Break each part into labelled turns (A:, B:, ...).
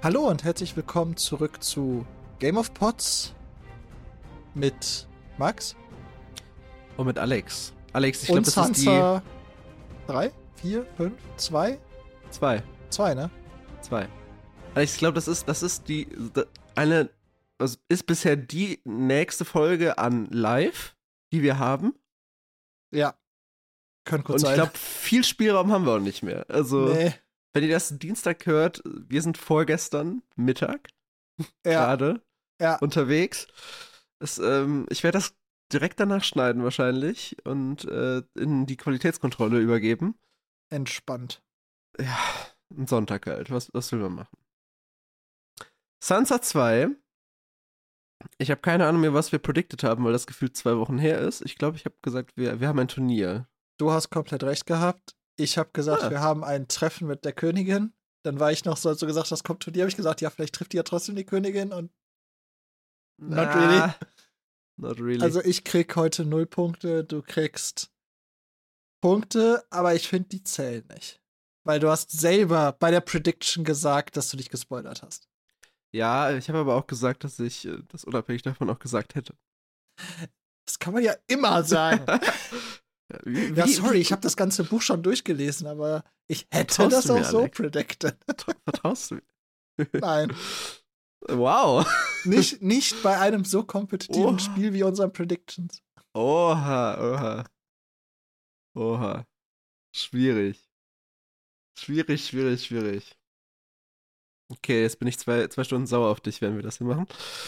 A: Hallo und herzlich willkommen zurück zu Game of Pods mit Max
B: Und mit Alex. Alex, ich
A: und
B: glaube, das ist die
A: Sansa 3, 4, 5, 2,
B: 2.
A: 2, ne?
B: 2. Alex, ich glaube, das ist eine, also ist bisher die nächste Folge an Live, die wir haben.
A: Ja, könnte gut
B: Und ich
A: sein.
B: glaube, viel Spielraum haben wir auch nicht mehr. Also,
A: Nee,
B: wenn ihr das Dienstag hört, wir sind vorgestern Mittag
A: ja,
B: gerade
A: ja,
B: unterwegs. Ich werde das direkt danach schneiden wahrscheinlich und in die Qualitätskontrolle übergeben.
A: entspannt.
B: Ja, ein Sonntag halt. Was will man machen? Sansa 2. Ich habe keine Ahnung mehr, was wir predicted haben, weil das gefühlt 2 Wochen her ist. Ich glaube, ich habe gesagt, wir haben ein Turnier.
A: Du hast komplett recht gehabt. Ich habe gesagt,
B: Ah,
A: wir haben ein Treffen mit der Königin. Dann war ich noch so, als du gesagt hast, kommt zu dir, habe ich gesagt, ja, vielleicht trifft die ja trotzdem die Königin und not really.
B: Not really.
A: Also ich krieg heute 0 Punkte, du kriegst Punkte, aber ich finde, die zählen nicht. Weil du hast selber bei der Prediction gesagt, dass du dich gespoilert hast.
B: Ja, ich habe aber auch gesagt, dass ich das unabhängig davon auch gesagt hätte.
A: Das kann man ja immer sagen.
B: wie,
A: Ja, sorry,
B: wie
A: ich habe das ganze Buch schon durchgelesen, aber ich hätte
B: vertraust
A: das
B: du mir,
A: auch so
B: Alex?
A: predicted.
B: Vertraust du mir?
A: Nein,
B: Wow.
A: nicht bei einem so kompetitiven
B: Oh.
A: Spiel wie unseren Predictions.
B: Oha. Oha. Schwierig. Schwierig. Okay, jetzt bin ich zwei Stunden sauer auf dich, wenn wir das hier machen.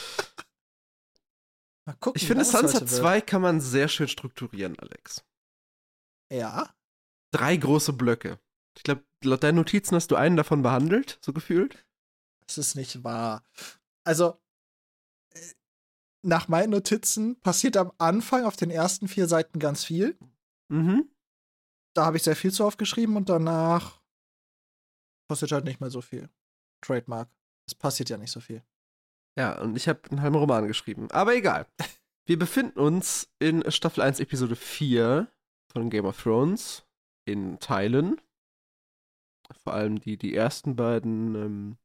A: Mal gucken,
B: Ich
A: wie
B: finde,
A: lang es
B: Sansa
A: heute wird.
B: 2 kann man sehr schön strukturieren, Alex.
A: Ja,
B: 3 große Blöcke. Ich glaube, laut deinen Notizen hast du einen davon behandelt, so gefühlt.
A: das ist nicht wahr. Also, nach meinen Notizen passiert am Anfang auf den ersten 4 Seiten ganz viel.
B: Mhm.
A: Da habe ich sehr viel zu aufgeschrieben und danach passiert halt nicht mehr so viel. Trademark. Es passiert ja nicht so viel.
B: Ja, und ich habe einen halben Roman geschrieben. Aber egal. Wir befinden uns in Staffel 1, Episode 4 von Game of Thrones in Teilen. Vor allem die ersten beiden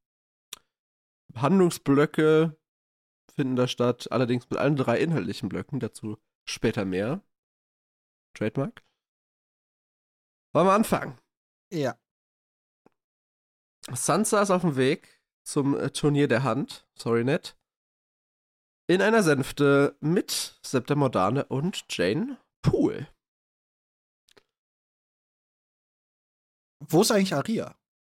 B: Handlungsblöcke finden da statt, allerdings mit allen 3 inhaltlichen Blöcken, dazu später mehr. Trademark. Wollen wir anfangen?
A: Ja.
B: Sansa ist auf dem Weg zum Turnier der Hand, sorry Ned, in einer Sänfte mit Septa Mordane und Jane Poole.
A: Wo ist eigentlich Aria?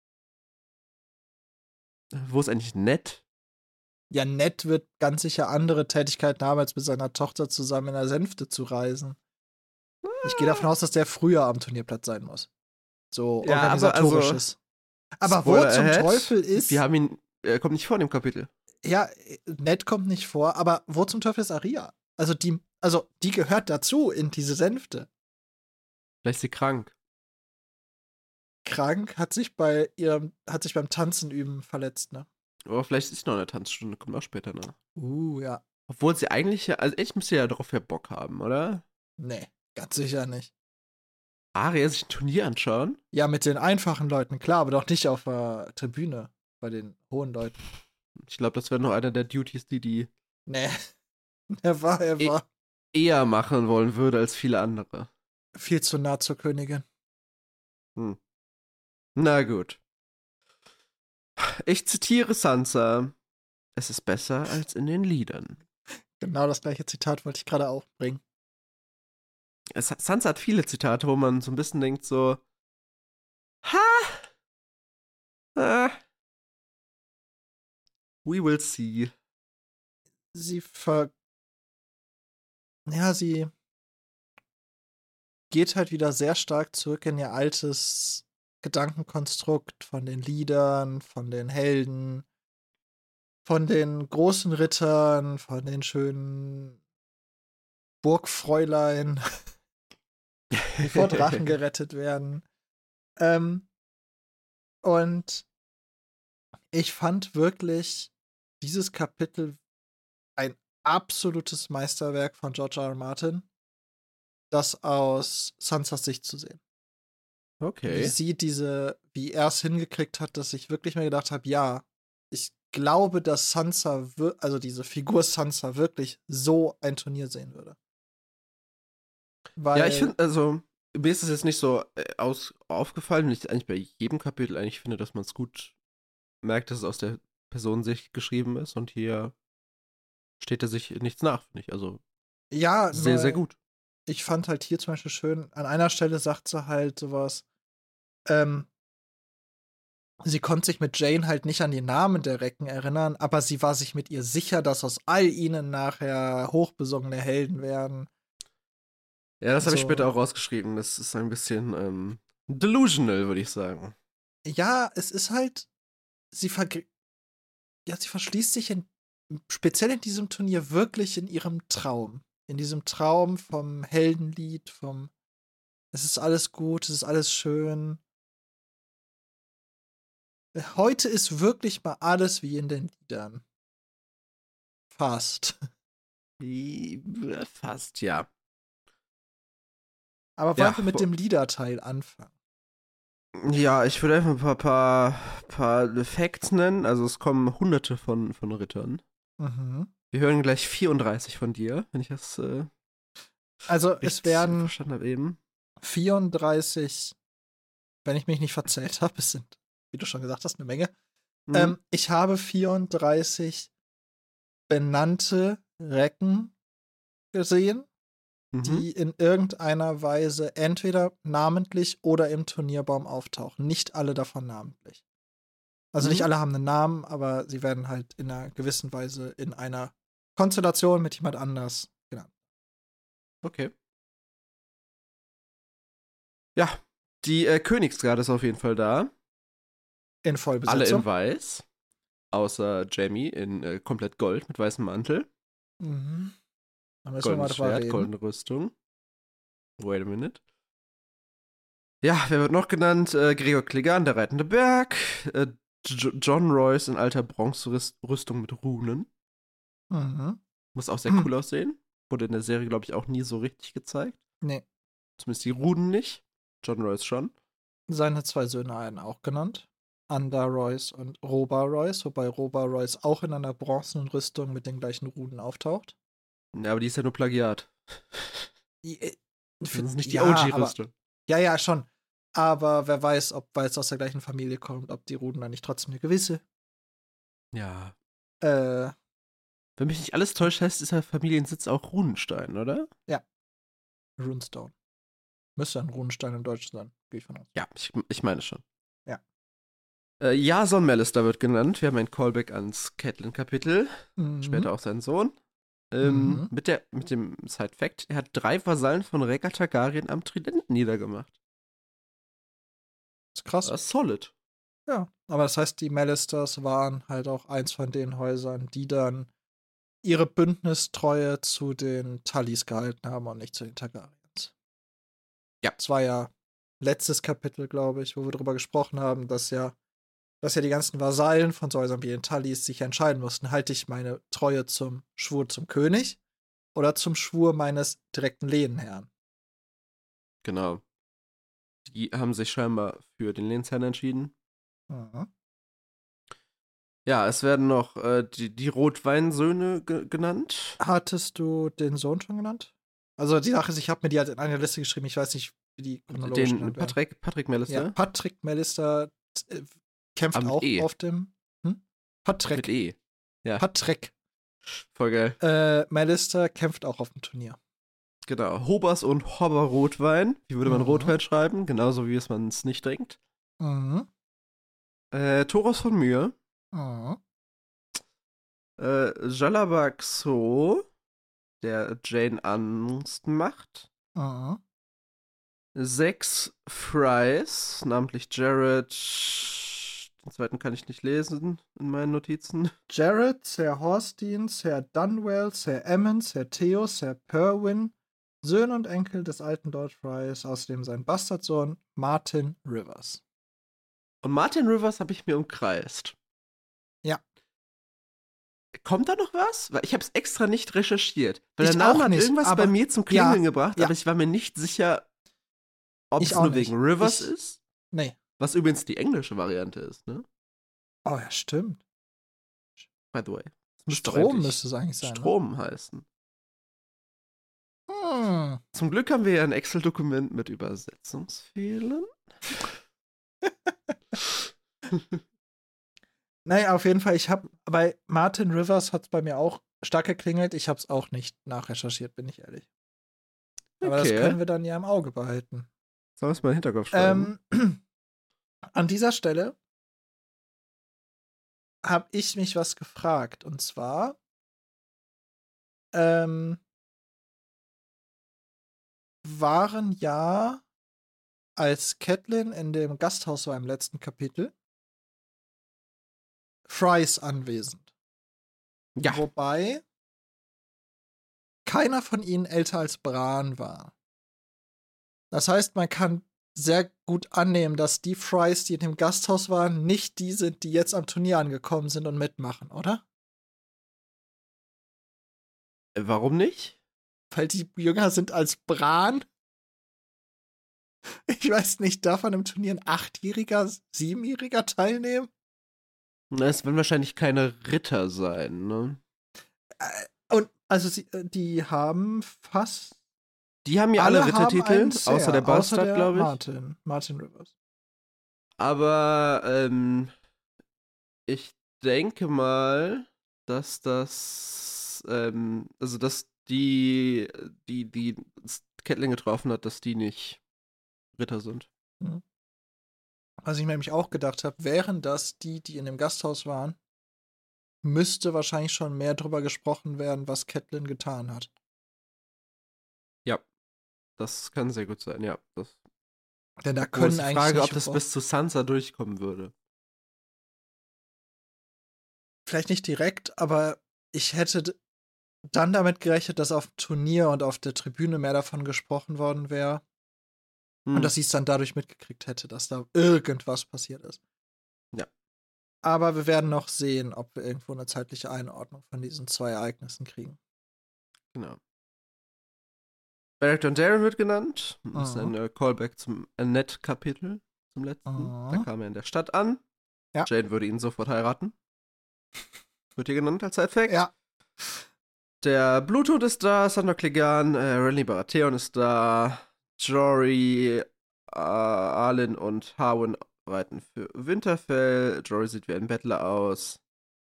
B: Wo ist eigentlich Ned?
A: Ja, Ned wird ganz sicher andere Tätigkeiten haben, als mit seiner Tochter zusammen in der Sänfte zu reisen. Ich gehe davon aus, dass der früher am Turnierplatz sein muss. So
B: Ja, aber
A: organisatorisches. Aber wo
B: Spoiler
A: zum
B: ahead,
A: Teufel ist.
B: wir haben ihn, er kommt nicht vor in dem Kapitel.
A: Ja, Ned kommt nicht vor, aber wo zum Teufel ist Aria? Also die gehört dazu in diese Sänfte.
B: Vielleicht ist sie krank.
A: Krank, hat sich beim Tanzen üben verletzt, ne?
B: Aber vielleicht ist sie noch eine Tanzstunde, kommt auch später nach.
A: Ja.
B: Obwohl sie eigentlich, also ich müsste ja darauf ja Bock haben, oder?
A: Nee, ganz sicher nicht.
B: Arya sich ein Turnier anschauen?
A: Ja, mit den einfachen Leuten, klar, aber doch nicht auf der Tribüne bei den hohen Leuten.
B: Ich glaube, das wäre noch einer der Duties, die
A: Nee, er war
B: eher machen wollen würde als viele andere.
A: viel zu nah zur Königin.
B: Hm. Na gut. Ich zitiere Sansa. Es ist besser als in den Liedern.
A: Genau das gleiche Zitat wollte ich gerade auch bringen.
B: Sansa hat viele Zitate, wo man so ein bisschen denkt so, ha, ah, we will see.
A: Sie geht halt wieder sehr stark zurück in ihr altes Gedankenkonstrukt von den Liedern, von den Helden, von den großen Rittern, von den schönen Burgfräulein, die vor Drachen gerettet werden. Und ich fand wirklich dieses Kapitel ein absolutes Meisterwerk von George R. R. Martin, das aus Sansas Sicht zu sehen.
B: Okay.
A: Wie er es hingekriegt hat, dass ich wirklich mir gedacht habe, ja, ich glaube, dass Sansa, also diese Figur Sansa, wirklich so ein Turnier sehen würde. Weil,
B: Ja, ich finde, also, mir ist es jetzt nicht so aufgefallen, und ich eigentlich bei jedem Kapitel eigentlich finde, dass man es gut merkt, dass es aus der Personensicht geschrieben ist und hier steht er sich nichts nach, finde ich. Also,
A: ja,
B: sehr, sehr
A: nur
B: gut.
A: ich fand halt hier zum Beispiel schön, an einer Stelle sagt sie halt sowas, ähm, sie konnte sich mit Jane halt nicht an die Namen der Recken erinnern, aber sie war sich mit ihr sicher, dass aus all ihnen nachher hochbesungene Helden werden.
B: Ja, das habe ich später
A: So,
B: auch rausgeschrieben. Das ist ein bisschen delusional, würde ich sagen.
A: ja, es ist halt, sie, sie verschließt sich speziell in diesem Turnier wirklich in ihrem Traum. In diesem Traum vom Heldenlied, vom es ist alles gut, es ist alles schön. Heute ist wirklich mal alles wie in den Liedern. Fast.
B: Fast, ja.
A: Aber wollen
B: Ja,
A: wir mit dem Liederteil anfangen?
B: ja, ich würde einfach ein paar Facts nennen. Also es kommen hunderte von Rittern.
A: Mhm.
B: Wir hören gleich 34 von dir, wenn ich das
A: Also es
B: richtig
A: werden
B: verstanden habe eben.
A: 34, wenn ich mich nicht verzählt habe, es sind, wie du schon gesagt hast, eine Menge.
B: Mhm.
A: Ich habe 34 benannte Recken gesehen,
B: Mhm.
A: die in irgendeiner Weise entweder namentlich oder im Turnierbaum auftauchen. Nicht alle davon namentlich. Also nicht
B: Mhm.
A: alle haben einen Namen, aber sie werden halt in einer gewissen Weise in einer Konstellation mit jemand anders genannt.
B: Okay. Ja, die Königsgarde ist auf jeden Fall da.
A: In
B: Alle in
A: Vollbesetzung.
B: weiß. Außer Jamie in komplett Gold mit weißem Mantel.
A: Mhm. Da müssen wir mal
B: Goldenes
A: drüber
B: Schwert,
A: reden.
B: goldene Rüstung. Wait a minute. Ja, wer wird noch genannt? Gregor Clegane, der reitende Berg. John Royce in alter Bronzerüstung mit Runen.
A: Mhm.
B: Muss auch sehr cool aussehen. Wurde in der Serie, glaube ich, auch nie so richtig gezeigt.
A: Nee,
B: Zumindest die Runen nicht. John Royce schon.
A: seine zwei Söhne werden auch genannt. Anda Royce und Roba Royce, wobei Roba Royce auch in einer bronzenen Rüstung mit den gleichen Runen auftaucht.
B: Ja, aber die ist ja nur Plagiat.
A: I-
B: Das ist nicht die
A: Ja, aber
B: OG-Rüstung.
A: ja, schon. Aber wer weiß, ob, weil es aus der gleichen Familie kommt, ob die Runen dann nicht trotzdem eine gewisse
B: Ja.
A: äh,
B: Wenn mich nicht alles täuscht, heißt dieser Familiensitz auch Runenstein, oder?
A: ja, Runestone. Müsste ein Runenstein im Deutschen sein, gehe ich von aus.
B: Ja, ich meine schon.
A: Ja.
B: Jason Mallister wird genannt. Wir haben ein Callback ans Catelyn-Kapitel.
A: Mhm.
B: Später auch sein Sohn.
A: Mhm.
B: Mit dem Side-Fact, er hat 3 Vasallen von Rhaegar Targaryen am Trident niedergemacht.
A: Ist krass.
B: Solid.
A: Ja. Aber das heißt, die Mallisters waren halt auch eins von den Häusern, die dann ihre Bündnistreue zu den Tullys gehalten haben und nicht zu den Targaryens.
B: Ja.
A: Das war ja letztes Kapitel, glaube ich, wo wir darüber gesprochen haben, dass ja die ganzen Vasallen von so Häusern wie den Tullys sich entscheiden mussten, halte ich meine Treue zum Schwur zum König oder zum Schwur meines direkten Lehenherrn.
B: Genau. Die haben sich scheinbar für den Lehnsherrn entschieden.
A: Mhm.
B: Ja, es werden noch die Rotweinsöhne genannt.
A: Hattest du den Sohn schon genannt? Also die Sache ist, ich habe mir die halt in einer Liste geschrieben, ich weiß nicht, wie die chronologisch
B: Den
A: genannt werden.
B: Patrick
A: Ja,
B: Mallister.
A: Patrick Mallister kämpft
B: Mit
A: auch
B: E.
A: auf dem
B: Mit
A: Patrick.
B: E. Ja,
A: Patrick.
B: voll geil.
A: Mallister kämpft auch auf dem Turnier.
B: Genau. Hobers und Hobber Rotwein. Wie würde man
A: Mhm.
B: Rotwein schreiben? Genauso wie es man es nicht trinkt.
A: Mhm.
B: Thoros von Myr.
A: Mhm.
B: Jalabak So, der Jane Angst macht.
A: Mhm.
B: 6 Fries, namentlich Jared. Den zweiten kann ich nicht lesen in meinen Notizen.
A: Jared, Sir Horstin, Sir Dunwell, Sir Emmons, Sir Theo, Sir Perwyn, Söhne und Enkel des alten Lord Fries, außerdem sein Bastardsohn Martin Rivers.
B: Und Martin Rivers habe ich mir umkreist.
A: Ja.
B: Kommt da noch was? Weil ich habe es extra nicht recherchiert. Weil der
A: Ich
B: Name
A: auch
B: hat
A: nicht,
B: irgendwas bei
A: aber
B: mir zum
A: ja,
B: Klingeln gebracht,
A: ja.
B: aber ich war mir nicht sicher, ob
A: Ich
B: es
A: auch
B: nur
A: nicht.
B: wegen Rivers
A: Ich-
B: ist.
A: Nee.
B: Was übrigens die englische Variante ist, ne?
A: Oh ja, stimmt.
B: by the way. Das müsste doch
A: Strom
B: eigentlich
A: müsste es eigentlich sein.
B: Strom heißen.
A: Ne?
B: Zum Glück haben wir ja ein Excel-Dokument mit Übersetzungsfehlern.
A: Naja, auf jeden Fall, bei Martin Rivers hat es bei mir auch stark geklingelt. Ich habe es auch nicht nachrecherchiert, bin ich ehrlich. Aber das können wir dann ja im Auge behalten.
B: Sollen wir es mal in den Hinterkopf schreiben?
A: An dieser Stelle habe ich mich was gefragt. Und zwar, waren ja, als Catelyn in dem Gasthaus war im letzten Kapitel, Frys anwesend.
B: Ja.
A: Wobei keiner von ihnen älter als Bran war. Das heißt, man kann sehr gut annehmen, dass die Frys, die in dem Gasthaus waren, nicht die sind, die jetzt am Turnier angekommen sind und mitmachen, oder?
B: Warum nicht?
A: Weil die jünger sind als Bran? Ich weiß nicht, darf an einem Turnier ein 8-Jähriger, 7-Jähriger teilnehmen?
B: Na, es werden wahrscheinlich keine Ritter sein, ne?
A: Und also die haben fast.
B: Die haben ja alle Rittertitel, außer der
A: Bastard,
B: Bastard, glaube ich.
A: Martin Rivers.
B: Aber ich denke mal, dass also dass die Catelyn getroffen hat, dass die nicht Ritter sind.
A: Mhm. Was ich mir nämlich auch gedacht habe, wären das die in dem Gasthaus waren, müsste wahrscheinlich schon mehr drüber gesprochen werden, was Catelyn getan hat.
B: Ja, das kann sehr gut sein, ja.
A: Denn da
B: Wo
A: können
B: ist die
A: eigentlich
B: Frage, ob
A: nicht
B: das bis zu Sansa durchkommen würde.
A: vielleicht nicht direkt, aber ich hätte dann damit gerechnet, dass auf dem Turnier und auf der Tribüne mehr davon gesprochen worden wäre. Und dass sie es dann dadurch mitgekriegt hätte, dass da irgendwas passiert ist.
B: Ja.
A: Aber wir werden noch sehen, ob wir irgendwo eine zeitliche Einordnung von diesen 2 Ereignissen kriegen.
B: Genau. Beric Dondarrion wird genannt. Das ist ein Callback zum Annette-Kapitel, zum letzten. Da kam er in der Stadt an.
A: Ja.
B: Jane würde ihn sofort heiraten. Wird hier genannt als Side-Fact.
A: Ja.
B: Der Bluttod ist da, Sandor Clegane, Renly Baratheon ist da, Jory, Arlen und Harwin reiten für Winterfell. Jory sieht wie ein Bettler aus.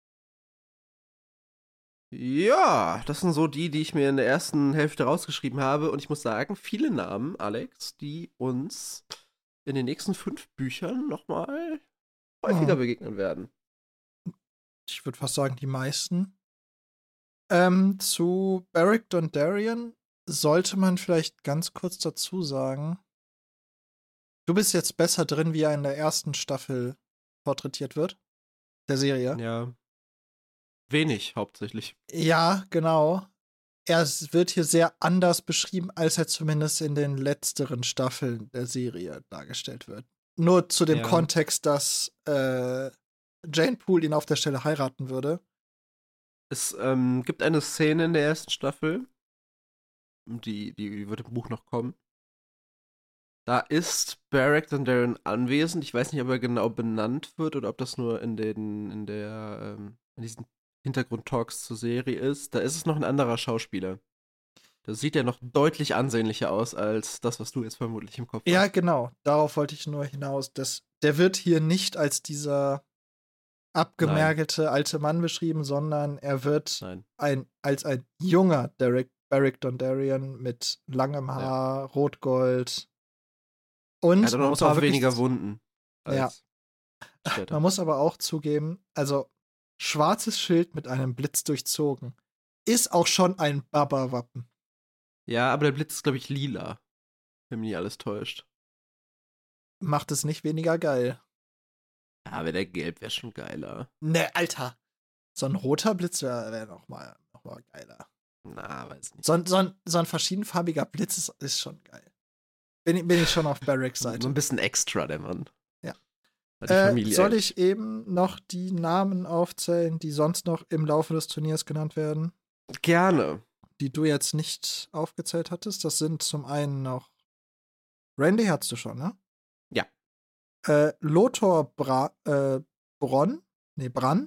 B: Ja, das sind so die ich mir in der ersten Hälfte rausgeschrieben habe. Und ich muss sagen, viele Namen, Alex, die uns in den nächsten 5 Büchern nochmal häufiger begegnen werden.
A: Ich würde fast sagen, die meisten. Zu Beric Dondarrion sollte man vielleicht ganz kurz dazu sagen, du bist jetzt besser drin, wie er in der ersten Staffel porträtiert wird. Der Serie.
B: Ja. Wenig, hauptsächlich.
A: Ja, genau. Er wird hier sehr anders beschrieben, als er zumindest in den letzteren Staffeln der Serie dargestellt wird. Nur zu dem Kontext, dass Jane Poole ihn auf der Stelle heiraten würde.
B: Es gibt eine Szene in der ersten Staffel, die wird im Buch noch kommen. Da ist Beric Dondarrion anwesend. Ich weiß nicht, ob er genau benannt wird oder ob das nur in diesen Hintergrund-Talks zur Serie ist. Da ist es noch ein anderer Schauspieler. Da sieht er noch deutlich ansehnlicher aus als das, was du jetzt vermutlich im Kopf hast.
A: Ja, genau. Darauf wollte ich nur hinaus. Der wird hier nicht als dieser abgemergelte alte Mann beschrieben, sondern er wird als ein junger Beric Dondarrion mit langem Haar, Rotgold. Und
B: er hat dann auch weniger Wunden als später.
A: Man muss aber auch zugeben, also schwarzes Schild mit einem Blitz durchzogen ist auch schon ein Baba-Wappen.
B: Ja, aber der Blitz ist, glaube ich, lila. Wenn mich nicht alles täuscht.
A: Macht es nicht weniger geil.
B: Ja, aber der Gelb wäre schon geiler.
A: Ne, Alter. So ein roter Blitz wäre noch mal geiler.
B: Na, weiß nicht.
A: So ein verschiedenfarbiger Blitz ist schon geil. Bin ich schon auf Berics Seite.
B: So ein bisschen extra, der Mann.
A: Ja.
B: Die Familie
A: soll ich eben noch die Namen aufzählen, die sonst noch im Laufe des Turniers genannt werden?
B: Gerne.
A: Die du jetzt nicht aufgezählt hattest. Das sind zum einen noch Randy hattest du schon, ne?
B: Ja.
A: Lothar Bronn.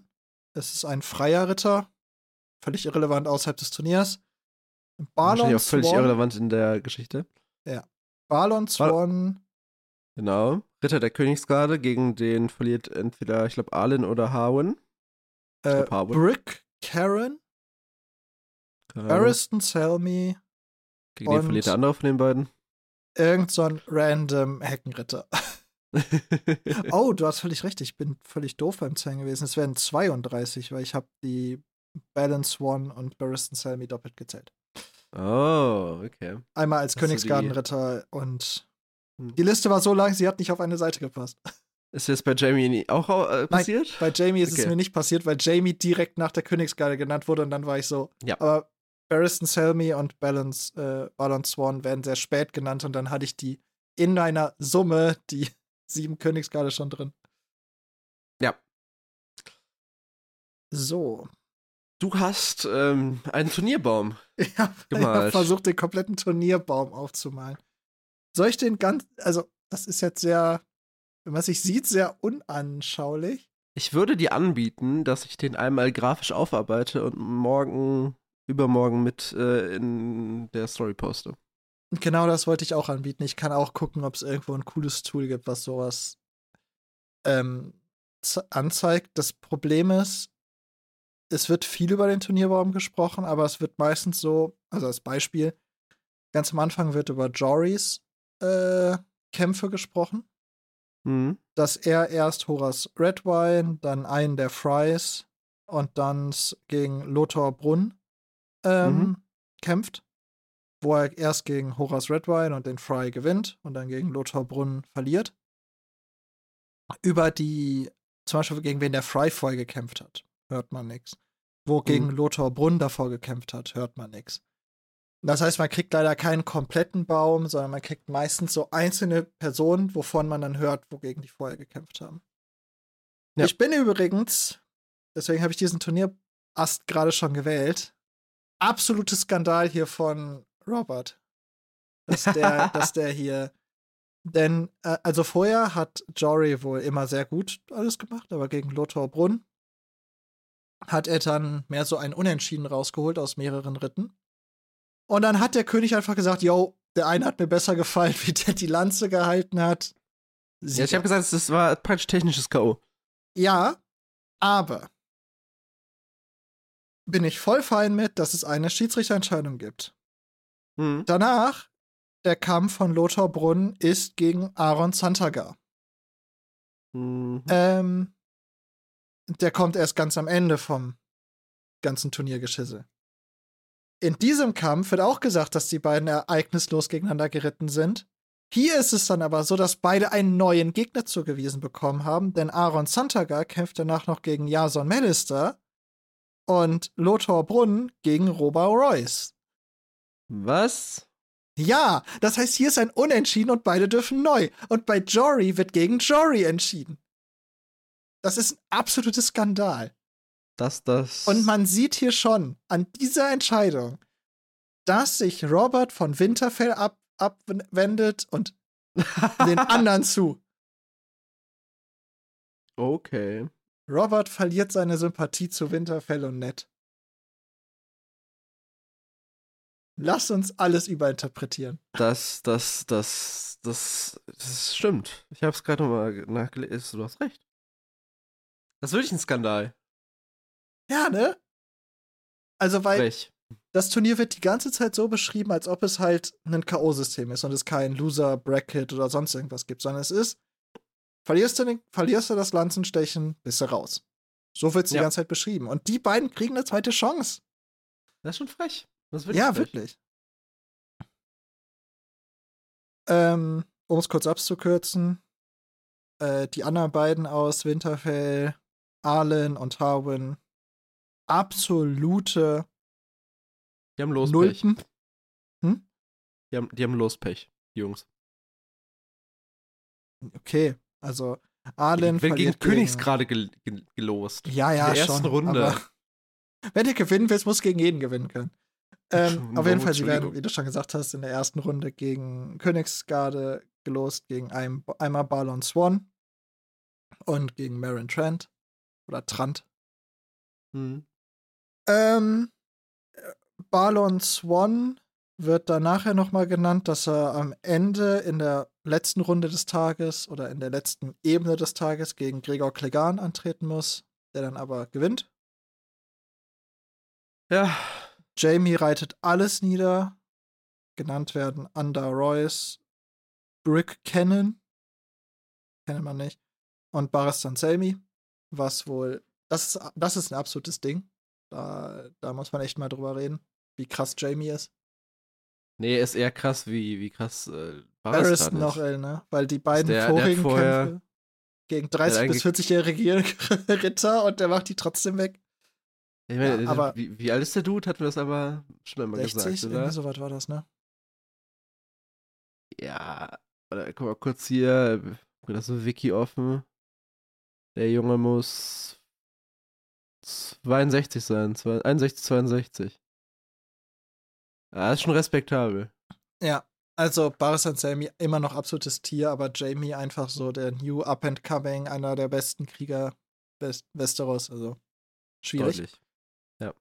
A: Es ist ein freier Ritter, völlig irrelevant außerhalb des Turniers.
B: Wahrscheinlich
A: Balon
B: auch völlig
A: Swan.
B: irrelevant in der Geschichte.
A: Ja. Balon Swan.
B: Genau. Ritter der Königsgarde, gegen den verliert entweder, ich glaube, Arlen oder Harwin. Ich glaube, Harwin.
A: Brick Karen.
B: Keine Ahnung.
A: Barristan Selmy.
B: Gegen den verliert der andere von den beiden.
A: Irgend so ein random Heckenritter. Oh, du hast völlig recht. Ich bin völlig doof beim Zählen gewesen. Es wären 32, weil ich habe die Balon Swan und Barristan Selmy doppelt gezählt.
B: Oh, okay.
A: Einmal als
B: Hast du
A: Königsgardenritter und die Liste war so lang, sie hat nicht auf eine Seite gepasst.
B: Ist das bei Jamie auch passiert?
A: Nein, bei Jamie ist
B: Okay.
A: es mir nicht passiert, weil Jamie direkt nach der Königsgarde genannt wurde und dann war ich so.
B: Ja.
A: Aber Barristan Selmy und Balon Swan werden sehr spät genannt und dann hatte ich die in einer Summe die 7 Königsgarde schon drin.
B: Ja.
A: So.
B: Du hast einen Turnierbaum
A: Ich habe
B: gemalt.
A: versucht, den kompletten Turnierbaum aufzumalen. Soll ich den also, das ist jetzt sehr, wenn man sich sieht, sehr unanschaulich.
B: Ich würde dir anbieten, dass ich den einmal grafisch aufarbeite und übermorgen mit in der Story poste.
A: Und genau das wollte ich auch anbieten. Ich kann auch gucken, ob es irgendwo ein cooles Tool gibt, was sowas anzeigt. Das Problem ist, es wird viel über den Turnierbaum gesprochen, aber es wird meistens so, also als Beispiel, ganz am Anfang wird über Jorys Kämpfe gesprochen.
B: Mhm.
A: Dass er erst Horace Redwyne, dann einen der Frys und dann gegen Lothar Brunn kämpft. Wo er erst gegen Horace Redwyne und den Fry gewinnt und dann gegen Lothar Brunn verliert. Zum Beispiel gegen wen der Fry vorher gekämpft hat, hört man nichts. Wo gegen Lothar Brunn davor gekämpft hat, hört man nichts. Das heißt, man kriegt leider keinen kompletten Baum, sondern man kriegt meistens so einzelne Personen, wovon man dann hört, wogegen die vorher gekämpft haben. Ja. Ich bin übrigens, deswegen habe ich diesen Turnierast gerade schon gewählt, absolutes Skandal hier von Robert. Dass der hier. Denn, also vorher hat Jory wohl immer sehr gut alles gemacht, aber gegen Lothar Brunn hat er dann mehr so ein Unentschieden rausgeholt aus mehreren Ritten. Und dann hat der König einfach gesagt, yo, der eine hat mir besser gefallen, wie der die Lanze gehalten hat.
B: Ja, ich habe gesagt, das war praktisch technisches K.O.
A: Ja, aber bin ich voll fein mit, dass es eine Schiedsrichterentscheidung gibt.
B: Mhm.
A: Danach, der Kampf von Lothar Brunn ist gegen Aaron Santagar.
B: Mhm.
A: Der kommt erst ganz am Ende vom ganzen Turniergeschissel. In diesem Kampf wird auch gesagt, dass die beiden ereignislos gegeneinander geritten sind. Hier ist es dann aber so, dass beide einen neuen Gegner zugewiesen bekommen haben, denn Aaron Santagar kämpft danach noch gegen Jason Mallister und Lothar Brunn gegen Roba Royce.
B: Was?
A: Ja, das heißt, hier ist ein Unentschieden und beide dürfen neu. Und bei Jory wird gegen Jory entschieden. Das ist ein absolutes Skandal. Und man sieht hier schon an dieser Entscheidung, dass sich Robert von Winterfell abwendet und den anderen zu.
B: Okay.
A: Robert verliert seine Sympathie zu Winterfell und Ned. Lass uns alles überinterpretieren.
B: Das stimmt. Ich habe es gerade nochmal nachgelesen. Du hast recht. Das ist wirklich ein Skandal.
A: Ja, ne? Also, weil
B: Frech.
A: das Turnier wird die ganze Zeit so beschrieben, als ob es halt ein K.O.-System ist und es kein Loser-Bracket oder sonst irgendwas gibt, sondern es ist, verlierst du das Lanzenstechen, bist du raus. So wird es die ganze Zeit beschrieben. Und die beiden kriegen eine zweite Chance.
B: Das ist schon frech. Das ist wirklich frech.
A: Wirklich. Um es kurz abzukürzen, die anderen beiden aus Winterfell, Arlen und Harwin, absolute
B: Die haben Lospech.
A: Nulpen.
B: Die haben Lospech, die Jungs.
A: Okay, also Arlen
B: wenn gegen Königs gerade gelost.
A: Ja,
B: in der ersten
A: schon,
B: Runde.
A: Aber wenn du gewinnen willst, musst du gegen jeden gewinnen können. Auf jeden Fall, sie werden, wie du schon gesagt hast, in der ersten Runde gegen Königsgarde gelost, gegen einmal Balon Swan und gegen Meryn Trant. Oder Trant.
B: Mhm.
A: Balon Swan wird dann nachher nochmal genannt, dass er am Ende in der letzten Runde des Tages oder in der letzten Ebene des Tages gegen Gregor Clegane antreten muss, der dann aber gewinnt.
B: Ja.
A: Jamie reitet alles nieder. Genannt werden Anda Royce, Brick Cannon, kennt man nicht, und Baristan Selmy, was wohl, das ist ein absolutes Ding. Da muss man echt mal drüber reden, wie krass Jamie ist.
B: Nee, ist eher krass, wie krass Baristan
A: Barristan noch,
B: ist.
A: ne? Weil die
B: Ist
A: beiden
B: der hat
A: vorigen
B: vorher.
A: Kämpfe gegen
B: Der hat
A: 30- bis 40-jährige Ritter und der macht die trotzdem weg.
B: Ich
A: Ja,
B: meine,
A: aber
B: wie alt ist der Dude? Hatten wir das aber schon einmal
A: 60,
B: gesagt,
A: irgendwie
B: oder?
A: so was war das, ne?
B: Ja. Oder, guck mal kurz hier. Das ist Wiki offen. Der Junge muss 62 sein. 61, 62. Ja, ist schon respektabel.
A: Ja, also Baristan Selmy immer noch absolutes Tier, aber Jamie einfach so der New Up and Coming, einer der besten Krieger Westeros, also schwierig.
B: Deutlich. Ja.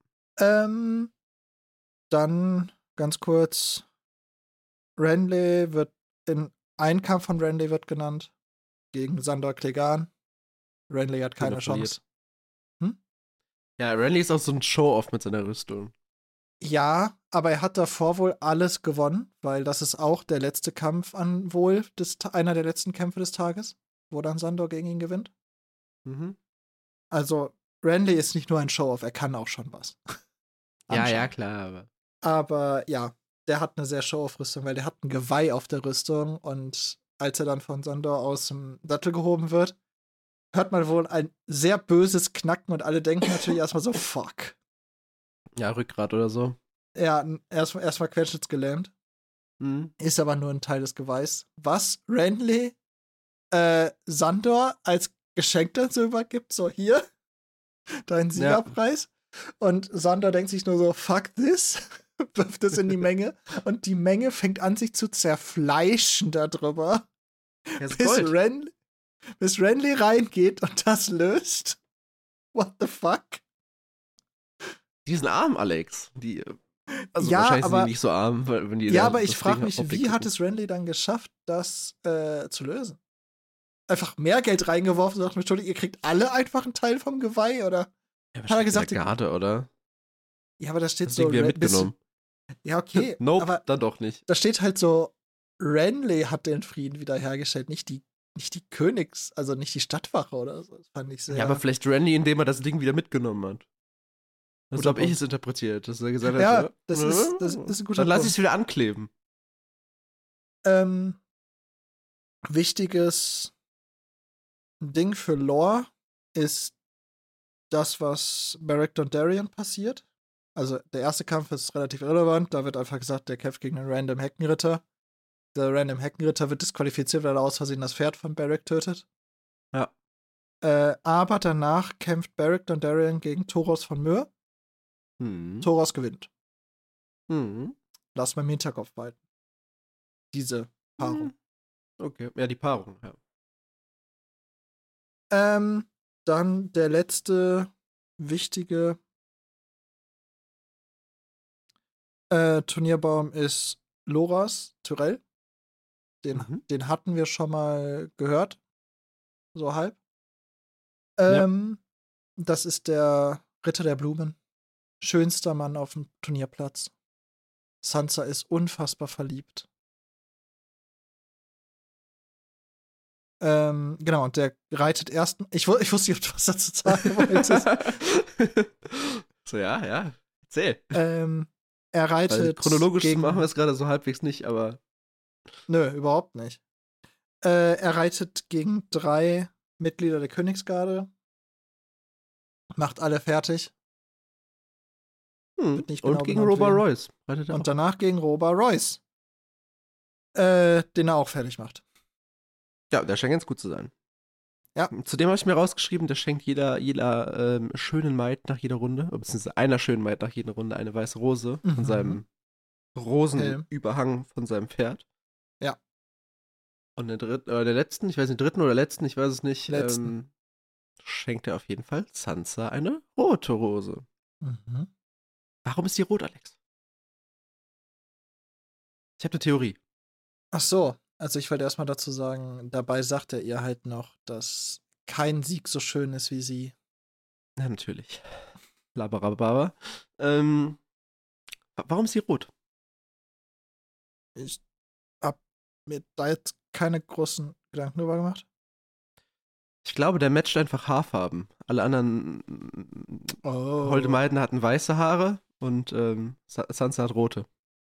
A: Dann ganz kurz, Renly wird ein Kampf von Renly wird genannt gegen Sandor Clegane. Renly hat keine Chance.
B: Ja, Renly ist auch so ein Show-Off mit seiner Rüstung.
A: Ja, aber er hat davor wohl alles gewonnen, weil das ist auch der letzte Kampf an wohl, einer der letzten Kämpfe des Tages, wo dann Sandor gegen ihn gewinnt.
B: Mhm.
A: Also, Renly ist nicht nur ein Show-Off, er kann auch schon was.
B: Ja, klar,
A: aber ja, der hat eine sehr Show-Off-Rüstung, weil der hat ein Geweih auf der Rüstung und als er dann von Sandor aus dem Sattel gehoben wird, hört man wohl ein sehr böses Knacken und alle denken natürlich erstmal so, fuck.
B: Ja, Rückgrat oder so.
A: Ja, erstmal querschnittsgelähmt.
B: Mhm.
A: Ist aber nur ein Teil des Geweihs. Was Renly Sandor als Geschenk dann so übergibt, so hier, dein Siegerpreis. Und Sandor denkt sich nur so, fuck this, wirft es in die Menge und die Menge fängt an, sich zu zerfleischen darüber, bis Renly reingeht und das löst. What the fuck?
B: Die sind arm, Alex. Also
A: ja,
B: wahrscheinlich
A: aber,
B: sind die nicht so arm, wenn die
A: ja,
B: da
A: aber ich
B: das
A: frage
B: Ding
A: mich,
B: auf den
A: wie hat
B: gucken.
A: es Renly dann geschafft, das zu lösen? Einfach mehr Geld reingeworfen und sagt, Entschuldigung, ihr kriegt alle einfach einen Teil vom Geweih, oder?
B: Ja,
A: Hat er gesagt,
B: der Garde, oder?
A: ja, aber da steht
B: Das
A: so,
B: Ding wieder mitgenommen.
A: Ja, okay.
B: Nope,
A: aber
B: dann doch nicht.
A: da steht halt so, Renly hat den Frieden wiederhergestellt, nicht die also nicht die Stadtwache oder so. Das fand ich sehr.
B: Ja, aber vielleicht Randy, indem er das Ding wieder mitgenommen hat. Das habe ich es interpretiert, dass er gesagt hat,
A: ja, das ist ein guter
B: dann lass ich
A: Punkt.
B: es wieder ankleben.
A: Wichtiges Ding für Lore ist das, was Beric Dondarrion passiert. Also der erste Kampf ist relativ irrelevant. Da wird einfach gesagt, der kämpft gegen einen random Heckenritter. Der random Heckenritter wird disqualifiziert, weil er aus Versehen das Pferd von Beric tötet.
B: Ja.
A: Aber danach kämpft Beric Dondarrion gegen Thoros von Myr. Thoros gewinnt. Lass mal im Hinterkopf behalten. Diese Paarung.
B: Okay, ja, die Paarung, ja.
A: Dann der letzte wichtige Turnierbaum ist Loras Tyrell. Den hatten wir schon mal gehört. So halb. Das ist der Ritter der Blumen. Schönster Mann auf dem Turnierplatz. Sansa ist unfassbar verliebt. Genau, und der reitet erst. Ich wusste nicht, ob du was dazu sagen wolltest.
B: So, ja. Erzähl.
A: Er reitet.
B: Weil chronologisch machen wir es gerade so halbwegs nicht, aber.
A: Nö, überhaupt nicht. Er reitet gegen 3 Mitglieder der Königsgarde. Macht alle fertig.
B: Wird nicht genau und gegen Robert Royce.
A: Und danach gegen Robert Royce. Den er auch fertig macht.
B: Ja, der scheint ganz gut zu sein.
A: Ja.
B: Zudem habe ich mir rausgeschrieben, der schenkt jeder schönen Maid nach jeder Runde, beziehungsweise einer schönen Maid nach jeder Runde eine weiße Rose von seinem Rosenüberhang von seinem Pferd.
A: Ja.
B: Und der letzten, ich weiß nicht, dritten oder letzten, ich weiß es nicht. schenkt er auf jeden Fall Sansa eine rote Rose.
A: Mhm.
B: Warum ist die rot, Alex? Ich habe eine Theorie.
A: Ach so, also ich wollte erstmal dazu sagen, dabei sagt er ihr halt noch, dass kein Sieg so schön ist wie sie.
B: Ja, natürlich. Labarababa. Warum ist sie rot?
A: Ich hab mir da jetzt keine großen Gedanken drüber gemacht.
B: Ich glaube, der matcht einfach Haarfarben. Alle anderen Holde
A: Oh.
B: Maiden hatten weiße Haare und Sansa hat rote.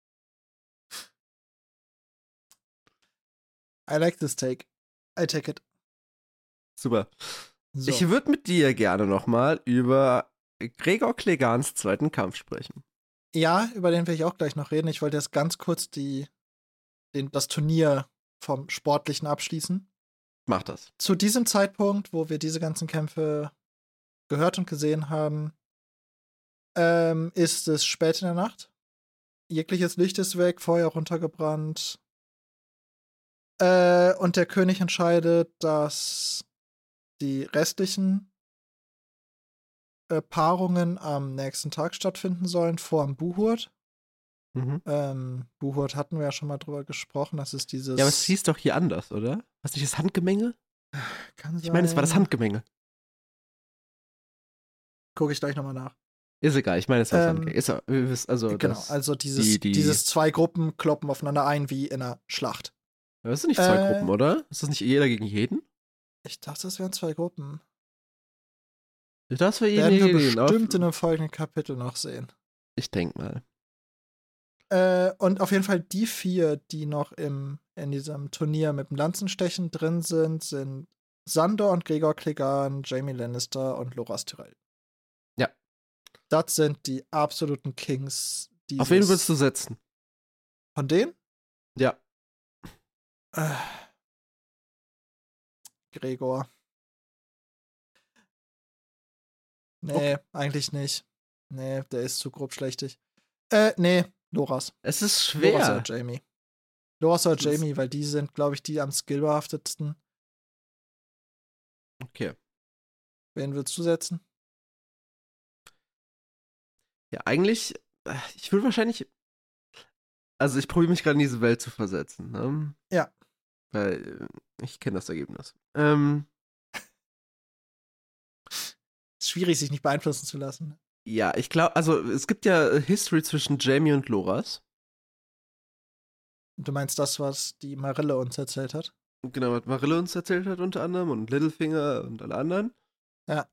A: I like this take. I take it.
B: Super.
A: So.
B: Ich würde mit dir gerne nochmal über Gregor Clegans zweiten Kampf sprechen.
A: Ja, über den will ich auch gleich noch reden. Ich wollte jetzt ganz kurz das Turnier vom Sportlichen abschließen.
B: Mach das.
A: Zu diesem Zeitpunkt, wo wir diese ganzen Kämpfe gehört und gesehen haben, ist es spät in der Nacht. Jegliches Licht ist weg, Feuer runtergebrannt. Und der König entscheidet, dass die restlichen Paarungen am nächsten Tag stattfinden sollen, vor dem Buhurt.
B: Mhm.
A: Buhurt hatten wir ja schon mal drüber gesprochen. Das ist dieses.
B: Ja, aber es hieß doch hier anders, oder? Was nicht das Handgemenge?
A: Kann
B: Ich meine, es war das
A: sein.
B: Handgemenge.
A: Gucke ich gleich nochmal nach.
B: Ist egal, ich meine, es war das Handgemenge. Ist, also
A: Genau,
B: das,
A: also dieses zwei Gruppen kloppen aufeinander ein wie in einer Schlacht.
B: Aber das sind nicht zwei Gruppen, oder? Ist das nicht jeder gegen jeden?
A: Ich dachte, es wären zwei Gruppen.
B: Das war
A: Werden wir
B: gegen jeden.
A: bestimmt in einem folgenden Kapitel noch sehen.
B: Ich denke mal.
A: Und auf jeden Fall die 4, die noch in diesem Turnier mit dem Lanzenstechen drin sind Sandor und Gregor Clegane, Jaime Lannister und Loras Tyrell.
B: Ja.
A: Das sind die absoluten Kings.
B: Auf wen würdest du setzen?
A: Von denen?
B: Ja.
A: Gregor. Nee,
B: Okay.
A: eigentlich nicht. Nee, der ist zu grobschlächtig. Nee, Loras.
B: Es ist
A: Loras
B: schwer.
A: oder Jaime. Loras oder Jaime, weil die sind, glaube ich, die am skillbehaftetsten.
B: Okay.
A: Wen würdest du setzen?
B: Ja, eigentlich, ich würde wahrscheinlich, also ich probiere mich gerade in diese Welt zu versetzen, ne?
A: Ja.
B: Weil ich kenne das Ergebnis.
A: Ist schwierig, sich nicht beeinflussen zu lassen.
B: Ja, ich glaube, also es gibt ja History zwischen Jaime und Loras.
A: Du meinst das, was die Marille uns erzählt hat?
B: Genau, was Marille uns erzählt hat unter anderem und Littlefinger und alle anderen.
A: Ja.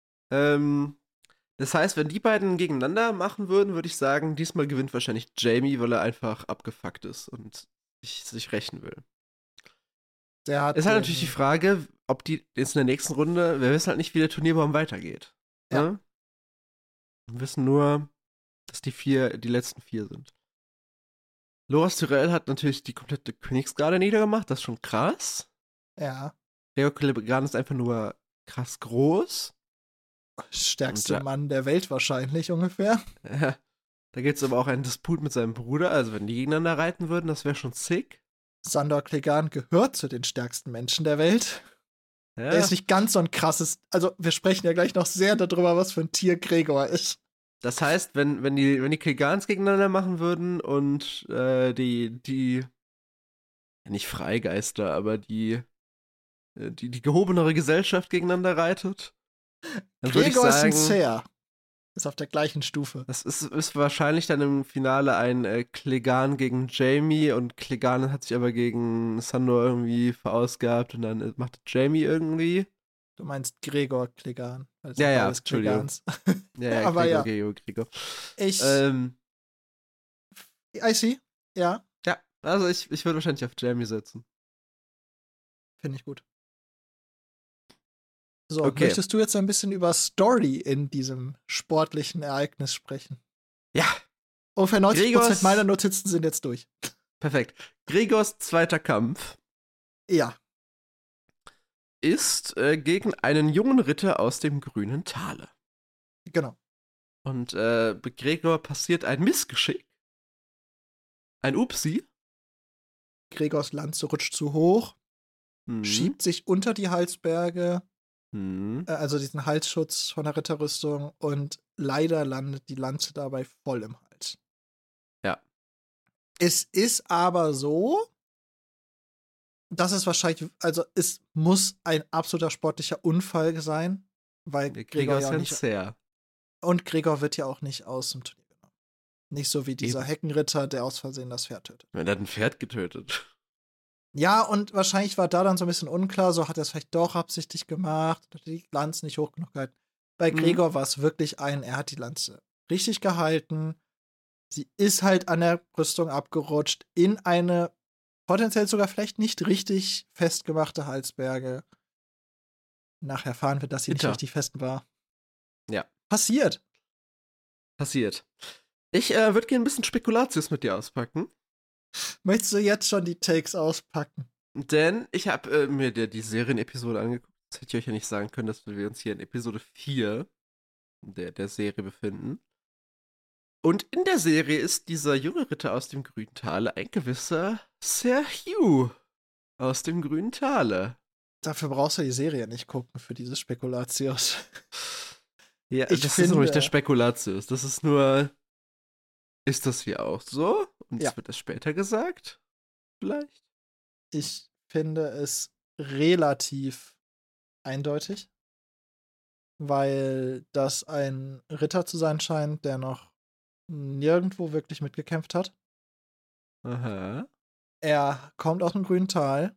B: Das heißt, wenn die beiden gegeneinander machen würden, würde ich sagen, diesmal gewinnt wahrscheinlich Jaime, weil er einfach abgefuckt ist und sich rächen will.
A: Der hat
B: Ist halt natürlich die Frage, ob die jetzt in der nächsten Runde, wir wissen halt nicht, wie der Turnierbaum weitergeht.
A: Ja.
B: Ne? Wir wissen nur, dass die letzten 4 sind. Loras Tyrell hat natürlich die komplette Königsgarde niedergemacht, das ist schon krass.
A: Ja.
B: Gregor Clegane ist einfach nur krass groß.
A: Stärkste
B: Und,
A: Mann der Welt wahrscheinlich ungefähr.
B: Da gibt es aber auch einen Disput mit seinem Bruder, also wenn die gegeneinander reiten würden, das wäre schon sick.
A: Sandor Clegane gehört zu den stärksten Menschen der Welt.
B: Ja.
A: Er ist nicht ganz so ein krasses. Also, wir sprechen ja gleich noch sehr darüber, was für ein Tier Gregor ist.
B: Das heißt, wenn die Clegans gegeneinander machen würden und die nicht Freigeister, aber die gehobenere Gesellschaft gegeneinander reitet, dann würde ich
A: Gregor ist ein
B: sagen,
A: Ser. Ist auf der gleichen Stufe.
B: das ist wahrscheinlich dann im Finale ein Clegane gegen Jaime und Clegane hat sich aber gegen Sandor irgendwie verausgabt und dann macht Jaime irgendwie.
A: Du meinst Gregor Clegane. Weil es
B: Ja,
A: sind
B: ja,
A: beides
B: Entschuldigung.
A: Clegans.
B: Ja,
A: Aber ja.
B: Gregor.
A: Ich.
B: Ja,
A: I see. Ja.
B: also ich würde wahrscheinlich auf Jaime setzen.
A: Finde ich gut. So,
B: Okay.
A: möchtest du jetzt ein bisschen über Story in diesem sportlichen Ereignis sprechen?
B: Ja.
A: Ungefähr 90% meiner Notizen sind jetzt durch.
B: Perfekt. Gregors zweiter Kampf
A: Ja.
B: ist gegen einen jungen Ritter aus dem grünen Tale.
A: Genau.
B: Und bei Gregor passiert ein Missgeschick. Ein Upsi.
A: Gregors Lanze rutscht zu hoch, schiebt sich unter die Halsberge
B: Mhm.
A: Also diesen Halsschutz von der Ritterrüstung, und leider landet die Lanze dabei voll im Hals.
B: Ja.
A: Es ist aber so, dass es wahrscheinlich, also es muss ein absoluter sportlicher Unfall sein, weil
B: Der
A: Gregor
B: Krieger
A: ja
B: ist
A: auch
B: ja ein
A: nicht,
B: Ser.
A: und Gregor wird ja auch nicht aus dem Turnier genommen. Nicht so wie dieser
B: Eben.
A: Heckenritter, der aus Versehen das Pferd tötet.
B: Der hat ein Pferd getötet.
A: Ja, und wahrscheinlich war da dann so ein bisschen unklar, so hat er es vielleicht doch absichtlich gemacht, hat die Lanze nicht hoch genug gehalten. Bei
B: Mhm.
A: Gregor war es wirklich er hat die Lanze richtig gehalten. Sie ist halt an der Rüstung abgerutscht in eine potenziell sogar vielleicht nicht richtig festgemachte Halsberge. Nachher erfahren wir, dass sie nicht
B: Bitter.
A: richtig fest war.
B: Ja.
A: Passiert.
B: Passiert. Ich würde gerne ein bisschen Spekulatius mit dir auspacken.
A: Möchtest du jetzt schon die Takes auspacken?
B: Denn ich habe mir die Serienepisode angeguckt. Das hätte ich euch ja nicht sagen können, dass wir uns hier in Episode 4 der Serie befinden. Und in der Serie ist dieser junge Ritter aus dem grünen Tale ein gewisser Sir Hugh aus dem grünen Tale.
A: Dafür brauchst du die Serie nicht gucken, für diese Spekulatius.
B: Ja,
A: Ich
B: das ist noch nicht der
A: finde,
B: Spekulatius. Das ist nur, ist das hier auch so? Und
A: ja,
B: es wird das später gesagt? Vielleicht?
A: ich finde es relativ eindeutig, weil das ein Ritter zu sein scheint, der noch nirgendwo wirklich mitgekämpft hat.
B: Aha.
A: Er kommt aus dem grünen Tal.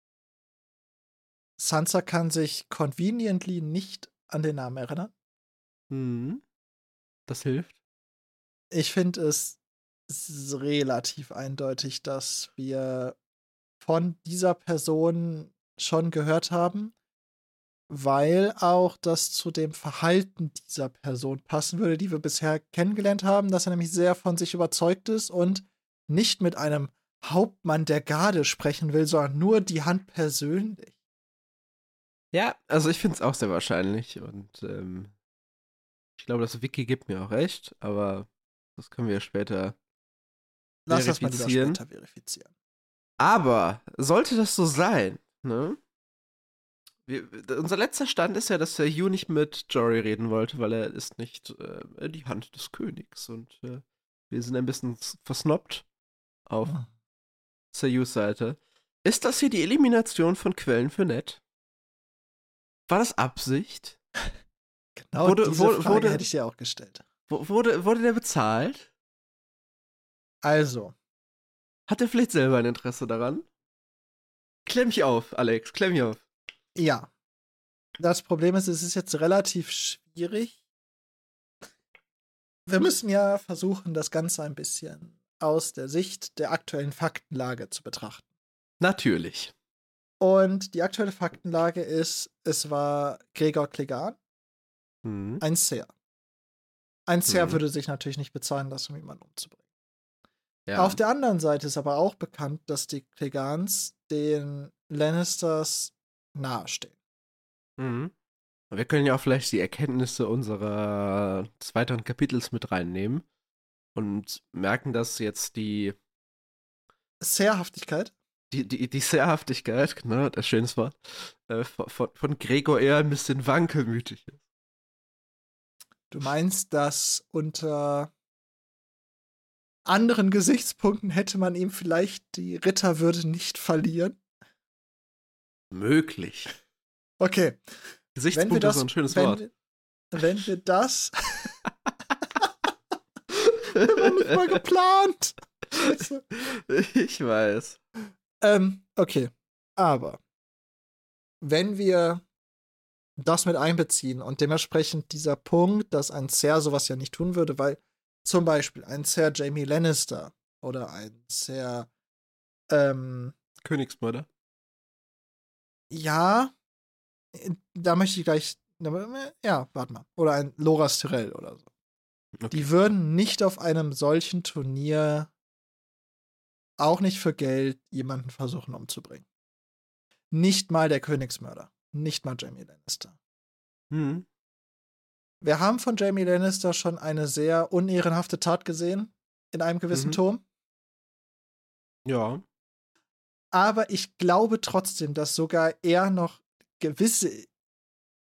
A: Sansa kann sich conveniently nicht an den Namen erinnern.
B: Hm. Das hilft.
A: Ich finde es relativ eindeutig, dass wir von dieser Person schon gehört haben, weil auch das zu dem Verhalten dieser Person passen würde, die wir bisher kennengelernt haben, dass er nämlich sehr von sich überzeugt ist und nicht mit einem Hauptmann der Garde sprechen will, sondern nur die Hand persönlich.
B: Ja, also ich finde es auch sehr wahrscheinlich. Und ich glaube, das Wiki gibt mir auch recht, aber das können wir ja später
A: Lass das mal lieber
B: verifizieren.
A: später verifizieren.
B: Aber sollte das so sein, ne? Unser letzter Stand ist ja, dass der Hugh nicht mit Jory reden wollte, weil er ist nicht die Hand des Königs. Und wir sind ein bisschen versnobbt auf
A: Hm.
B: Sir Hughs Seite. Ist das hier die Elimination von Quellen für Ned? War das Absicht?
A: Genau diese Frage hätte ich dir auch gestellt.
B: Wurde der bezahlt?
A: Also,
B: Hat er vielleicht selber ein Interesse daran? Klemm mich auf, Alex, klemm mich auf.
A: ja. Das Problem ist, es ist jetzt relativ schwierig. Wir müssen ja versuchen, das Ganze ein bisschen aus der Sicht der aktuellen Faktenlage zu betrachten.
B: Natürlich.
A: Und die aktuelle Faktenlage ist, es war Gregor Clegane,
B: Hm.
A: ein Ser. Ein Ser
B: Hm.
A: würde sich natürlich nicht bezahlen lassen, um jemanden umzubringen.
B: Ja.
A: Auf der anderen Seite ist aber auch bekannt, dass die Clegans den Lannisters nahestehen.
B: Mhm. Wir können ja auch vielleicht die Erkenntnisse unserer zweiten Kapitels mit reinnehmen und merken, dass jetzt die
A: Serhaftigkeit?
B: die Sehrhaftigkeit, genau, das schönes Wort, von Gregor eher ein bisschen wankelmütig ist.
A: Du meinst, dass unter anderen Gesichtspunkten hätte man ihm vielleicht die Ritterwürde nicht verlieren?
B: Möglich.
A: Okay.
B: Gesichtspunkt ist so ein schönes Wort.
A: Wenn wir das. War nicht mal geplant. Scheiße.
B: Ich weiß.
A: Okay. Aber wenn wir das mit einbeziehen und dementsprechend dieser Punkt, dass ein Ser sowas ja nicht tun würde, weil zum Beispiel ein Ser Jaime Lannister oder ein Ser
B: Königsmörder.
A: ja, da möchte ich gleich, ja, warte mal, oder ein Loras Tyrell oder so.
B: Okay.
A: Die würden nicht auf einem solchen Turnier auch nicht für Geld jemanden versuchen umzubringen. Nicht mal der Königsmörder. Nicht mal Jaime Lannister.
B: Mhm.
A: Wir haben von Jaime Lannister schon eine sehr unehrenhafte Tat gesehen in einem gewissen Turm.
B: Ja.
A: Aber ich glaube trotzdem, dass sogar er noch gewisse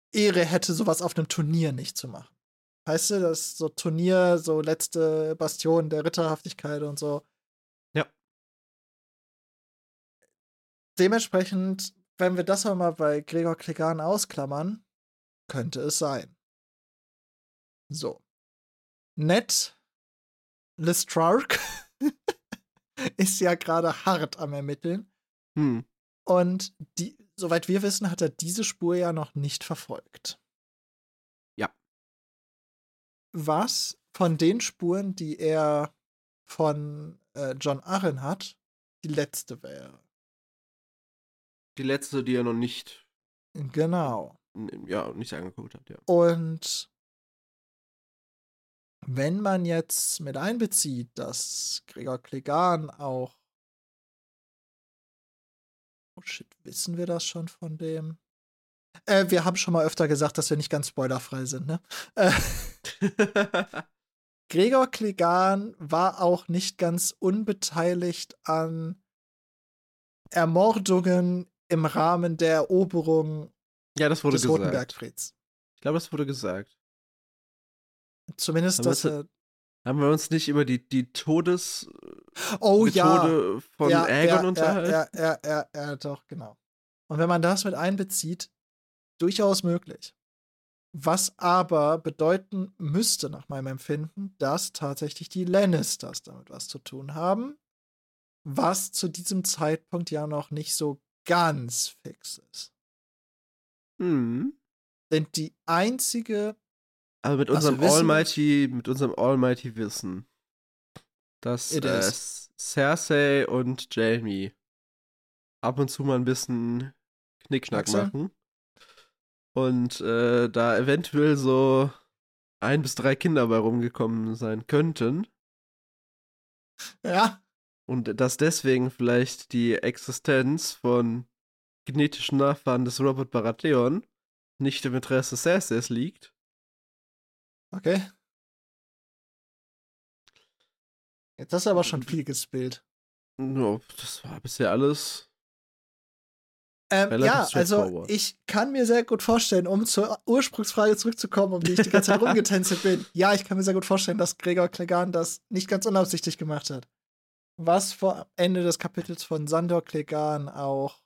A: Ehre hätte, sowas auf einem Turnier nicht zu machen. Weißt du, das ist so Turnier, so letzte Bastion der Ritterhaftigkeit und so.
B: Ja.
A: Dementsprechend, wenn wir das aber mal bei Gregor Clegane ausklammern, könnte es sein. So. Ned Lestrark ist ja gerade hart am Ermitteln. Und soweit wir wissen, hat er diese Spur ja noch nicht verfolgt.
B: Ja.
A: Was von den Spuren, die er von John Arryn hat, die letzte wäre.
B: Die letzte, die er noch nicht.
A: Genau.
B: Ja, nicht angeguckt hat, ja.
A: Und wenn man jetzt mit einbezieht, dass Gregor Clegane auch. Oh shit, wissen wir das schon von dem? Wir haben schon mal öfter gesagt, dass wir nicht ganz spoilerfrei sind, ne? Gregor Clegane war auch nicht ganz unbeteiligt an Ermordungen im Rahmen der Eroberung
B: Ja, das wurde
A: des
B: gesagt.
A: Roten Bergfrieds.
B: Ich glaube, das wurde gesagt.
A: Zumindest, dass er.
B: Haben wir uns nicht über die Methode von Aegon unterhalten?
A: Ja, doch, genau. Und wenn man das mit einbezieht, durchaus möglich. Was aber bedeuten müsste, nach meinem Empfinden, dass tatsächlich die Lannisters damit was zu tun haben, was zu diesem Zeitpunkt ja noch nicht so ganz fix ist. Denn die einzige.
B: Aber mit unserem Almighty Wissen, dass Cersei und Jaime ab und zu mal ein bisschen Knickschnack machen. Und da eventuell so 1 bis 3 Kinder bei rumgekommen sein könnten.
A: Ja.
B: Und dass deswegen vielleicht die Existenz von genetischen Nachfahren des Robert Baratheon nicht im Interesse Cerseis liegt.
A: Okay. Jetzt hast du aber schon viel gespillt.
B: No, das war bisher alles.
A: Ja, also ich kann mir sehr gut vorstellen, um zur Ursprungsfrage zurückzukommen, um die ich die ganze Zeit rumgetänzelt bin. Ja, ich kann mir sehr gut vorstellen, dass Gregor Clegane das nicht ganz unabsichtlich gemacht hat. Was vor Ende des Kapitels von Sandor Clegane auch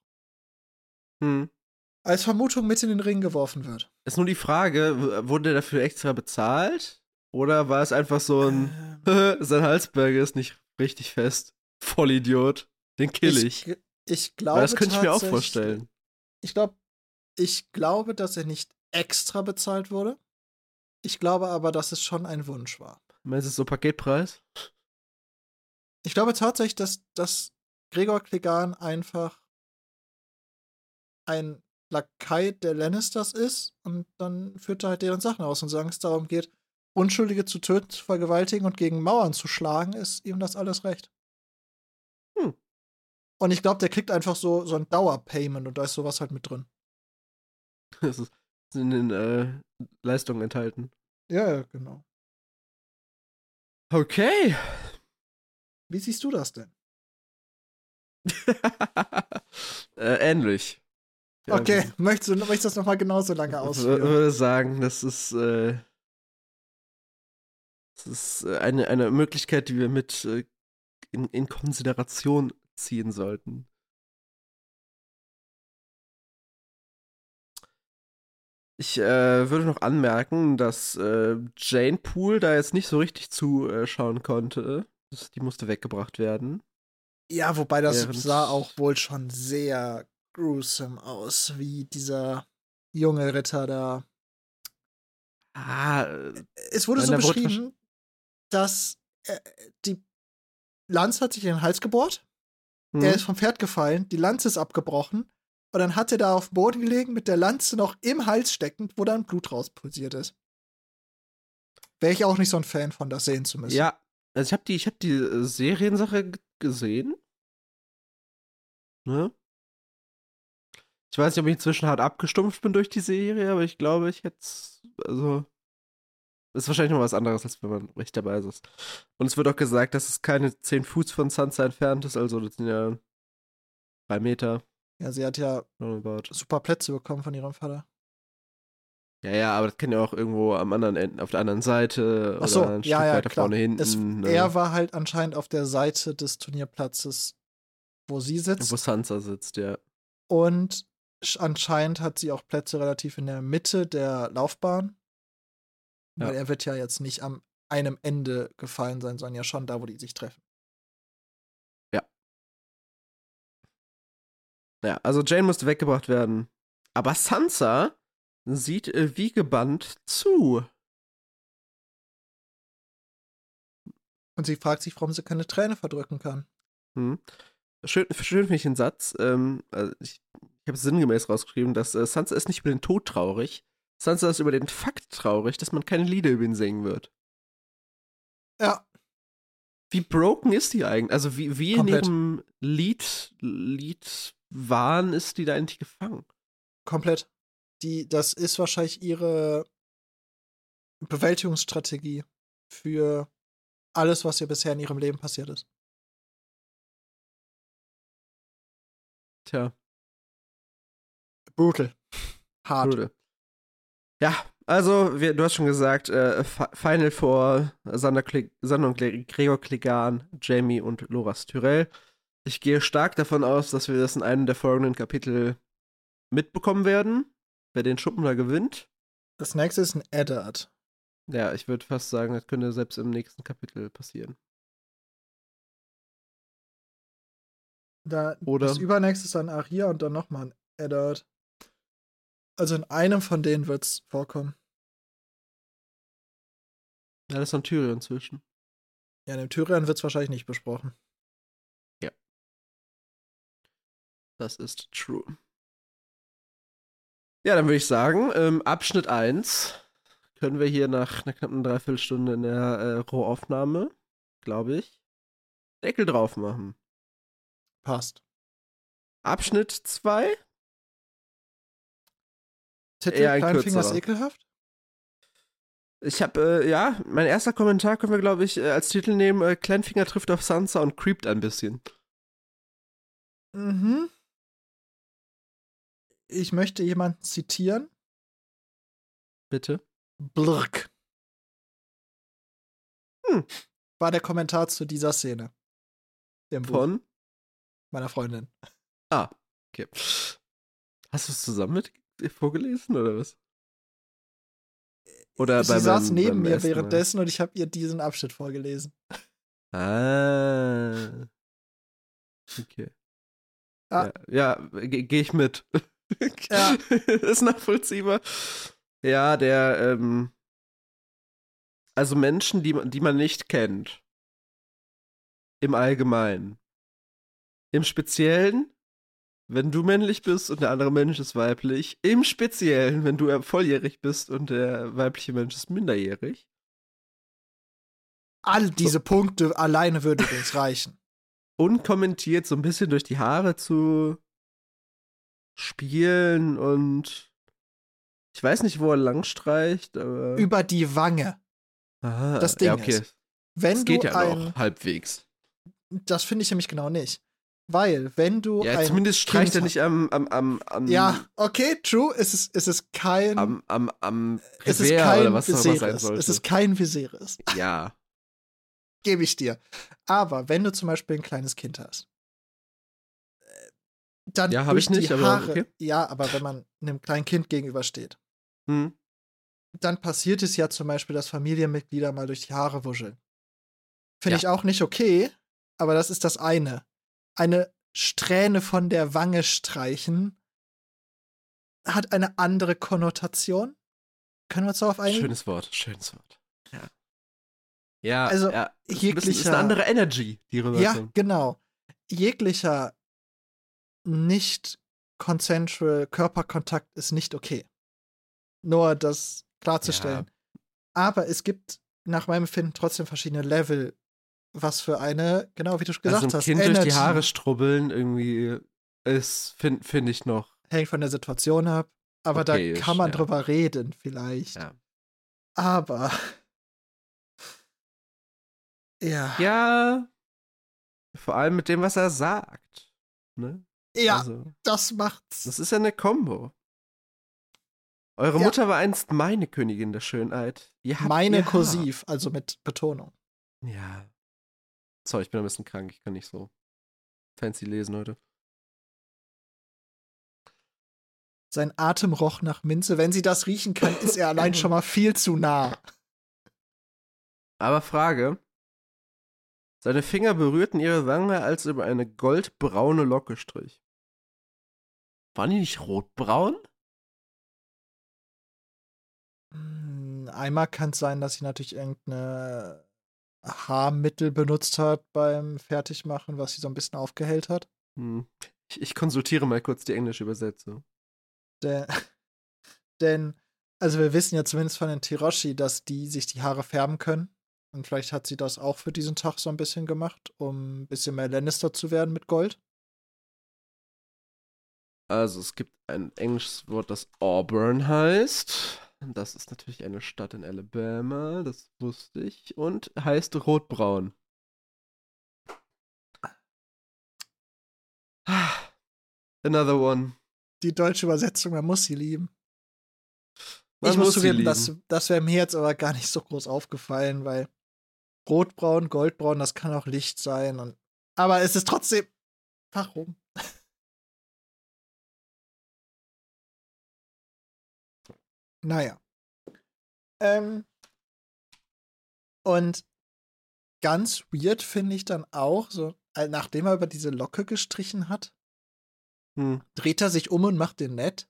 A: als Vermutung mit in den Ring geworfen wird.
B: Ist nur die Frage, wurde der dafür extra bezahlt? Oder war es einfach so ein sein Halsberger ist nicht richtig fest. Vollidiot. Den kill ich.
A: Ich glaube,
B: weil das könnte ich mir auch vorstellen.
A: Ich glaube, dass er nicht extra bezahlt wurde. Ich glaube aber, dass es schon ein Wunsch war.
B: Meinst du so Paketpreis?
A: Ich glaube tatsächlich, dass Gregor Clegane einfach ein Lakai der Lannisters ist und dann führt er halt deren Sachen aus und solange es darum geht, Unschuldige zu töten, zu vergewaltigen und gegen Mauern zu schlagen, ist ihm das alles recht. Und ich glaube, der kriegt einfach so ein Dauerpayment und da ist sowas halt mit drin.
B: Das ist in den Leistungen enthalten.
A: Ja, genau.
B: Okay.
A: Wie siehst du das denn?
B: Ähnlich.
A: Okay, möchtest du das nochmal genauso lange ausführen?
B: Ich würde sagen, das ist eine Möglichkeit, die wir mit in Konsideration ziehen sollten. Ich würde noch anmerken, dass Jane Poole da jetzt nicht so richtig zuschauen konnte. Die musste weggebracht werden.
A: Ja, wobei das sah auch wohl schon sehr gruesome aus, wie dieser junge Ritter da. Es wurde so beschrieben, dass die Lanze hat sich in den Hals gebohrt, er ist vom Pferd gefallen, die Lanze ist abgebrochen und dann hat er da auf dem Boden gelegen mit der Lanze noch im Hals steckend, wo dann Blut rauspulsiert ist. Wäre ich auch nicht so ein Fan von, das sehen zu müssen.
B: Ja, also ich hab die Seriensache gesehen. Ne? Ich weiß nicht, ob ich inzwischen hart abgestumpft bin durch die Serie, aber ich glaube, ich hätte also ist wahrscheinlich noch was anderes, als wenn man recht dabei ist. Und es wird auch gesagt, dass es keine 10 Fuß von Sansa entfernt ist, also das sind ja 3 Meter.
A: Ja, sie hat ja super Plätze bekommen von ihrem Vater.
B: Ja, aber das kann ja auch irgendwo am anderen Ende, auf der anderen Seite
A: Ach so,
B: oder ein Stück
A: ja,
B: weiter
A: klar.
B: vorne hinten.
A: Er war halt anscheinend auf der Seite des Turnierplatzes, wo sie
B: Wo
A: sitzt.
B: Sansa sitzt, ja.
A: Und anscheinend hat sie auch Plätze relativ in der Mitte der Laufbahn. Weil
B: Ja.
A: er wird ja jetzt nicht am einem Ende gefallen sein, sondern ja schon da, wo die sich treffen.
B: Ja. Ja, also Jane musste weggebracht werden. Aber Sansa sieht wie gebannt zu.
A: Und sie fragt sich, warum sie keine Träne verdrücken kann.
B: Hm. Schön finde ich den Satz. Also ich habe sinngemäß rausgeschrieben, dass Sansa ist nicht über den Tod traurig. Sansa ist über den Fakt traurig, dass man keine Lieder über ihn singen wird.
A: Ja.
B: Wie broken ist die eigentlich? Also wie in
A: Komplett.
B: ihrem Liedwahn ist die da eigentlich gefangen?
A: Komplett. Das ist wahrscheinlich ihre Bewältigungsstrategie für alles, was ihr bisher in ihrem Leben passiert ist.
B: Tja,
A: Brutal. Hart.
B: Bruder. Ja, also, du hast schon gesagt, Final Four, Sander und Gregor Clegane, Jamie und Loras Tyrell. Ich gehe stark davon aus, dass wir das in einem der folgenden Kapitel mitbekommen werden, wer den Schuppen da gewinnt.
A: Das nächste ist ein Eddard.
B: Ja, ich würde fast sagen, das könnte selbst im nächsten Kapitel passieren. Oder?
A: Das übernächste ist dann Aria und dann nochmal ein Eddard. Also in einem von denen wird's vorkommen.
B: Ja, das ist ein Tyrion zwischen.
A: Ja, in dem Tyrion wird's wahrscheinlich nicht besprochen.
B: Ja. Das ist true. Ja, dann würde ich sagen, Abschnitt 1 können wir hier nach einer knappen Dreiviertelstunde in der Rohaufnahme, glaube ich, Deckel drauf machen.
A: Passt.
B: Abschnitt 2?
A: Titel
B: Eher ein
A: Kleinfingers
B: kürzerer.
A: ekelhaft?
B: Ich habe, ja, mein erster Kommentar können wir, glaube ich, als Titel nehmen, Kleinfinger trifft auf Sansa und creept ein bisschen.
A: Mhm. Ich möchte jemanden zitieren.
B: Bitte?
A: Blrk. War der Kommentar zu dieser Szene. Im Buch
B: Von?
A: meiner Freundin.
B: Ah, okay. Hast du es zusammen mit vorgelesen, oder was? Oder
A: Sie saß neben
B: beim
A: mir
B: ersten Mal?
A: währenddessen und ich habe ihr diesen Abschnitt vorgelesen.
B: Ah. Okay.
A: Ja.
B: Ja, geh ich mit.
A: Ja.
B: Ist nachvollziehbar. Ja, also Menschen, die man nicht kennt. Im Allgemeinen. Im Speziellen, wenn du männlich bist und der andere Mensch ist weiblich. Im Speziellen, wenn du volljährig bist und der weibliche Mensch ist minderjährig.
A: All diese Punkte alleine würde übrigens reichen.
B: Unkommentiert so ein bisschen durch die Haare zu spielen und ich weiß nicht, wo er lang streicht, aber.
A: Über die Wange.
B: Aha,
A: Das Ding
B: ja, okay.
A: ist, wenn
B: das
A: du
B: geht ja noch halbwegs.
A: Das finde ich nämlich genau nicht. Weil, wenn du
B: Ja,
A: ein
B: zumindest streicht er
A: Kind
B: nicht am
A: Ja, okay, true. Es ist kein
B: am
A: es ist
B: Revers oder
A: kein
B: was auch immer sein
A: Viserys.
B: sollte.
A: Es ist kein Viserys.
B: Ja.
A: Gebe ich dir. Aber wenn du zum Beispiel ein kleines Kind hast, dann
B: Ja, habe
A: durch
B: ich nicht,
A: die
B: aber
A: Haare.
B: okay.
A: Ja, aber wenn man einem kleinen Kind gegenübersteht,
B: Hm.
A: dann passiert es ja zum Beispiel, dass Familienmitglieder mal durch die Haare wuscheln. Finde
B: Ja.
A: ich auch nicht okay, aber das ist das eine. Eine Strähne von der Wange streichen hat eine andere Konnotation. Können wir uns darauf einigen?
B: Schönes Wort. Ja. Ja,
A: Also,
B: ja.
A: jeglicher.
B: Ist eine andere Energy, die rüberkommt.
A: Ja, genau. Jeglicher nicht consensual Körperkontakt ist nicht okay. Nur das klarzustellen.
B: Ja.
A: Aber es gibt nach meinem Empfinden trotzdem verschiedene Level, was für eine, genau wie du gesagt
B: Also ein
A: hast,
B: Kind
A: Energy
B: durch die Haare strubbeln irgendwie ist, finde ich noch.
A: hängt von der Situation ab. Aber
B: Okay,
A: da kann man
B: ja.
A: drüber reden, vielleicht.
B: Ja.
A: Aber. Ja.
B: Ja. Vor allem mit dem, was er sagt. Ne?
A: Ja,
B: Also,
A: das macht's.
B: das ist ja eine Kombo. Eure
A: Ja.
B: Mutter war einst meine Königin der Schönheit. Ihr habt
A: Meine
B: ihr Haar.
A: kursiv, also mit Betonung.
B: Ja. Sorry, ich bin ein bisschen krank. Ich kann nicht so fancy lesen heute.
A: Sein Atem roch nach Minze. Wenn sie das riechen kann, ist er allein schon mal viel zu nah.
B: Aber Frage. Seine Finger berührten ihre Wange, als er über eine goldbraune Locke strich. Waren die nicht rotbraun?
A: Einmal kann es sein, dass sie natürlich irgendeine Haarmittel benutzt hat beim Fertigmachen, was sie so ein bisschen aufgehellt hat.
B: Ich konsultiere mal kurz die englische Übersetzung.
A: Denn, also wir wissen ja zumindest von den Tiroshi, dass die sich die Haare färben können. Und vielleicht hat sie das auch für diesen Tag so ein bisschen gemacht, um ein bisschen mehr Lannister zu werden mit Gold.
B: Also es gibt ein englisches Wort, das Auburn heißt. Das ist natürlich eine Stadt in Alabama, das wusste ich. Und heißt rotbraun. Another one.
A: Die deutsche Übersetzung, man muss sie lieben.
B: Man
A: ich muss
B: muss sie
A: zugeben,
B: lieben.
A: das wäre mir jetzt aber gar nicht so groß aufgefallen, weil rotbraun, goldbraun, das kann auch Licht sein. Aber es ist trotzdem. Warum? Naja. Und ganz weird finde ich dann auch, so, nachdem er über diese Locke gestrichen hat, dreht er sich um und macht den nett.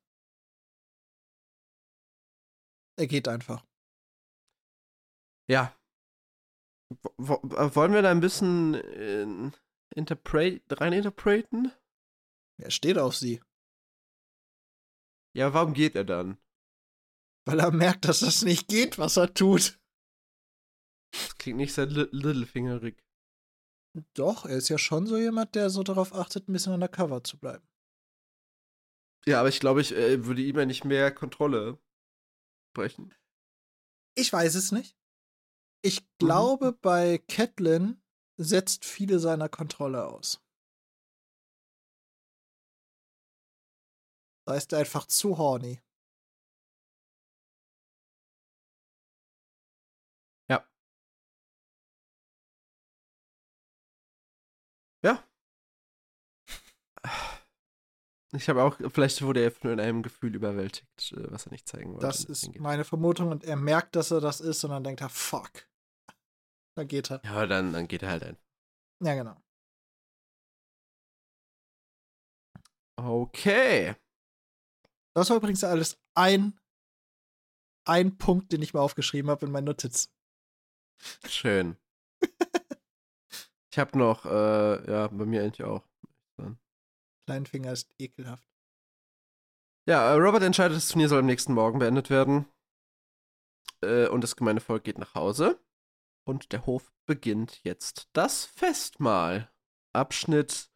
A: Er geht einfach.
B: Ja. Wollen wir da ein bisschen rein interpreten?
A: Er steht auf sie.
B: Ja, warum geht er dann?
A: Weil er merkt, dass das nicht geht, was er tut.
B: Das klingt nicht sehr littlefingerig.
A: Doch, er ist ja schon so jemand, der so darauf achtet, ein bisschen undercover zu bleiben.
B: Ja, aber ich glaube, ich würde ihm ja nicht mehr Kontrolle brechen.
A: Ich weiß es nicht. Ich glaube, bei Catelyn setzt viele seiner Kontrolle aus. Da ist er einfach zu horny.
B: Ja. Ja. Ich habe auch, vielleicht wurde er nur in einem Gefühl überwältigt, was er nicht zeigen wollte.
A: Das ist meine Vermutung und er merkt, dass er das ist und dann denkt er, fuck. Dann geht er.
B: Ja, dann geht er halt ein.
A: Ja, genau.
B: Okay.
A: Das war übrigens alles ein Punkt, den ich mir aufgeschrieben habe in meinen Notizen.
B: Schön. Ich habe noch, ja, bei mir eigentlich auch.
A: Kleinfinger ist ekelhaft.
B: Ja, Robert entscheidet, das Turnier soll am nächsten Morgen beendet werden. Und das gemeine Volk geht nach Hause. Und der Hof beginnt jetzt das Festmahl. Abschnitt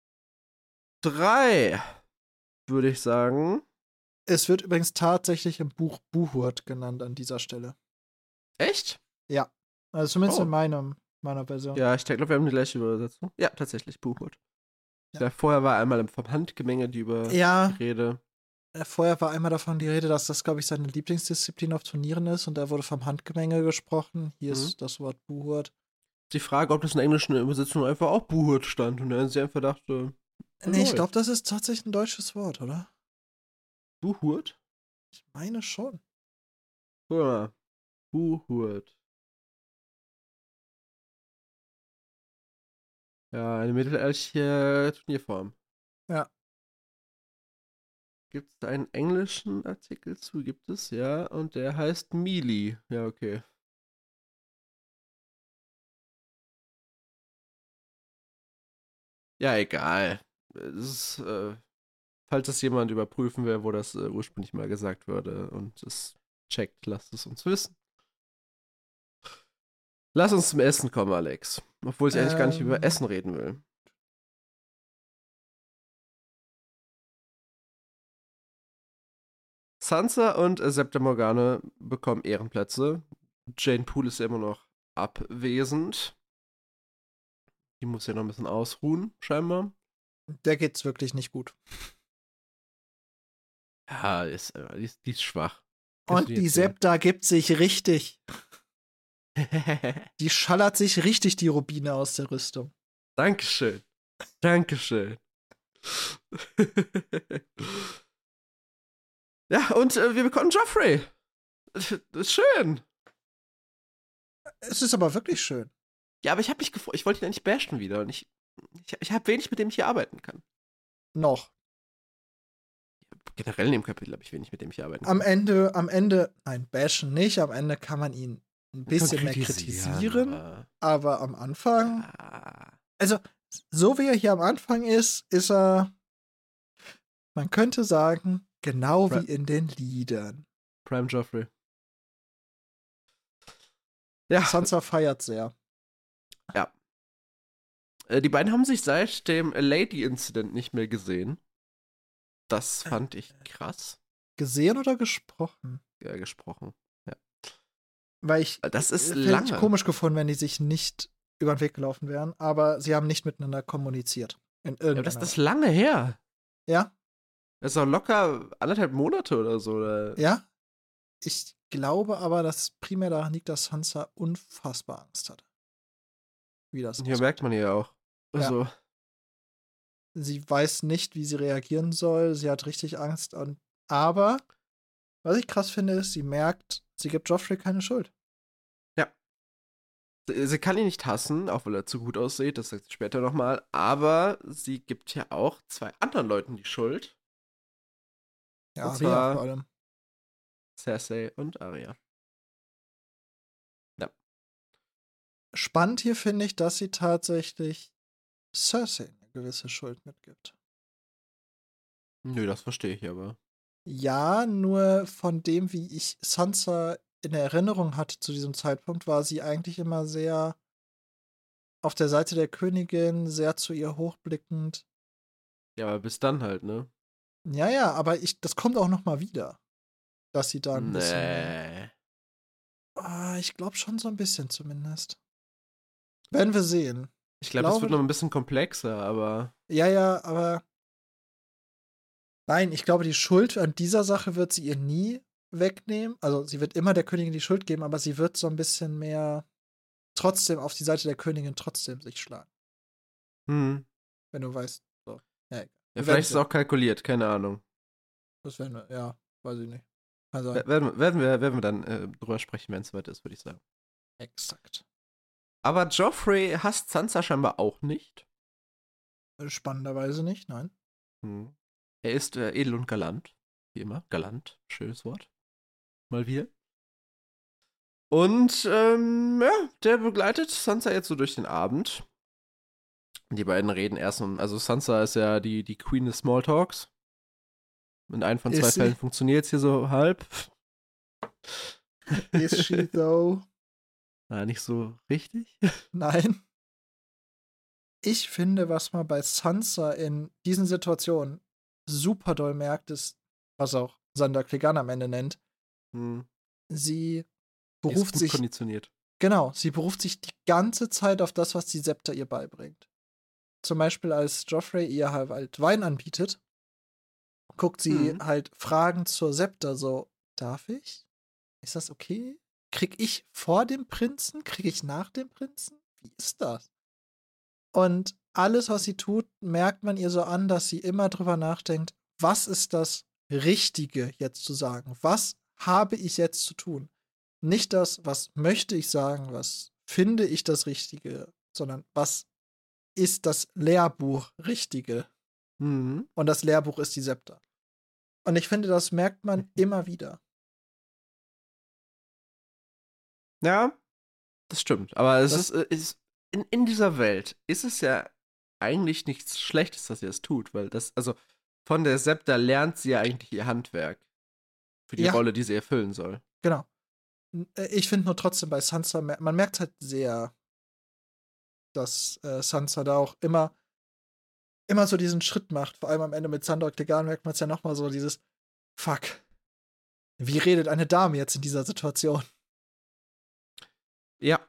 B: 3, würde ich sagen.
A: Es wird übrigens tatsächlich im Buch Buhurt genannt an dieser Stelle.
B: Echt?
A: Ja. Also zumindest in meiner Version.
B: Ja, ich glaube, wir haben die gleiche Übersetzung. Ja, tatsächlich, Buchwort.
A: Ja.
B: Ja, vorher war einmal vom Handgemenge die Rede.
A: Vorher war einmal davon die Rede, dass das, glaube ich, seine Lieblingsdisziplin auf Turnieren ist und da wurde vom Handgemenge gesprochen. Hier ist das Wort Buhurt.
B: Die Frage, ob das in der englischen Übersetzung einfach auch Buhurt stand und dann sie einfach dachte.
A: Nee, ich glaube, das ist tatsächlich ein deutsches Wort, oder?
B: Buhurt?
A: Ich meine schon.
B: Guck mal. Buhurt. Ja, eine mittelalterliche Turnierform.
A: Ja.
B: Gibt es da einen englischen Artikel zu? Gibt es, ja. Und der heißt Melee. Ja, okay. Ja, egal. Es ist, falls das jemand überprüfen will, wo das ursprünglich mal gesagt wurde und es checkt, lasst es uns wissen. Lass uns zum Essen kommen, Alex. Obwohl ich eigentlich gar nicht über Essen reden will. Sansa und Septa Morgana bekommen Ehrenplätze. Jane Poole ist ja immer noch abwesend. Die muss ja noch ein bisschen ausruhen, scheinbar.
A: Der geht's wirklich nicht gut.
B: Ja, die ist schwach. Kannst du
A: Und
B: nicht
A: die
B: erzählen.
A: Septa gibt sich richtig. Die schallert sich richtig die Rubine aus der Rüstung.
B: Dankeschön. Dankeschön. Ja, und wir bekommen Joffrey. Das ist schön.
A: Es ist aber wirklich schön.
B: Ja, aber ich habe mich gefreut. Ich wollte ihn eigentlich bashen wieder. Und ich habe wenig, mit dem ich hier arbeiten kann.
A: Noch.
B: Generell in dem Kapitel habe ich wenig, mit dem ich arbeiten
A: Am
B: kann.
A: Ende, nein, bashen nicht. Am Ende kann man ihn ein bisschen mehr kritisieren. Aber am Anfang,
B: Ja.
A: also so wie er hier am Anfang ist er, man könnte sagen, genau wie in den Liedern.
B: Prime Joffrey. Ja,
A: Sansa feiert sehr.
B: ja. Die beiden haben sich seit dem Lady-Incident nicht mehr gesehen. Das fand ich krass.
A: Gesehen oder gesprochen?
B: Ja, gesprochen. Ja.
A: Weil ich
B: Das ist
A: hätte ich
B: lange.
A: komisch gefunden, wenn die sich nicht über den Weg gelaufen wären, aber sie haben nicht miteinander kommuniziert. In
B: Ja, aber das
A: irgendeiner
B: ist
A: Weise.
B: lange her.
A: Ja,
B: Das ist auch locker 1,5 Monate oder so. Oder?
A: ja. Ich glaube aber, dass es primär daran liegt, dass Sansa unfassbar Angst hatte. Wie das
B: Hier
A: ausgeht.
B: merkt man ja auch. Also,
A: Sie weiß nicht, wie sie reagieren soll. Sie hat richtig Angst. Aber, was ich krass finde, ist, sie merkt, sie gibt Joffrey keine Schuld.
B: ja. Sie kann ihn nicht hassen, auch weil er zu gut aussieht, das sagt sie später nochmal. Aber sie gibt ja auch 2 anderen Leuten die Schuld.
A: Ja,
B: Und
A: Arya vor
B: zwar
A: allem.
B: Cersei und Arya. Ja.
A: Spannend hier finde ich, dass sie tatsächlich Cersei eine gewisse Schuld mitgibt.
B: Nö, das verstehe ich aber.
A: Ja, nur von dem, wie ich Sansa in Erinnerung hatte zu diesem Zeitpunkt, war sie eigentlich immer sehr auf der Seite der Königin, sehr zu ihr hochblickend.
B: Ja, aber bis dann halt, ne?
A: Ja, ja, aber das kommt auch noch mal wieder, dass sie da ein bisschen mehr.
B: Nee.
A: Ich glaube schon so ein bisschen zumindest. Werden wir sehen.
B: Ich
A: Ich
B: glaube, das wird noch
A: glaube,
B: ein bisschen komplexer, aber.
A: ja, aber nein, ich glaube, die Schuld an dieser Sache wird sie ihr nie wegnehmen. Also, sie wird immer der Königin die Schuld geben, aber sie wird so ein bisschen mehr trotzdem auf die Seite der Königin trotzdem sich schlagen.
B: Hm.
A: Wenn du weißt. So. Ja, egal.
B: Ja,
A: Wir werden
B: vielleicht ist es
A: sehen.
B: auch kalkuliert, keine Ahnung.
A: Das werden wir, ja, weiß ich nicht. Kann sein.
B: Werden wir dann drüber sprechen, wenn es soweit ist, würde ich sagen.
A: Exakt.
B: Aber Joffrey hasst Sansa scheinbar auch nicht.
A: Spannenderweise nicht, nein.
B: Hm. Er ist edel und galant. Wie immer. Galant. Schönes Wort. Mal wieder. Und ja, der begleitet Sansa jetzt so durch den Abend. Die beiden reden erst also Sansa ist ja die Queen des Smalltalks. In einem von 2
A: Ist sie?
B: Fällen funktioniert es hier so halb.
A: Is she though?
B: Nicht so richtig.
A: Nein. Ich finde, was man bei Sansa in diesen Situationen super doll merkt, ist, was auch Sandor Clegane am Ende nennt,
B: Hm.
A: sie
B: Die ist
A: beruft
B: gut
A: sich,
B: konditioniert.
A: genau, sie beruft sich die ganze Zeit auf das, was die Septa ihr beibringt. Zum Beispiel, als Joffrey ihr halt Wein anbietet, guckt sie
B: Hm.
A: halt Fragen zur Septa so, darf ich? Ist das okay? Krieg ich vor dem Prinzen? Krieg ich nach dem Prinzen? Wie ist das? Und alles, was sie tut, merkt man ihr so an, dass sie immer drüber nachdenkt, was ist das Richtige jetzt zu sagen? Was habe ich jetzt zu tun? Nicht das, was möchte ich sagen, was finde ich das Richtige, sondern was ist das Lehrbuch Richtige?
B: Mhm.
A: Und das Lehrbuch ist die Septa. Und ich finde, das merkt man immer wieder.
B: Ja, das stimmt. Aber es
A: Das,
B: ist in dieser Welt ist es ja eigentlich nichts Schlechtes, dass sie es tut, weil also von der Septa lernt sie ja eigentlich ihr Handwerk für die
A: ja,
B: Rolle, die sie erfüllen soll.
A: genau. Ich finde nur trotzdem bei Sansa, man merkt halt sehr, dass Sansa da auch immer so diesen Schritt macht. Vor allem am Ende mit Sandor Clegane merkt man es ja nochmal so, dieses Fuck. Wie redet eine Dame jetzt in dieser Situation?
B: Ja.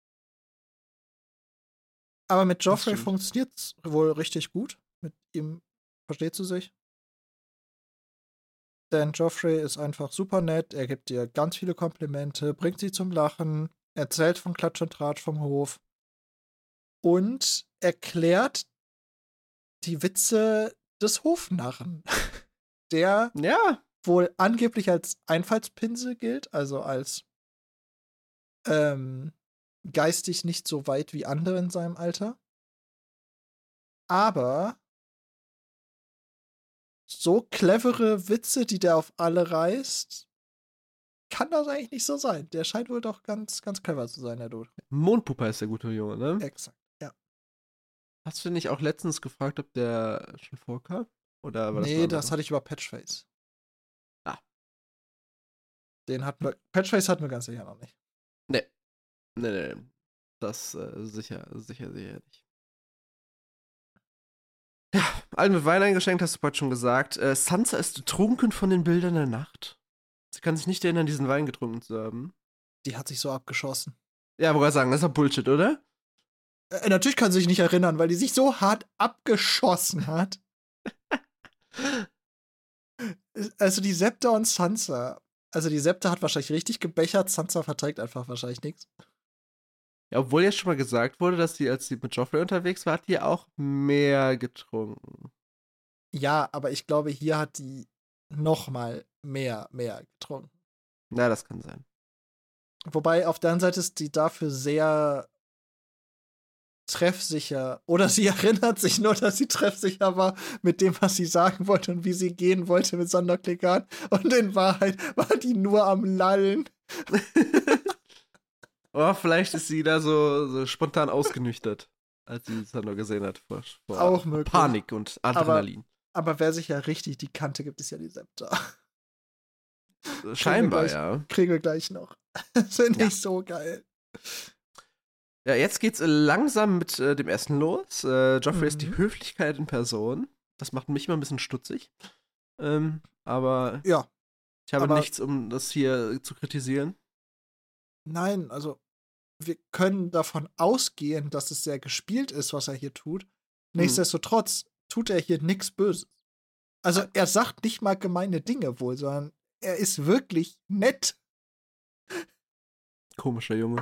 A: Aber mit
B: Das
A: Joffrey
B: stimmt.
A: funktioniert es wohl richtig gut. Mit ihm versteht sie sich. Denn Joffrey ist einfach super nett, er gibt dir ganz viele Komplimente, bringt sie zum Lachen, erzählt von Klatsch und Tratsch vom Hof und erklärt die Witze des Hofnarren, der
B: Ja,
A: wohl angeblich als Einfallspinsel gilt, also als geistig nicht so weit wie andere in seinem Alter. Aber so clevere Witze, die der auf alle reißt, kann das eigentlich nicht so sein. Der scheint wohl doch ganz, ganz clever zu sein, der Dude.
B: Mondpuppe ist der gute Junge, ne?
A: Exakt, ja.
B: Hast du nicht auch letztens gefragt, ob der schon vorkam? Oder war das ein
A: Nee, das
B: anderer?
A: hatte ich über Patchface.
B: Ah.
A: Patchface hatten wir ganz sicher noch nicht.
B: Nee. Nee. Das sicher nicht. Ja, allen mit Wein eingeschenkt, hast du bald schon gesagt. Sansa ist betrunken von den Bildern der Nacht. Sie kann sich nicht erinnern, diesen Wein getrunken zu haben.
A: Die hat sich so abgeschossen.
B: Ja, wollte sagen, das ist doch Bullshit, oder?
A: Natürlich kann sie sich nicht erinnern, weil die sich so hart abgeschossen hat. Also die Septa und Sansa. Also die Septa hat wahrscheinlich richtig gebechert, Sansa verträgt einfach wahrscheinlich nichts.
B: Ja, obwohl ja schon mal gesagt wurde, dass sie, als sie mit Joffrey unterwegs war, hat die auch mehr getrunken.
A: Ja, aber ich glaube, hier hat die noch mal mehr getrunken.
B: Na, das kann sein.
A: Wobei auf der anderen Seite ist die dafür sehr treffsicher. Oder sie erinnert sich nur, dass sie treffsicher war mit dem, was sie sagen wollte und wie sie gehen wollte mit Sonderklickern. Und in Wahrheit war die nur am Lallen.
B: Oder vielleicht ist sie da so spontan ausgenüchtert, als sie Sandor gesehen hat vor
A: Auch möglich.
B: Panik und Adrenalin.
A: Aber wer sich ja richtig die Kante gibt, ist ja die Septa.
B: Scheinbar, ja.
A: Kriegen wir gleich noch. Das finde
B: Ja.
A: ich so geil.
B: Ja, jetzt geht's langsam mit dem Essen los. Joffrey ist die
A: Mhm.
B: Höflichkeit in Person. Das macht mich immer ein bisschen stutzig. Aber
A: Ja,
B: ich habe
A: aber-
B: nichts, um das hier zu kritisieren.
A: nein, also wir können davon ausgehen, dass es sehr gespielt ist, was er hier tut. Nichtsdestotrotz tut er hier nichts Böses. Also er sagt nicht mal gemeine Dinge wohl, sondern er ist wirklich nett.
B: Komischer Junge.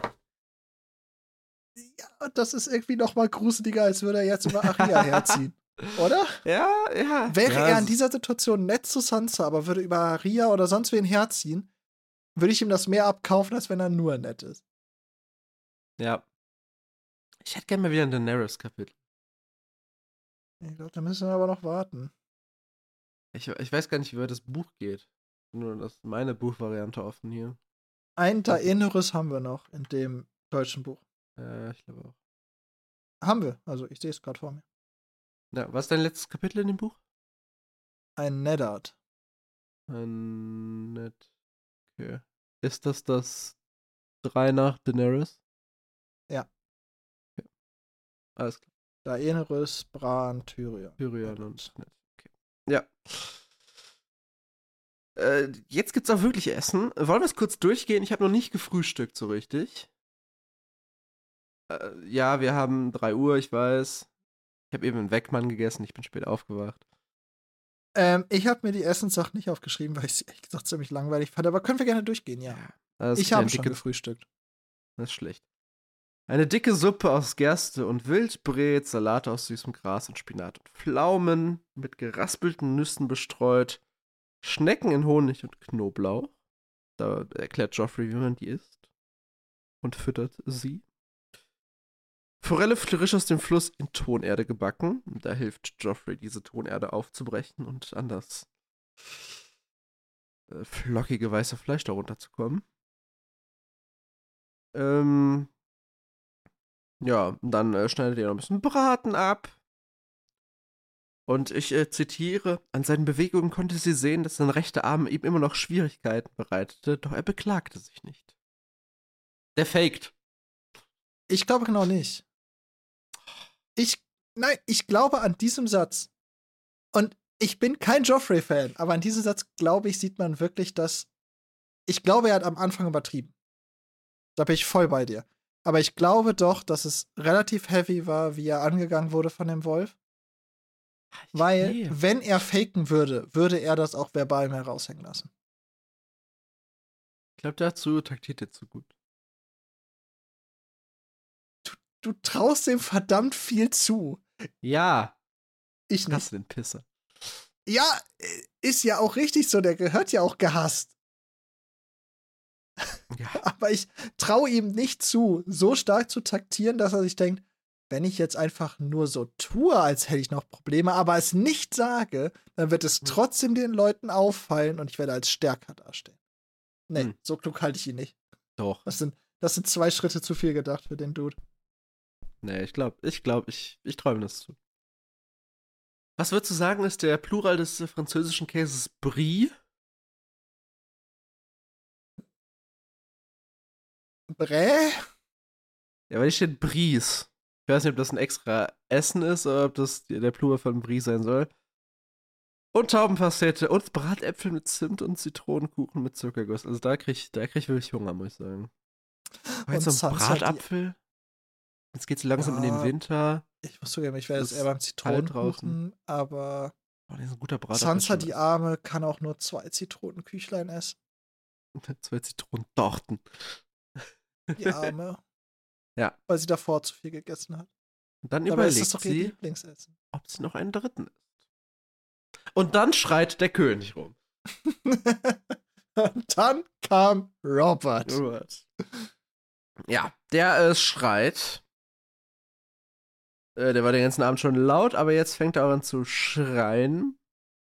A: Ja, und das ist irgendwie noch mal gruseliger, als würde er jetzt über Arya herziehen. Oder?
B: Ja.
A: Wäre
B: ja,
A: er in dieser Situation nett zu Sansa, aber würde über Arya oder sonst wen herziehen, würde ich ihm das mehr abkaufen, als wenn er nur nett ist.
B: Ja. Ich hätte gerne mal wieder ein Daenerys-Kapitel.
A: Ich glaube, da müssen wir aber noch warten.
B: Ich weiß gar nicht, wie weit das Buch geht. Nur das meine Buchvariante offen hier.
A: Ein Daenerys haben wir noch in dem deutschen Buch.
B: Ich glaube auch.
A: Haben wir. Also ich sehe es gerade vor mir.
B: Ja, was ist dein letztes Kapitel in dem Buch?
A: Ein Neddard.
B: Nett. Okay. Ist das 3 nach Daenerys?
A: Ja.
B: Okay. Alles klar.
A: Daenerys, Bran, Tyrion.
B: Tyrion und Ned. Okay. Ja. Jetzt gibt's auch wirklich Essen. Wollen wir es kurz durchgehen? Ich habe noch nicht gefrühstückt so richtig. Ja, wir haben 3 Uhr, ich weiß. Ich habe eben einen Weckmann gegessen, ich bin spät aufgewacht.
A: Ich habe mir die Essenssachen nicht aufgeschrieben, weil ich sie ehrlich gesagt ziemlich langweilig fand. Aber können wir gerne durchgehen, ja.
B: Das
A: Ich habe schon gefrühstückt.
B: Das ist schlecht. Eine dicke Suppe aus Gerste und Wildbret, Salat aus süßem Gras und Spinat und Pflaumen, mit geraspelten Nüssen bestreut, Schnecken in Honig und Knoblauch. Da erklärt Joffrey, wie man die isst. Und füttert sie. Forelle frisch aus dem Fluss in Tonerde gebacken. Da hilft Joffrey, diese Tonerde aufzubrechen und an das flockige weiße Fleisch darunter zu kommen. Ja, dann schneidet er noch ein bisschen Braten ab. Und ich zitiere, an seinen Bewegungen konnte sie sehen, dass sein rechter Arm ihm immer noch Schwierigkeiten bereitete, doch er beklagte sich nicht. Der faked.
A: Ich glaube genau nicht. Ich glaube an diesem Satz. Und ich bin kein Joffrey-Fan, aber an diesem Satz, glaube ich, sieht man wirklich, dass. Ich glaube, er hat am Anfang übertrieben. Da bin ich voll bei dir. Aber ich glaube doch, dass es relativ heavy war, wie er angegangen wurde von dem Wolf. Weil,
B: Nee.
A: wenn er faken würde, würde er das auch verbal mehr raushängen lassen.
B: Ich glaube, dazu taktiert er zu gut.
A: Du traust dem verdammt viel zu.
B: Ja,
A: Ich nicht.
B: hasse den Pisser.
A: Ja, ist ja auch richtig so, der gehört ja auch gehasst.
B: Ja.
A: Aber ich traue ihm nicht zu, so stark zu taktieren, dass er sich denkt, wenn ich jetzt einfach nur so tue, als hätte ich noch Probleme, aber es nicht sage, dann wird es trotzdem den Leuten auffallen und ich werde als stärker dastehen. Nee, so klug halte ich ihn nicht.
B: Doch.
A: Das sind 2 Schritte zu viel gedacht für den Dude.
B: Nee, ich träume das zu. Was würdest du sagen, ist der Plural des französischen Käses Brie?
A: Bräh?
B: Ja, weil hier steht Bries. Ich weiß nicht, ob das ein extra Essen ist oder ob das der Plural von Brie sein soll. Und Taubenpastete und Bratäpfel mit Zimt und Zitronenkuchen mit Zuckerguss. Also da krieg ich wirklich Hunger, muss ich sagen. Aber jetzt
A: Und
B: so ein
A: Sansa,
B: Bratapfel. Jetzt geht's langsam in den
A: Ja,
B: Winter.
A: ich muss zugeben, ich wäre jetzt
B: Es
A: eher beim
B: ist kalt draußen.
A: Zitronenkuchen, aber
B: Oh, nee, so ein guter Bratapfel.
A: Sansa,
B: schon
A: die
B: nice.
A: Arme, kann auch nur 2 Zitronenküchlein essen.
B: 2 Zitronentorten.
A: Die Arme.
B: Ja.
A: Weil sie davor zu viel gegessen hat.
B: Und dann
A: Dabei ist das
B: überlegt
A: doch ihr
B: sie,
A: Lieblingsessen.
B: ob sie noch einen dritten isst. Und dann schreit der König rum.
A: Und dann kam Robert.
B: Ja, der schreit. Der war den ganzen Abend schon laut, aber jetzt fängt er auch an zu schreien.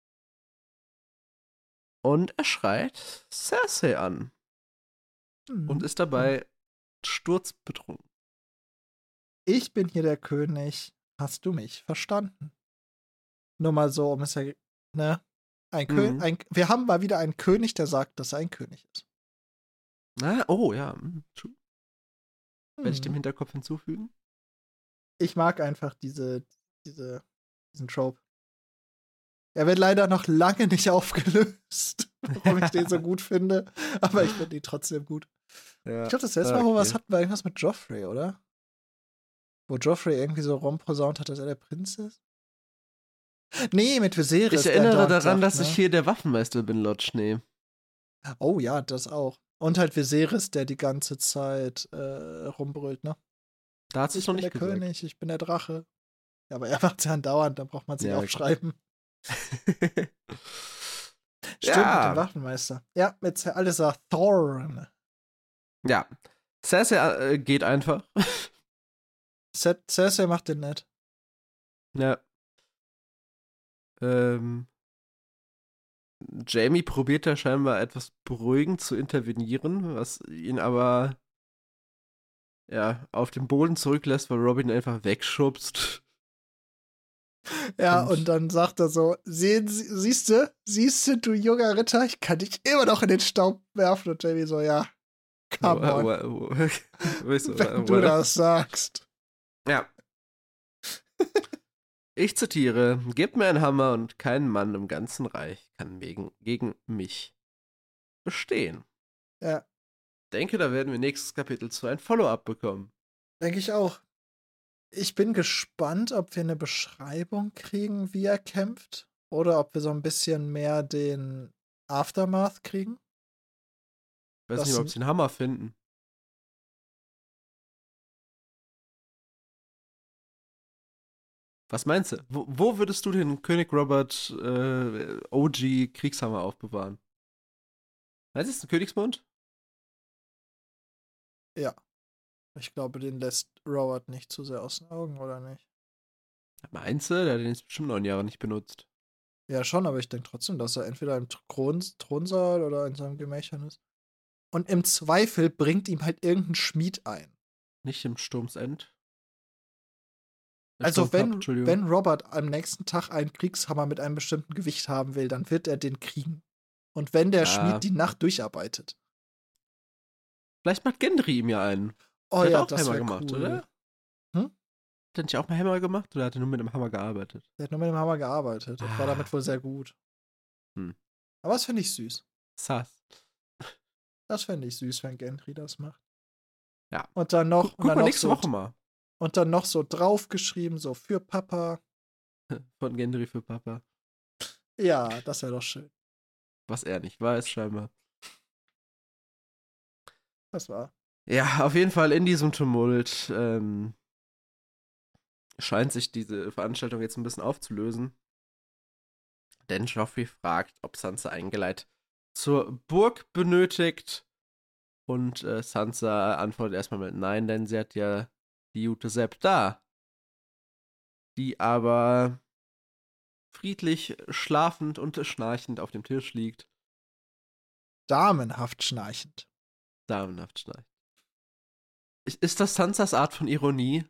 B: Und er schreit Cersei an. Und ist dabei sturzbetrunken.
A: Ich bin hier der König. Hast du mich verstanden? Nur mal so, um es ja, ne? Wir haben mal wieder einen König, der sagt, dass er ein König ist.
B: Oh ja. True. Werde ich dem
A: Hm.
B: Hinterkopf hinzufügen?
A: Ich mag einfach diesen Trope. Er wird leider noch lange nicht aufgelöst, warum ich den so gut finde. Aber ich finde ihn trotzdem gut.
B: Ja.
A: Ich glaube, das letzte Mal, wo wir was hatten, war irgendwas mit Joffrey, oder? Wo Joffrey irgendwie so rumposaunt hat, dass er der Prinz ist? Nee, mit Viserys.
B: Ich erinnere
A: der
B: daran,
A: sagt,
B: dass
A: ne?
B: ich hier der Waffenmeister bin, Lord Schnee.
A: Oh ja, das auch. Und halt Viserys, der die ganze Zeit rumbrüllt, ne?
B: Da hat es noch nicht
A: Ich bin
B: gesagt.
A: der König, ich bin der Drache. Ja, aber er macht es ja andauernd, da braucht man sich
B: Ja,
A: aufschreiben. Stimmt,
B: Ja.
A: mit dem Waffenmeister. Ja, mit Alliser Thorne.
B: Ja. Cersei geht einfach.
A: Cersei macht den nett.
B: Ja. Jaime probiert da scheinbar etwas beruhigend zu intervenieren, was ihn aber auf den Boden zurücklässt, weil Robin einfach wegschubst.
A: Ja, und dann sagt er so: siehst du, du junger Ritter, ich kann dich immer noch in den Staub werfen. Und Jaime so: ja, come on. Wenn du das sagst.
B: Ja. Ich zitiere: Gebt mir einen Hammer und kein Mann im ganzen Reich kann gegen mich bestehen.
A: Ja.
B: Denke, da werden wir nächstes Kapitel zu ein Follow-up bekommen.
A: Denke ich auch. Ich bin gespannt, ob wir eine Beschreibung kriegen, wie er kämpft. Oder ob wir so ein bisschen mehr den Aftermath kriegen.
B: Ich weiß nicht, ob sie einen Hammer finden. Was meinst du? Wo würdest du den König Robert OG Kriegshammer aufbewahren? Meinst du, ist ein Königsmund?
A: Ja. Ich glaube, den lässt Robert nicht zu sehr aus den Augen, oder nicht?
B: Meinst du? Der hat den jetzt bestimmt 9 Jahre nicht benutzt.
A: Ja, schon, aber ich denke trotzdem, dass er entweder im Thronsaal oder in seinem Gemächern ist. Und im Zweifel bringt ihm halt irgendein Schmied ein.
B: Nicht im Sturmsend.
A: Also wenn Robert am nächsten Tag einen Kriegshammer mit einem bestimmten Gewicht haben will, dann wird er den kriegen. Und wenn der Schmied die Nacht durcharbeitet.
B: Vielleicht macht Gendry ihm ja einen.
A: Oh
B: der
A: ja,
B: hat auch
A: das
B: Hammer
A: wäre
B: gemacht,
A: cool.
B: oder? Hat er nicht auch mal Hammer gemacht oder hat er nur mit einem Hammer gearbeitet?
A: Der hat nur mit dem Hammer gearbeitet und war damit wohl sehr gut. Aber das finde ich süß.
B: Sass.
A: Das fände ich süß, wenn Gendry das macht.
B: Ja.
A: Und dann noch.
B: Guck mal nächste Woche mal.
A: Und dann noch so draufgeschrieben, so für Papa.
B: von Gendry für Papa.
A: Ja, das wäre doch schön.
B: Was er nicht weiß, scheinbar.
A: Das war.
B: Ja, auf jeden Fall in diesem Tumult scheint sich diese Veranstaltung jetzt ein bisschen aufzulösen. Denn Joffrey fragt, ob Sansa ein Geleit zur Burg benötigt. Und Sansa antwortet erstmal mit Nein, denn sie hat ja die Jute Sepp da. Die aber friedlich schlafend und schnarchend auf dem Tisch liegt.
A: Damenhaft schnarchend.
B: Damenhaft schnarchend. Ist das Sansas Art von Ironie?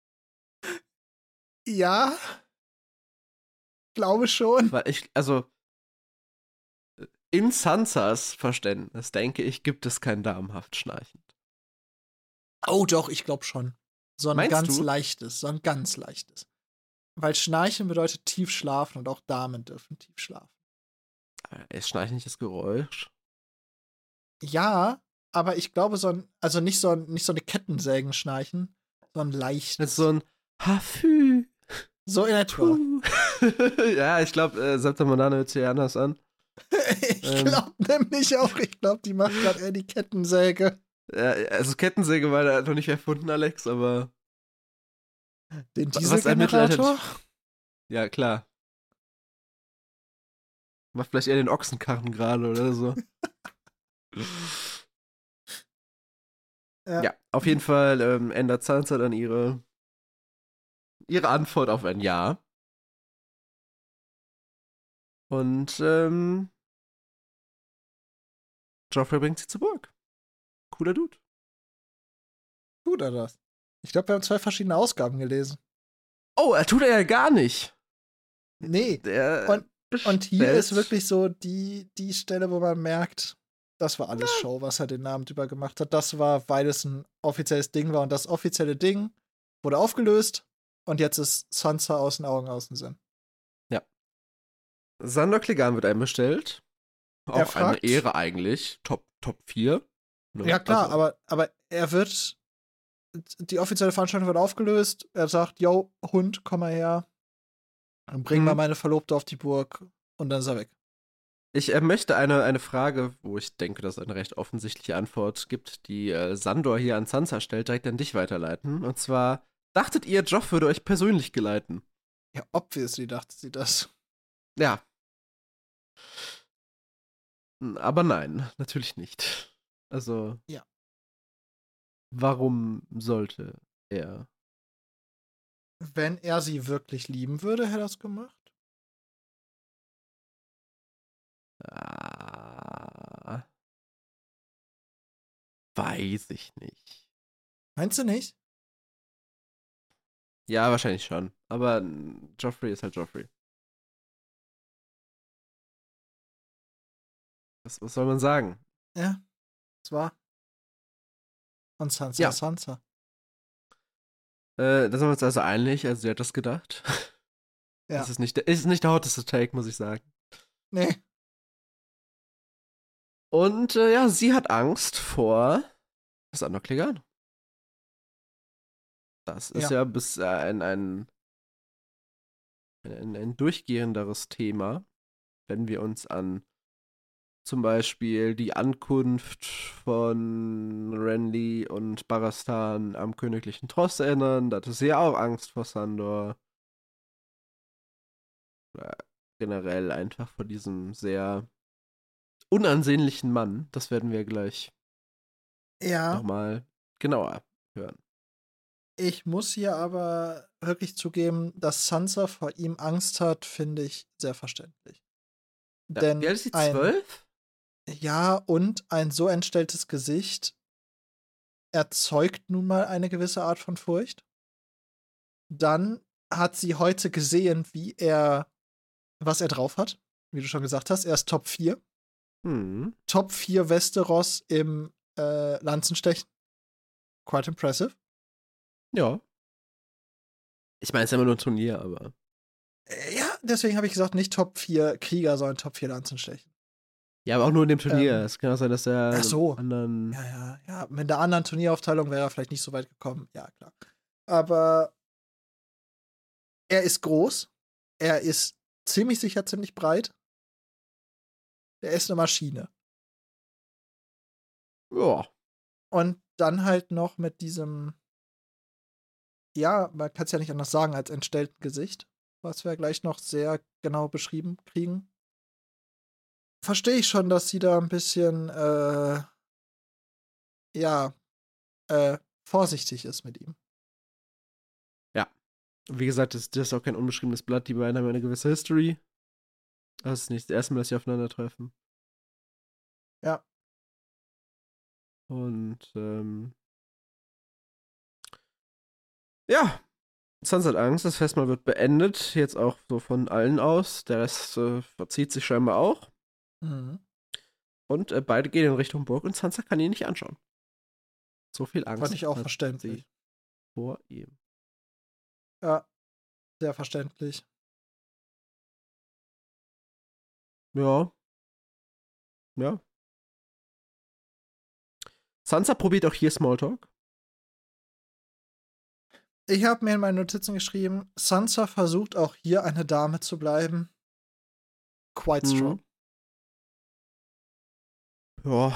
A: Ja, glaube schon.
B: Weil also, in Sansas Verständnis, denke ich, gibt es kein damenhaft schnarchend.
A: Oh, doch, ich glaube schon. So ein
B: Meinst
A: ganz
B: du?
A: leichtes, so ein ganz leichtes. Weil Schnarchen bedeutet tief schlafen und auch Damen dürfen tief schlafen.
B: Ist schnarchendes Geräusch?
A: Ja, aber ich glaube, also nicht so eine Kettensägen-Schnarchen, sondern
B: Ist
A: leichtes.
B: so ein Hafü.
A: So in etwa.
B: Ja, ich glaube, Septamonane hört sich anders an.
A: Ich glaube nämlich auch, die macht gerade eher die Kettensäge.
B: Also Kettensäge war da noch nicht erfunden, Alex, aber
A: Den
B: was ein
A: Dieselgenerator?
B: Ja, klar. Macht vielleicht eher den Ochsenkarren gerade oder so. Ja, auf jeden Fall ändert Sansa dann ihre Antwort auf ein Ja. Und Joffrey bringt sie zur Burg. Cooler Dude.
A: Tut er das? Ich glaube, wir haben 2 verschiedene Ausgaben gelesen.
B: Oh, tut er ja gar nicht.
A: Nee.
B: Der
A: Und hier ist wirklich so die Stelle, wo man merkt, das war alles Show, was er den Abend über gemacht hat. Das war, weil es ein offizielles Ding war. Und das offizielle Ding wurde aufgelöst. Und jetzt ist Sansa aus den Augen, aus dem Sinn.
B: Ja. Sandor Clegane wird einbestellt. Auch eine Ehre eigentlich. Top 4.
A: Ne? Ja, klar, also, aber er wird. Die offizielle Veranstaltung wird aufgelöst. Er sagt: Yo, Hund, komm mal her. Bring mal meine Verlobte auf die Burg. Und dann ist er weg.
B: Ich möchte eine Frage, wo ich denke, dass es eine recht offensichtliche Antwort gibt, die Sandor hier an Sansa stellt, direkt an dich weiterleiten. Und zwar, dachtet ihr, Joff würde euch persönlich geleiten?
A: Ja, obviously dachte sie das.
B: Ja. Aber nein, natürlich nicht. Also.
A: Ja.
B: Warum sollte er?
A: Wenn er sie wirklich lieben würde, hätte er das gemacht.
B: Weiß ich nicht.
A: Meinst du nicht?
B: Ja, wahrscheinlich schon. Aber Joffrey ist halt Joffrey. Was soll man sagen?
A: Ja, das war. Und Sansa ist Sansa.
B: Da sind wir uns also einig. Also, sie hat das gedacht. Ja. Das ist nicht der hotteste Take, muss ich sagen.
A: Nee.
B: Und ja, sie hat Angst vor Sandor Clegane. Das ist ja bis ein durchgehenderes Thema, wenn wir uns an zum Beispiel die Ankunft von Renly und Barristan am königlichen Tross erinnern. Da hatte sie ja auch Angst vor Sandor. Oder generell einfach vor diesem sehr unansehnlichen Mann. Das werden wir gleich nochmal genauer hören.
A: Ich muss hier aber wirklich zugeben, dass Sansa vor ihm Angst hat, finde ich sehr verständlich.
B: Ja,
A: Denn
B: wie alt ist sie? 12?
A: Ja, und ein so entstelltes Gesicht erzeugt nun mal eine gewisse Art von Furcht. Dann hat sie heute gesehen, was er drauf hat. Wie du schon gesagt hast, er ist Top 4. Top 4 Westeros im Lanzenstechen. Quite impressive.
B: Ja. Ich meine, es ist ja immer nur ein Turnier, aber.
A: Ja, deswegen habe ich gesagt, nicht Top 4 Krieger, sondern Top 4 Lanzenstechen.
B: Ja, aber auch nur in dem Turnier. Es kann auch sein, dass er
A: anderen. Ja. Mit der anderen Turnieraufteilung wäre er vielleicht nicht so weit gekommen. Ja, klar. Aber er ist groß. er ist ziemlich sicher ziemlich breit. Er ist eine Maschine.
B: Ja.
A: Und dann halt noch mit diesem, ja, man kann es ja nicht anders sagen, als entstellten Gesicht, was wir gleich noch sehr genau beschrieben kriegen. Verstehe ich schon, dass sie da ein bisschen, ja, vorsichtig ist mit ihm.
B: Ja. Wie gesagt, das ist auch kein unbeschriebenes Blatt. Die beiden haben eine gewisse History. Das ist nicht das erste Mal, dass sie aufeinandertreffen.
A: Ja.
B: Und, ja. Sansa hat Angst, das Festmahl wird beendet. Jetzt auch so von allen aus. Der Rest verzieht sich scheinbar auch.
A: Mhm.
B: Und beide gehen in Richtung Burg und Sansa kann ihn nicht anschauen. So viel Angst
A: Fand ich auch
B: hat
A: verständlich.
B: sie vor ihm.
A: Ja, sehr verständlich.
B: Ja. Ja. Sansa probiert auch hier Smalltalk.
A: Ich habe mir in meinen Notizen geschrieben, Sansa versucht auch hier eine Dame zu bleiben. Quite strong.
B: Ja.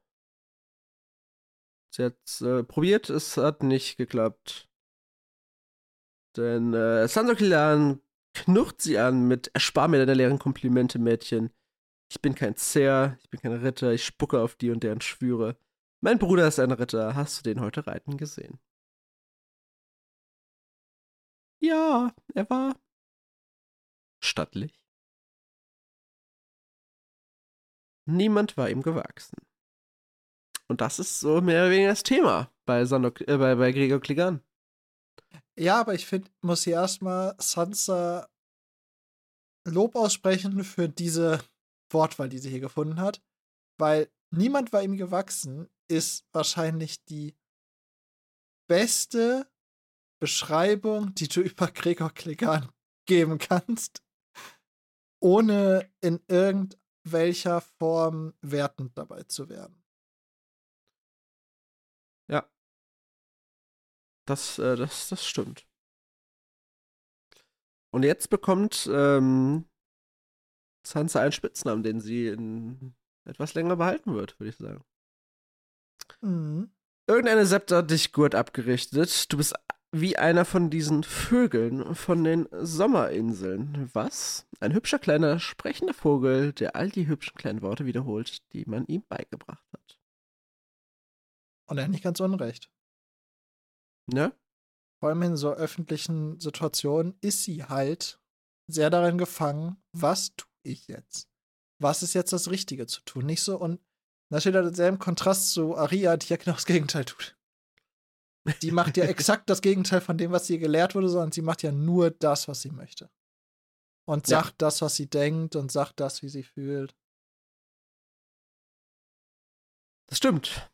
B: Sie hat probiert, es hat nicht geklappt. Denn Sansa Killan knurrt sie an mit Erspar mir deine leeren Komplimente, Mädchen. Ich bin kein Zerr, ich bin kein Ritter, ich spucke auf die und deren Schwüre. Mein Bruder ist ein Ritter, hast du den heute reiten gesehen? Ja, er war stattlich. Niemand war ihm gewachsen. Und das ist so mehr oder weniger das Thema bei Gregor Clegane.
A: Ja, aber ich finde, muss hier erstmal Sansa Lob aussprechen für diese Wortwahl, die sie hier gefunden hat. Weil niemand war ihm gewachsen, ist wahrscheinlich die beste Beschreibung, die du über Gregor Clegane geben kannst, ohne in irgendwelcher Form wertend dabei zu werden.
B: Ja, das stimmt. Und jetzt bekommt Sansa einen Spitznamen, den sie etwas länger behalten wird, würde ich sagen.
A: Mhm.
B: Irgendeine Septa hat dich gut abgerichtet. Du bist wie einer von diesen Vögeln von den Sommerinseln. Was? Ein hübscher kleiner sprechender Vogel, der all die hübschen kleinen Worte wiederholt, die man ihm beigebracht hat.
A: Und er hat nicht ganz unrecht.
B: Ne?
A: Vor allem in so öffentlichen Situationen ist sie halt sehr darin gefangen, was tue ich jetzt? Was ist jetzt das Richtige zu tun? Nicht so, und da steht halt sehr im Kontrast zu Arya, die ja genau das Gegenteil tut. Die macht ja exakt das Gegenteil von dem, was ihr gelehrt wurde, sondern sie macht ja nur das, was sie möchte. Und
B: Ja.
A: sagt das, was sie denkt und sagt das, wie sie fühlt.
B: Das stimmt.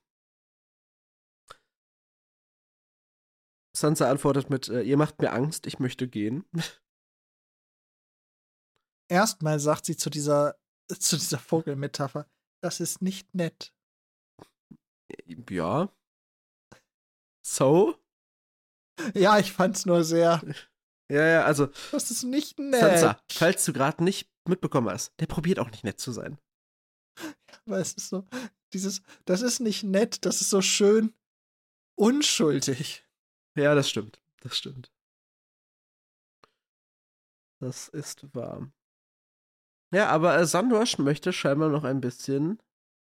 B: Sansa antwortet mit, ihr macht mir Angst, ich möchte gehen.
A: Erstmal sagt sie zu dieser Vogelmetapher, das ist nicht nett.
B: Ja. So?
A: Ja, ich fand's nur sehr,
B: Ja, also,
A: das ist nicht nett.
B: Sansa, falls du gerade nicht mitbekommen hast, der probiert auch nicht nett zu sein.
A: Aber es ist so, das ist nicht nett, das ist so schön unschuldig.
B: Ja, das stimmt. Das stimmt. Das ist wahr. Ja, aber Sandorsch möchte scheinbar noch ein bisschen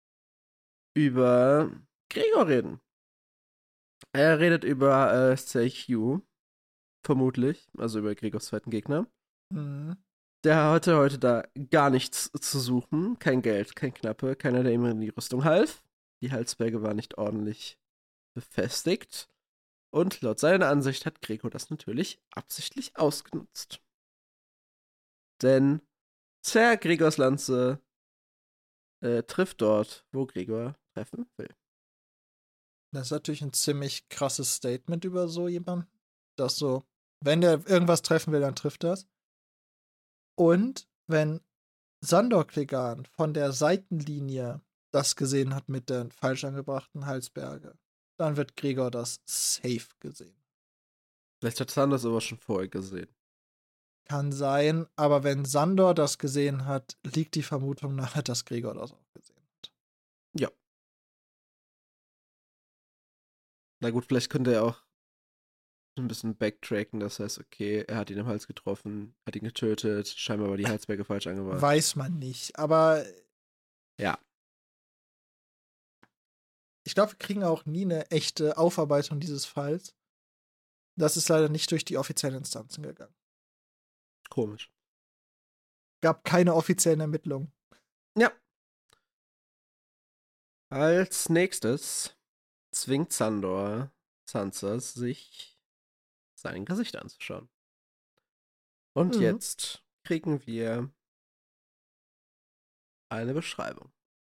B: über Gregor reden. Er redet über Seiyu, vermutlich, also über Gregors zweiten Gegner.
A: Mhm.
B: Der hatte heute da gar nichts zu suchen. Kein Geld, kein Knappe, keiner, der ihm in die Rüstung half. Die Halsberge war nicht ordentlich befestigt. Und laut seiner Ansicht hat Gregor das natürlich absichtlich ausgenutzt. Denn Sir Gregors Lanze trifft dort, wo Gregor treffen will.
A: Das ist natürlich ein ziemlich krasses Statement über so jemanden. Dass so, wenn der irgendwas treffen will, dann trifft das. Und wenn Sandor Clegane von der Seitenlinie das gesehen hat mit der falsch angebrachten Halsberge, dann wird Gregor das safe gesehen.
B: Vielleicht hat Sanders aber schon vorher gesehen.
A: Kann sein, aber wenn Sandor das gesehen hat, liegt die Vermutung nahe, dass Gregor das auch gesehen hat.
B: Ja. Na gut, vielleicht könnte er auch ein bisschen backtracken, das heißt, okay, er hat ihn im Hals getroffen, hat ihn getötet, scheinbar war die Halsberge falsch angebracht.
A: Weiß man nicht, aber
B: ja.
A: Ich glaube, wir kriegen auch nie eine echte Aufarbeitung dieses Falls. Das ist leider nicht durch die offiziellen Instanzen gegangen.
B: Komisch.
A: Gab keine offiziellen Ermittlungen.
B: Ja. Als nächstes zwingt Sandor Sansa, sich sein Gesicht anzuschauen. Und jetzt kriegen wir eine Beschreibung.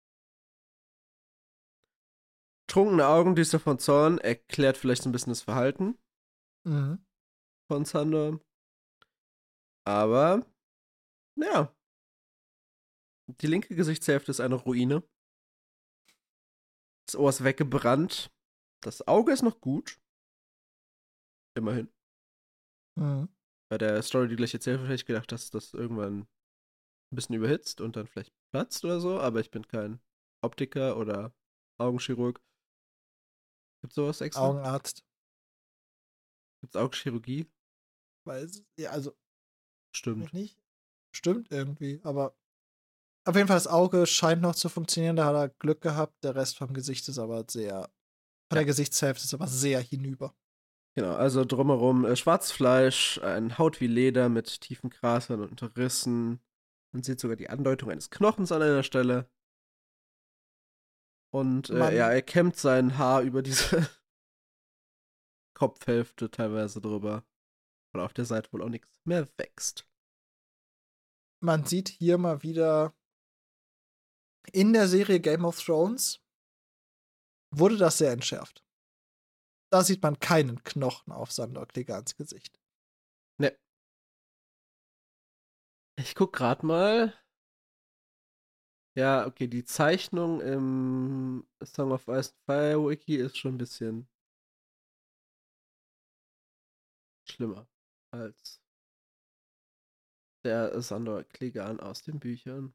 B: Trunkene Augen, düster von Zorn, erklärt vielleicht ein bisschen das Verhalten von Sandor. Aber, ja. Die linke Gesichtshälfte ist eine Ruine. Das Ohr ist weggebrannt. Das Auge ist noch gut. Immerhin. Bei der Story, die gleich erzählt wird, hätte ich gedacht, dass das irgendwann ein bisschen überhitzt und dann vielleicht platzt oder so. Aber ich bin kein Optiker oder Augenchirurg. Gibt's sowas extra?
A: Augenarzt.
B: Gibt's Augenchirurgie?
A: Ja, also.
B: Stimmt.
A: Nicht? Stimmt irgendwie, aber auf jeden Fall das Auge scheint noch zu funktionieren, da hat er Glück gehabt. Der Rest vom Gesicht ist aber der Gesichtshälfte ist aber sehr hinüber.
B: Genau, also drumherum Schwarzfleisch, ein Haut wie Leder mit tiefen Kratern und Rissen. Man sieht sogar die Andeutung eines Knochens an einer Stelle. Und er kämmt sein Haar über diese Kopfhälfte teilweise drüber. Und auf der Seite wohl auch nichts mehr wächst.
A: Man sieht hier mal wieder in der Serie Game of Thrones wurde das sehr entschärft. Da sieht man keinen Knochen auf Sandor Clegans Gesicht.
B: Ne. Ich guck grad mal. Ja, okay, die Zeichnung im Song of Ice and Fire Wiki ist schon ein bisschen schlimmer als der Sandor Clegane aus den Büchern.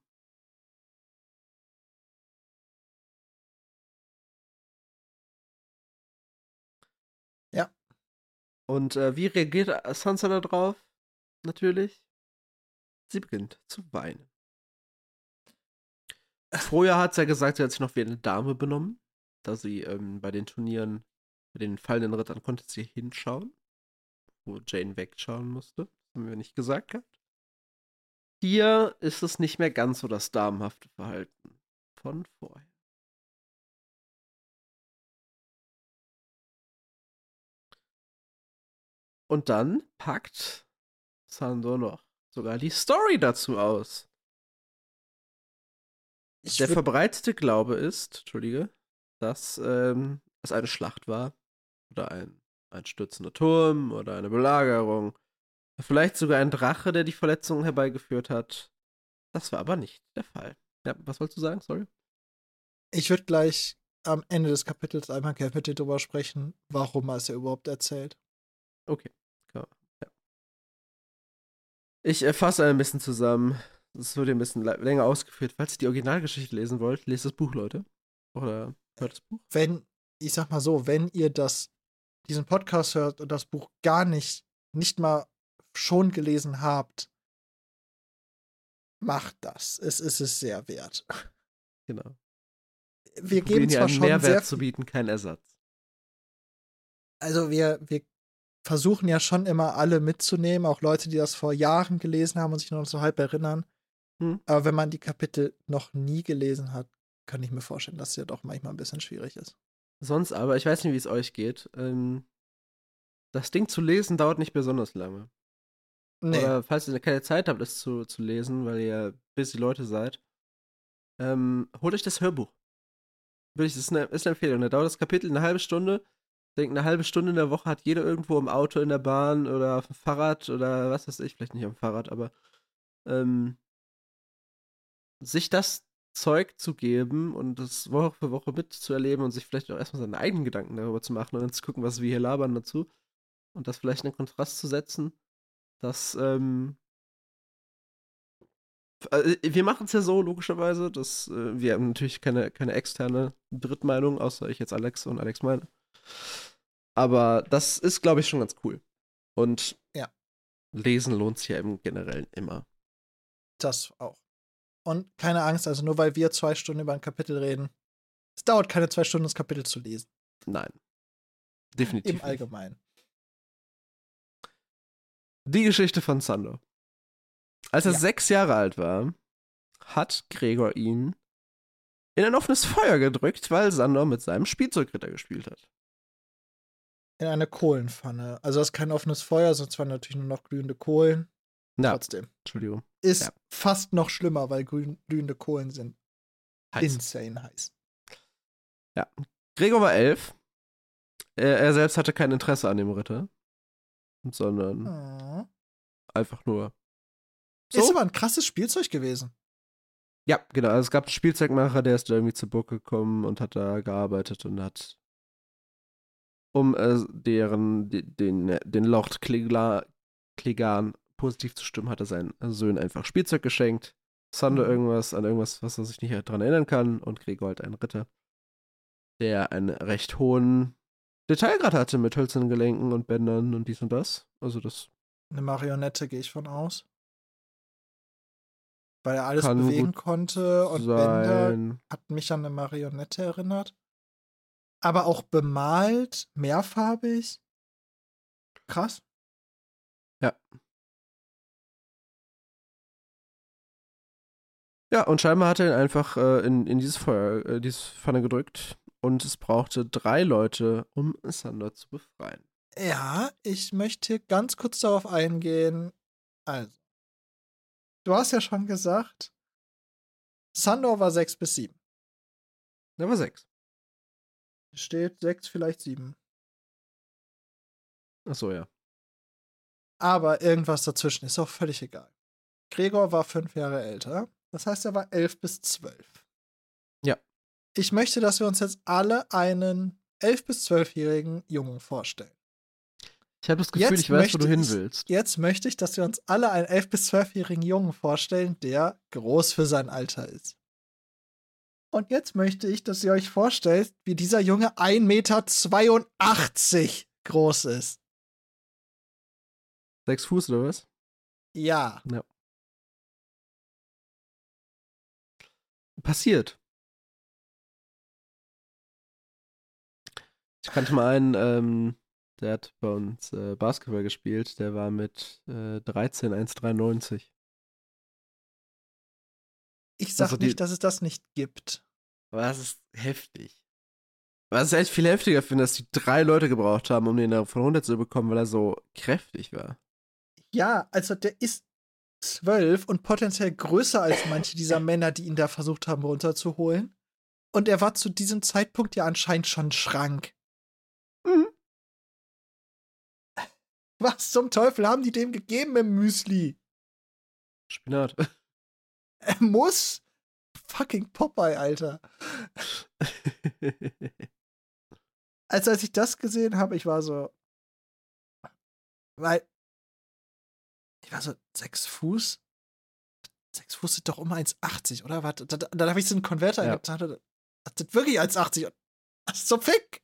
A: Ja.
B: Und wie reagiert Sansa da drauf? Natürlich. Sie beginnt zu weinen. Vorher hat sie ja gesagt, sie hat sich noch wie eine Dame benommen, da sie bei den Turnieren, bei den fallenden Rittern konnte sie hinschauen, wo Jane wegschauen musste. Das haben wir nicht gesagt gehabt. Hier ist es nicht mehr ganz so das damenhafte Verhalten von vorher. Und dann packt Sandor noch sogar die Story dazu aus. Der verbreitete Glaube ist, Entschuldige, dass es eine Schlacht war oder ein stürzender Turm oder eine Belagerung. Vielleicht sogar ein Drache, der die Verletzungen herbeigeführt hat. Das war aber nicht der Fall. Ja, was wolltest du sagen? Sorry.
A: Ich würde gleich am Ende des Kapitels einmal gerne mit dir drüber sprechen, warum er es ja überhaupt erzählt.
B: Okay. Ja. Ich fasse ein bisschen zusammen. Es wird ein bisschen länger ausgeführt. Falls ihr die Originalgeschichte lesen wollt, lest das Buch, Leute. Oder hört das Buch.
A: Ich sag mal so, wenn ihr diesen Podcast hört und das Buch gar nicht mal schon gelesen habt, macht das. Es ist es sehr wert.
B: Genau.
A: Wir geben zwar
B: einen
A: schon
B: Mehrwert
A: sehr
B: zu bieten, kein Ersatz.
A: Also wir versuchen ja schon immer alle mitzunehmen, auch Leute, die das vor Jahren gelesen haben und sich nur noch so halb erinnern. Aber wenn man die Kapitel noch nie gelesen hat, kann ich mir vorstellen, dass es ja doch manchmal ein bisschen schwierig ist.
B: Sonst aber, ich weiß nicht, wie es euch geht. Das Ding zu lesen dauert nicht besonders lange. Nee. Oder falls ihr keine Zeit habt, es zu lesen, weil ihr busy Leute seid, holt euch das Hörbuch. Das ist eine Empfehlung. Da dauert das Kapitel eine halbe Stunde. Ich denke, eine halbe Stunde in der Woche hat jeder irgendwo im Auto, in der Bahn oder auf dem Fahrrad oder was weiß ich, vielleicht nicht am Fahrrad, aber sich das Zeug zu geben und das Woche für Woche mitzuerleben und sich vielleicht auch erstmal seine eigenen Gedanken darüber zu machen und dann zu gucken, was wir hier labern dazu und das vielleicht in den Kontrast zu setzen, das Wir machen es ja so, logischerweise, dass wir haben natürlich keine externe Drittmeinung, außer ich jetzt Alex und Alex meine. Aber das ist, glaube ich, schon ganz cool. Und
A: Ja.
B: Lesen lohnt sich ja im Generellen immer.
A: Das auch. Und keine Angst, also nur weil wir 2 Stunden über ein Kapitel reden, es dauert keine 2 Stunden, das Kapitel zu lesen.
B: Nein. Definitiv
A: Im
B: nicht.
A: Allgemeinen.
B: Die Geschichte von Sandor. Als er
A: Ja.
B: 6 Jahre alt war, hat Gregor ihn in ein offenes Feuer gedrückt, weil Sandor mit seinem Spielzeugritter gespielt hat.
A: In eine Kohlenpfanne. Also das ist kein offenes Feuer, sonst waren natürlich nur noch glühende Kohlen.
B: Ja,
A: Trotzdem.
B: Entschuldigung.
A: Ist
B: Ja.
A: fast noch schlimmer, weil glühende Kohlen sind
B: Heiß.
A: insane heiß.
B: Ja. Gregor war 11. Er selbst hatte kein Interesse an dem Ritter, sondern
A: Oh.
B: einfach nur.
A: Ist aber ein krasses Spielzeug gewesen.
B: Ja, genau. Also es gab einen Spielzeugmacher, der ist da irgendwie zur Burg gekommen und hat da gearbeitet und hat um den Lord Clegane positiv zu stimmen, hat er seinen Söhnen einfach Spielzeug geschenkt. Sandor an irgendwas, was er sich nicht dran erinnern kann, und Gregor halt einen Ritter, der einen recht hohen Detailgrad hatte mit hölzernen Gelenken und Bändern und dies und das. Also das
A: Eine Marionette, gehe ich von aus. Weil er alles
B: kann
A: bewegen
B: gut
A: konnte und Bänder
B: sein.
A: hat mich an eine Marionette erinnert. Aber auch bemalt, mehrfarbig. Krass.
B: Ja. Ja, und scheinbar hat er ihn einfach in dieses Feuer, dieses Pfanne gedrückt. Und es brauchte 3 Leute, um Sandor zu befreien.
A: Ja, ich möchte ganz kurz darauf eingehen. Also, du hast ja schon gesagt, Sandor war 6 bis 7.
B: Der war 6.
A: Steht 6, vielleicht 7.
B: Achso, ja.
A: Aber irgendwas dazwischen ist auch völlig egal. Gregor war 5 Jahre älter. Das heißt, er war 11 bis 12.
B: Ja.
A: Ich möchte, dass wir uns jetzt alle einen 11 bis 12-jährigen Jungen vorstellen.
B: Ich habe das Gefühl, ich weiß, wo du hin willst.
A: Jetzt möchte ich, dass wir uns alle einen 11 bis 12-jährigen Jungen vorstellen, der groß für sein Alter ist. Und jetzt möchte ich, dass ihr euch vorstellt, wie dieser Junge 1,82 Meter groß ist.
B: 6 Fuß oder was?
A: Ja.
B: Ja. Passiert. Ich kannte mal einen, der hat bei uns Basketball gespielt, der war mit 13, 1,93.
A: Ich sag
B: Also
A: nicht, dass es das nicht gibt.
B: Aber das ist heftig. Was ich echt viel heftiger finde, dass die 3 Leute gebraucht haben, um den da von 100 zu bekommen, weil er so kräftig war.
A: Ja, also der ist 12 und potenziell größer als manche dieser Männer, die ihn da versucht haben runterzuholen. Und er war zu diesem Zeitpunkt ja anscheinend schon Schrank.
B: Mhm.
A: Was zum Teufel haben die dem gegeben im Müsli?
B: Spinat.
A: Er muss. Fucking Popeye, Alter. Also als ich das gesehen habe, ich war so. Weil. Ich war so, 6 Fuß? 6 Fuß sind doch um 1,80, oder? Warte, dann habe ich so einen Konverter eingetan. Das sind wirklich 1,80. Was zum Fick?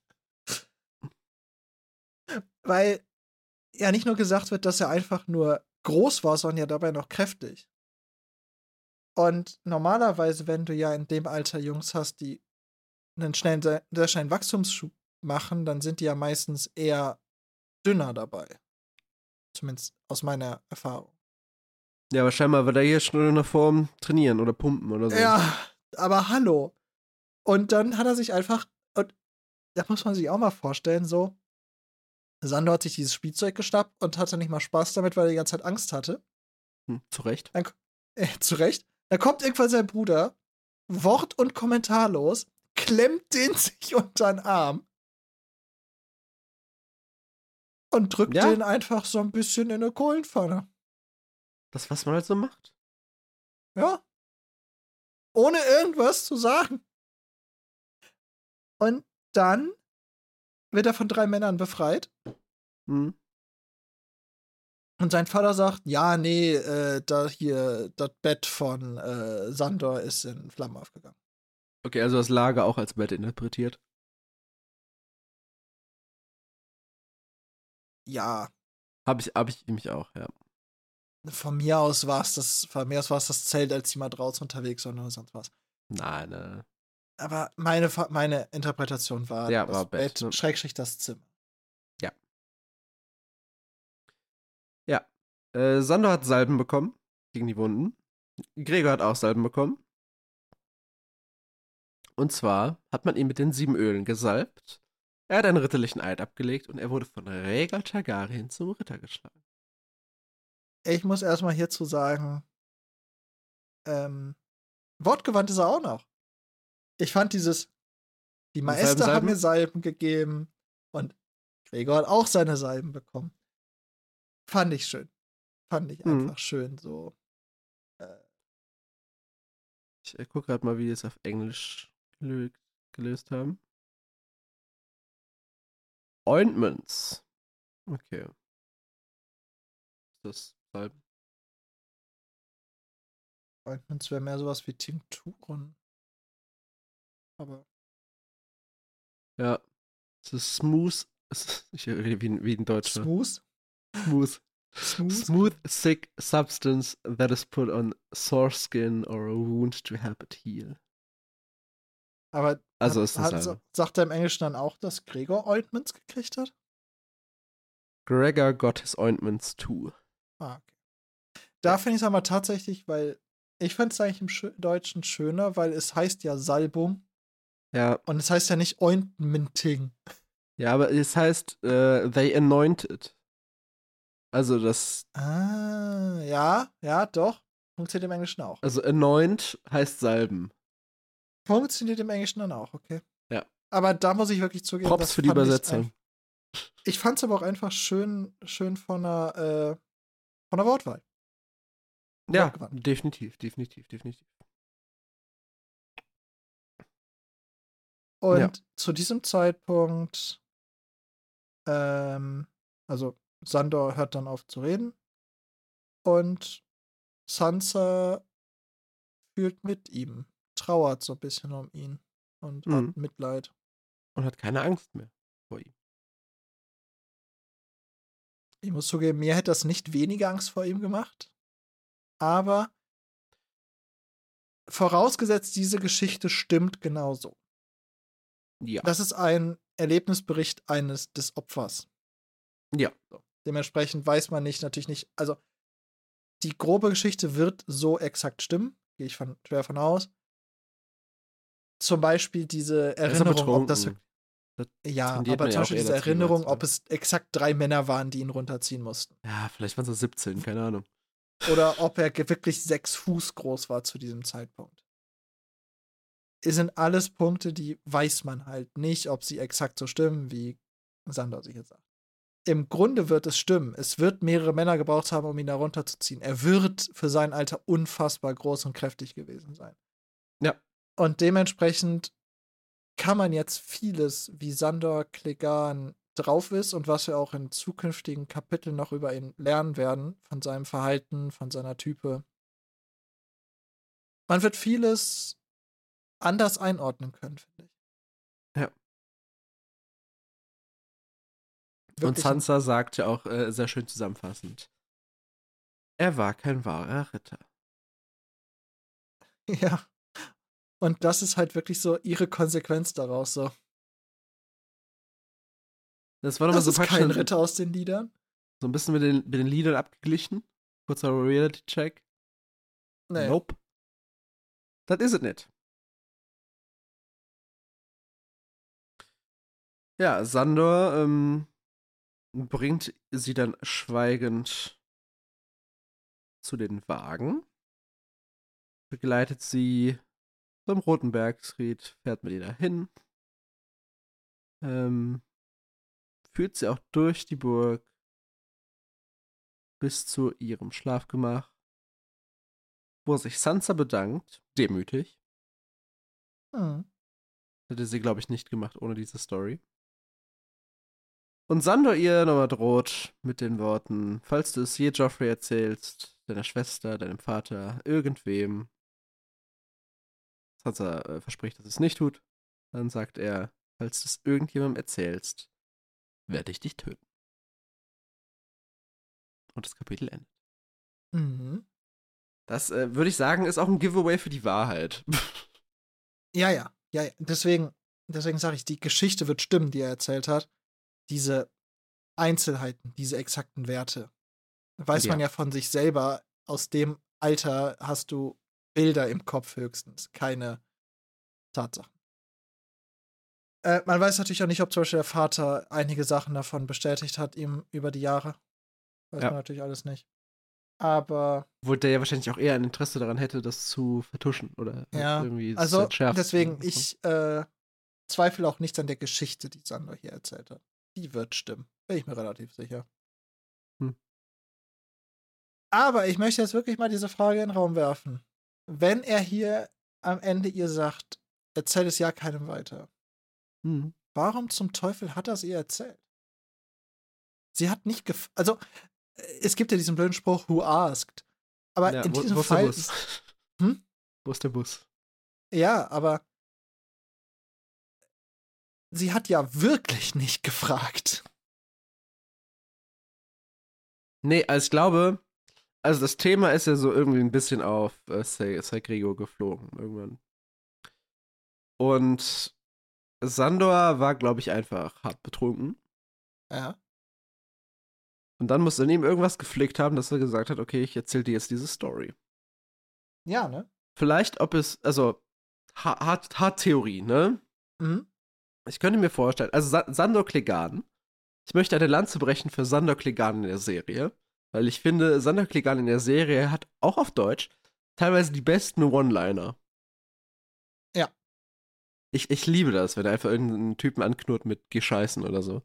A: Weil ja nicht nur gesagt wird, dass er einfach nur groß war, sondern ja dabei noch kräftig. Und normalerweise, wenn du ja in dem Alter Jungs hast, die einen sehr schnellen Wachstumsschub machen, dann sind die ja meistens eher dünner dabei. Zumindest aus meiner Erfahrung.
B: Ja, aber scheinbar war der hier schon in der Form trainieren oder pumpen oder so.
A: Ja, aber hallo. Und dann hat er sich einfach, und da muss man sich auch mal vorstellen, so, Sandor hat sich dieses Spielzeug geschnappt und hatte nicht mal Spaß damit, weil er die ganze Zeit Angst hatte.
B: Zu Recht.
A: Zu Recht. Da kommt irgendwann sein Bruder, wort- und kommentarlos, klemmt den sich unter den Arm und drückt den einfach so ein bisschen in eine Kohlenpfanne.
B: Das, was man halt so macht.
A: Ja. Ohne irgendwas zu sagen. Und dann wird er von 3 Männern befreit.
B: Mhm.
A: Und sein Vater sagt, ja, nee, da hier, das Bett von Sandor ist in Flammen aufgegangen.
B: Okay, also das Lager auch als Bett interpretiert.
A: Ja,
B: Hab ich nämlich auch, ja.
A: von mir aus war es das Zelt, als die mal draußen unterwegs waren oder sonst was.
B: Nein, nein.
A: Aber meine Interpretation war
B: Ja,
A: das
B: war Bett,
A: Bett,
B: ne?
A: Schrägstrich das Zimmer.
B: Ja. Ja. Sandor hat Salben bekommen gegen die Wunden. Gregor hat auch Salben bekommen. Und zwar hat man ihn mit den 7 Ölen gesalbt. Er hat einen ritterlichen Eid abgelegt und er wurde von Rhaegar Targaryen zum Ritter geschlagen.
A: Ich muss erstmal hierzu sagen, wortgewandt ist er auch noch. Ich fand die Maester haben mir Salben gegeben und Gregor hat auch seine Salben bekommen. Fand ich schön. Fand ich einfach schön so.
B: Ich gucke gerade mal, wie die es auf Englisch gelöst haben. Ointments. Okay. Das Salben.
A: Ointments wäre mehr sowas wie Tinkturen. Aber.
B: Ja. Es ist smooth. Ich rede wie ein Deutscher.
A: Smooth?
B: Smooth, thick substance that is put on sore skin or a wound to help it heal.
A: Aber
B: also ist das Salbe.
A: Sagt er im Englischen dann auch, dass Gregor Ointments gekriegt hat?
B: Gregor got his ointments too.
A: Ah, okay. Da finde ich es aber tatsächlich, weil ich finde es eigentlich im Deutschen schöner, weil es heißt ja Salbung.
B: Ja.
A: Und es heißt ja nicht Ointmenting.
B: Ja, aber es heißt, they anointed. Also das.
A: Ja, doch. Funktioniert im Englischen auch.
B: Also anoint heißt salben.
A: Funktioniert im Englischen dann auch, okay.
B: Ja.
A: Aber da muss ich wirklich zugeben,
B: Props für die Übersetzung.
A: Ich fand es aber auch einfach schön von der Wortwahl.
B: Ja, definitiv.
A: Und zu diesem Zeitpunkt, also Sandor hört dann auf zu reden und Sansa fühlt mit ihm, trauert so ein bisschen um ihn und hat Mitleid.
B: Und hat keine Angst mehr vor ihm.
A: Ich muss zugeben, mir hätte das nicht weniger Angst vor ihm gemacht, aber vorausgesetzt, diese Geschichte stimmt genauso.
B: Ja.
A: Das ist ein Erlebnisbericht des Opfers.
B: Ja.
A: So. Dementsprechend weiß man natürlich nicht, also die grobe Geschichte wird so exakt stimmen, gehe ich schwer von aus. Zum Beispiel diese Erinnerung, ob das ja, aber zum Beispiel diese Erinnerung, ob es exakt 3 Männer waren, die ihn runterziehen mussten.
B: Ja, vielleicht waren es so 17, keine Ahnung.
A: Oder ob er wirklich 6 Fuß groß war zu diesem Zeitpunkt. Es sind alles Punkte, die weiß man halt nicht, ob sie exakt so stimmen, wie Sandor sich jetzt sagt. Im Grunde wird es stimmen. Es wird mehrere Männer gebraucht haben, um ihn da runterzuziehen. Er wird für sein Alter unfassbar groß und kräftig gewesen sein.
B: Ja.
A: Und dementsprechend kann man jetzt vieles, wie Sandor Clegane drauf ist und was wir auch in zukünftigen Kapiteln noch über ihn lernen werden, von seinem Verhalten, von seiner Type. Man wird vieles anders einordnen können, finde ich.
B: Ja.
A: Wirklich
B: und Sansa sagt ja auch sehr schön zusammenfassend: Er war kein wahrer Ritter.
A: Ja. Und das ist halt wirklich so ihre Konsequenz daraus, so.
B: Das war nochmal so
A: praktisch kein Ritter aus den Liedern.
B: So ein bisschen mit den Liedern abgeglichen. Kurzer Reality-Check.
A: Nee.
B: Nope. Das ist es nicht. Ja, Sandor bringt sie dann schweigend zu den Wagen, begleitet sie zum Rotenbergsried, fährt mit ihr dahin, führt sie auch durch die Burg bis zu ihrem Schlafgemach, wo sich Sansa bedankt, demütig. Hätte sie, glaube ich, nicht gemacht ohne diese Story. Und Sandor ihr nochmal droht mit den Worten, falls du es je Joffrey erzählst, deiner Schwester, deinem Vater, irgendwem, Sansa verspricht, dass es nicht tut, dann sagt er, falls du es irgendjemandem erzählst, werde ich dich töten. Und das Kapitel endet.
A: Mhm.
B: Das, würde ich sagen, ist auch ein Giveaway für die Wahrheit.
A: Ja. Deswegen sage ich, die Geschichte wird stimmen, die er erzählt hat. Diese Einzelheiten, diese exakten Werte. Weiß man ja von sich selber, aus dem Alter hast du Bilder im Kopf höchstens, keine Tatsachen. Man weiß natürlich auch nicht, ob zum Beispiel der Vater einige Sachen davon bestätigt hat, ihm über die Jahre. Weiß man natürlich alles nicht. Aber.
B: Obwohl der ja wahrscheinlich auch eher ein Interesse daran hätte, das zu vertuschen oder
A: Ja,
B: irgendwie zu
A: also
B: entschärfen.
A: deswegen, ich zweifle auch nichts an der Geschichte, die Sandor hier erzählt hat. Die wird stimmen. Bin ich mir relativ sicher. Aber ich möchte jetzt wirklich mal diese Frage in den Raum werfen. Wenn er hier am Ende ihr sagt, erzähl es ja keinem weiter, warum zum Teufel hat er es ihr erzählt? Sie hat nicht also, es gibt ja diesen blöden Spruch, who asked? Aber
B: Ja,
A: in diesem
B: wo ist
A: Fall
B: der Bus? Wo ist der Bus?
A: Ja, aber sie hat ja wirklich nicht gefragt.
B: Nee, also ich glaube, also das Thema ist ja so irgendwie ein bisschen auf Saigrigo geflogen irgendwann. Und Sandor war, glaube ich, einfach hart betrunken.
A: Ja.
B: Und dann muss in ihm irgendwas geflickt haben, dass er gesagt hat, okay, ich erzähle dir jetzt diese Story.
A: Ja, ne?
B: Vielleicht, ob es, also, hart Theorie, ne?
A: Mhm.
B: Ich könnte mir vorstellen, also Sandor Clegane, ich möchte eine Lanze brechen für Sandor Clegane in der Serie, weil ich finde, Sandor Clegane in der Serie hat auch auf Deutsch teilweise die besten One-Liner.
A: Ja.
B: Ich liebe das, wenn er einfach irgendeinen Typen anknurrt mit Gescheißen oder so.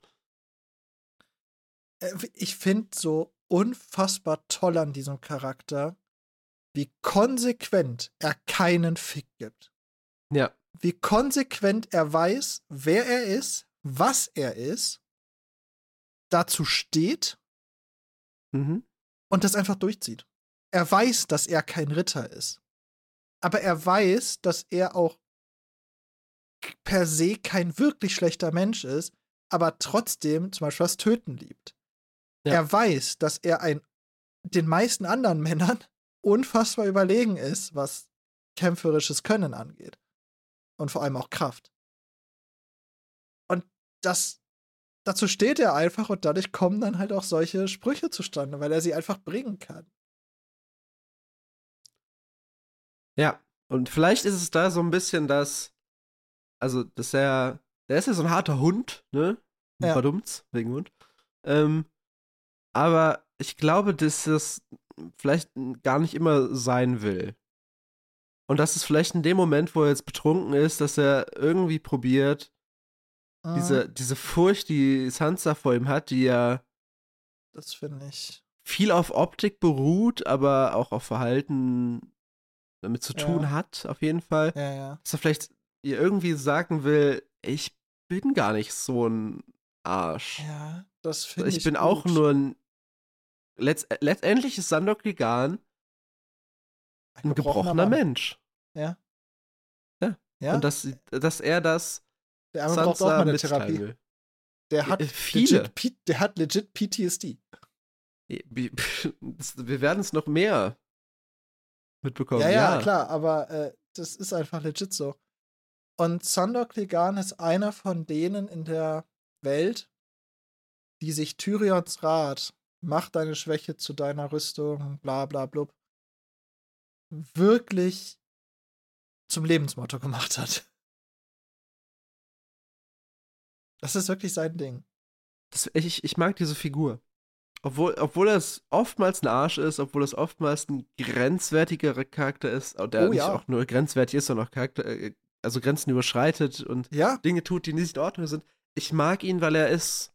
A: Ich finde so unfassbar toll an diesem Charakter, wie konsequent er keinen Fick gibt.
B: Ja.
A: Wie konsequent er weiß, wer er ist, was er ist, dazu steht und das einfach durchzieht. Er weiß, dass er kein Ritter ist. Aber er weiß, dass er auch per se kein wirklich schlechter Mensch ist, aber trotzdem zum Beispiel das Töten liebt. Ja. Er weiß, dass er den meisten anderen Männern unfassbar überlegen ist, was kämpferisches Können angeht. Und vor allem auch Kraft. Und dazu steht er einfach und dadurch kommen dann halt auch solche Sprüche zustande, weil er sie einfach bringen kann.
B: Ja, und vielleicht ist es da so ein bisschen also, dass der ist ja so ein harter Hund, ne?
A: Ja.
B: Verdummt's, wegen Hund. Aber ich glaube, dass das vielleicht gar nicht immer sein will. Und dass es vielleicht in dem Moment, wo er jetzt betrunken ist, dass er irgendwie probiert, diese Furcht, die Sansa vor ihm hat, die ja
A: das finde ich
B: viel auf Optik beruht, aber auch auf Verhalten damit zu tun hat, auf jeden Fall.
A: Ja.
B: Dass er vielleicht ihr irgendwie sagen will, ich bin gar nicht so ein Arsch.
A: Ja, das finde ich
B: Ich bin
A: gut.
B: auch nur ein letztendlich ist Sandor Clegane ein gebrochener Mensch.
A: Ja.
B: Und dass er das
A: der Arme braucht auch mal eine
B: mitteilen
A: Therapie.
B: will.
A: Der hat legit PTSD.
B: Wir werden es noch mehr mitbekommen.
A: Ja, klar, aber das ist einfach legit so. Und Sandor Clegane ist einer von denen in der Welt, die sich Tyrions Rat, mach deine Schwäche zu deiner Rüstung, bla bla blub, wirklich zum Lebensmotto gemacht hat. Das ist wirklich sein Ding.
B: Ich mag diese Figur. Obwohl es oftmals ein Arsch ist, obwohl es oftmals ein grenzwertigerer Charakter ist, der nicht auch nur grenzwertig ist, sondern auch also Grenzen überschreitet und Dinge tut, die nicht in Ordnung sind. Ich mag ihn, weil er ist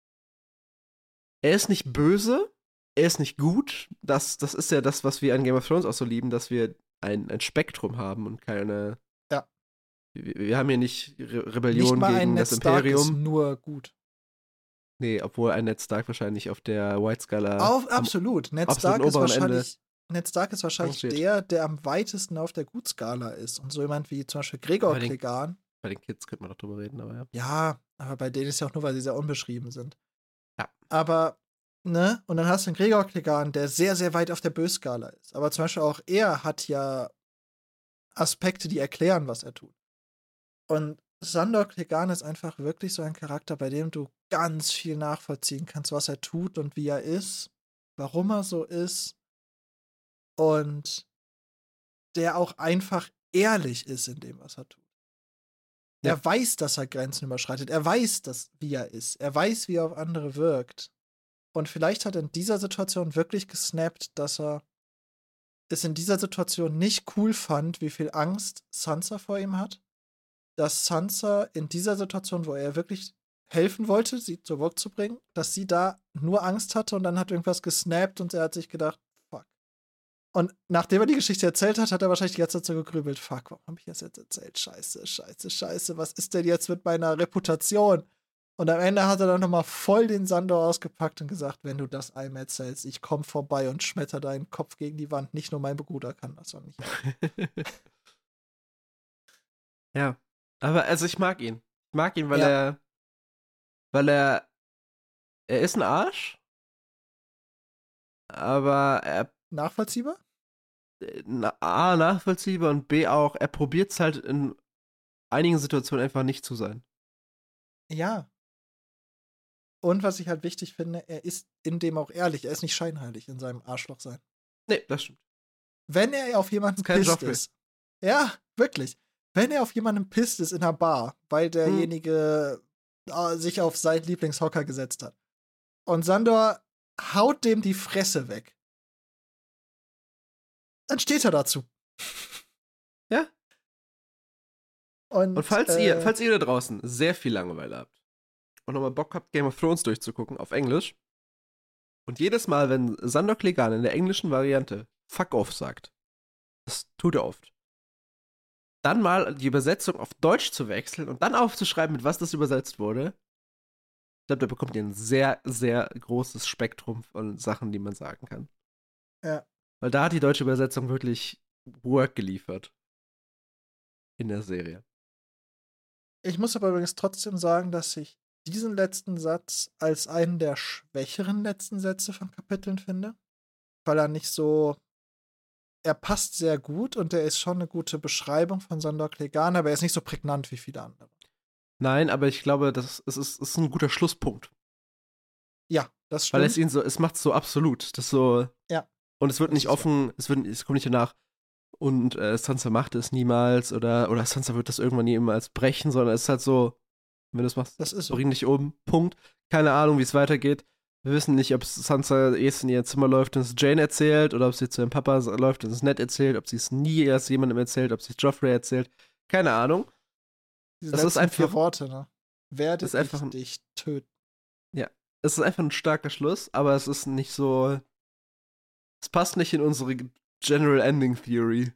B: nicht böse, er ist nicht gut. Das ist ja das, was wir an Game of Thrones auch so lieben, dass wir ein Spektrum haben und keine.
A: Ja.
B: Wir haben hier nicht Rebellion
A: nicht mal
B: gegen
A: ein
B: das
A: Ned Stark
B: Imperium.
A: ist nur gut.
B: Nee, obwohl ein Ned Stark wahrscheinlich auf der White-Skala am
A: Absolut. Ned
B: absoluten
A: Stark ist
B: oberen Ende
A: wahrscheinlich, Ned Stark ist wahrscheinlich
B: rangiert.
A: der am weitesten auf der Gutskala ist. Und so jemand wie zum Beispiel Gregor
B: Bei den,
A: Clegane,
B: bei den Kids könnte man doch drüber reden, aber ja.
A: ja, aber bei denen ist ja auch nur, weil sie sehr unbeschrieben sind.
B: Ja.
A: Aber, ne? Und dann hast du einen Gregor Clegane, der sehr, sehr weit auf der Bösskala ist. Aber zum Beispiel auch er hat ja Aspekte, die erklären, was er tut. Und Sandor Clegane ist einfach wirklich so ein Charakter, bei dem du ganz viel nachvollziehen kannst, was er tut und wie er ist, warum er so ist und der auch einfach ehrlich ist in dem, was er tut.
B: Ja.
A: Er weiß, dass er Grenzen überschreitet. Er weiß, wie er ist. Er weiß, wie er auf andere wirkt. Und vielleicht hat er in dieser Situation wirklich gesnappt, dass er es in dieser Situation nicht cool fand, wie viel Angst Sansa vor ihm hat. Dass Sansa in dieser Situation, wo er wirklich helfen wollte, sie zur Burg zu bringen, dass sie da nur Angst hatte und dann hat irgendwas gesnappt und er hat sich gedacht, fuck. Und nachdem er die Geschichte erzählt hat, hat er wahrscheinlich die ganze Zeit so gegrübelt, fuck, warum habe ich das jetzt erzählt? Scheiße, scheiße, scheiße, was ist denn jetzt mit meiner Reputation? Und am Ende hat er dann nochmal voll den Sandor ausgepackt und gesagt, wenn du das einem erzählst, ich komm vorbei und schmetter deinen Kopf gegen die Wand. Nicht nur mein Bruder kann das doch nicht.
B: Ja. Aber also ich mag ihn. Ich mag ihn,
A: Ja.
B: weil er ist ein Arsch, aber er
A: Nachvollziehbar?
B: A, nachvollziehbar und B auch, er probiert es halt in einigen Situationen einfach nicht zu sein.
A: Ja. Und was ich halt wichtig finde, er ist in dem auch ehrlich. Er ist nicht scheinheilig in seinem Arschloch sein.
B: Nee, das stimmt.
A: Wenn er auf jemanden
B: Ist kein
A: pisst
B: Joffrey.
A: ist. Ja, wirklich. Wenn er auf jemanden pisst ist in einer Bar, weil derjenige sich auf seinen Lieblingshocker gesetzt hat. Und Sandor haut dem die Fresse weg. Dann steht er dazu.
B: Ja. Und falls ihr da draußen sehr viel Langeweile habt und nochmal Bock habt, Game of Thrones durchzugucken auf Englisch und jedes Mal, wenn Sandor Clegane in der englischen Variante Fuck off sagt, das tut er oft, dann mal die Übersetzung auf Deutsch zu wechseln und dann aufzuschreiben, mit was das übersetzt wurde, ich glaube, da bekommt ihr ein sehr, sehr großes Spektrum von Sachen, die man sagen kann.
A: Ja.
B: Weil da hat die deutsche Übersetzung wirklich Work geliefert. In der Serie.
A: Ich muss aber übrigens trotzdem sagen, dass ich diesen letzten Satz als einen der schwächeren letzten Sätze von Kapiteln finde. Weil er nicht so. Er passt sehr gut und er ist schon eine gute Beschreibung von Sandor Clegane, aber er ist nicht so prägnant wie viele andere.
B: Nein, aber ich glaube, es ist ein guter Schlusspunkt.
A: Ja, das
B: Weil
A: stimmt.
B: es macht es so absolut. Das so.
A: Ja.
B: Und es wird
A: Das
B: nicht
A: ist wahr.
B: offen, es kommt nicht danach. Und Sansa macht es niemals oder Sansa wird das irgendwann niemals brechen, sondern es ist halt so, wenn du es machst,
A: Das ist so.
B: bring dich um, Punkt. Keine Ahnung, wie es weitergeht. Wir wissen nicht, ob Sansa erst in ihr Zimmer läuft und es Jane erzählt oder ob sie zu ihrem Papa läuft und es Ned erzählt, ob sie es nie erst jemandem erzählt, ob sie es Joffrey erzählt. Keine Ahnung.
A: Diese
B: Das ist
A: letzten 4
B: einfach,
A: Worte, ne? Werde
B: ist einfach
A: ich dich töten.
B: ja, es ist einfach ein starker Schluss, aber es ist nicht so, es passt nicht in unsere General Ending Theory.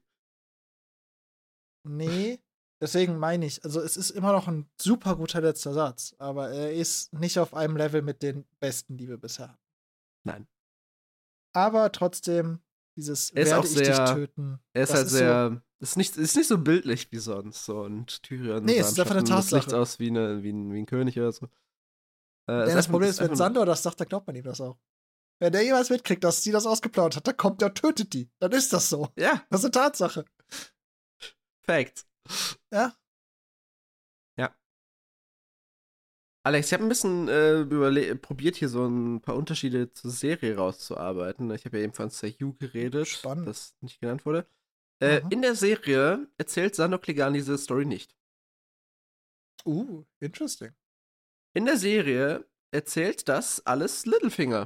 A: Nee, deswegen meine ich, also es ist immer noch ein super guter letzter Satz, aber er ist nicht auf einem Level mit den besten, die wir bisher hatten.
B: Nein.
A: Aber trotzdem, dieses
B: Er ist auch
A: werde ich dich
B: sehr,
A: töten,
B: er ist
A: das
B: halt
A: ist so,
B: sehr, ist nicht so bildlich wie sonst. So. Und Tyrion
A: nee,
B: sah
A: es
B: im
A: ist einfach eine
B: Schatten des Lichts
A: Tatsache.
B: aus wie ein König oder so.
A: Denn das Problem
B: Ist
A: ist, wenn
B: einfach,
A: Sandor das sagt, dann glaubt man ihm das auch. Wenn der jemals mitkriegt, dass sie das ausgeplaudert hat, dann kommt der und tötet die. Dann ist das so.
B: ja,
A: Das ist eine Tatsache.
B: Fact.
A: Ja.
B: Ja. Alex, ich habe ein bisschen probiert, hier so ein paar Unterschiede zur Serie rauszuarbeiten. Ich habe ja eben von Sir Hugh geredet,
A: Spannend.
B: das nicht genannt wurde.
A: Mhm.
B: In der Serie erzählt Sandor Clegane diese Story nicht.
A: Interesting.
B: In der Serie erzählt das alles Littlefinger.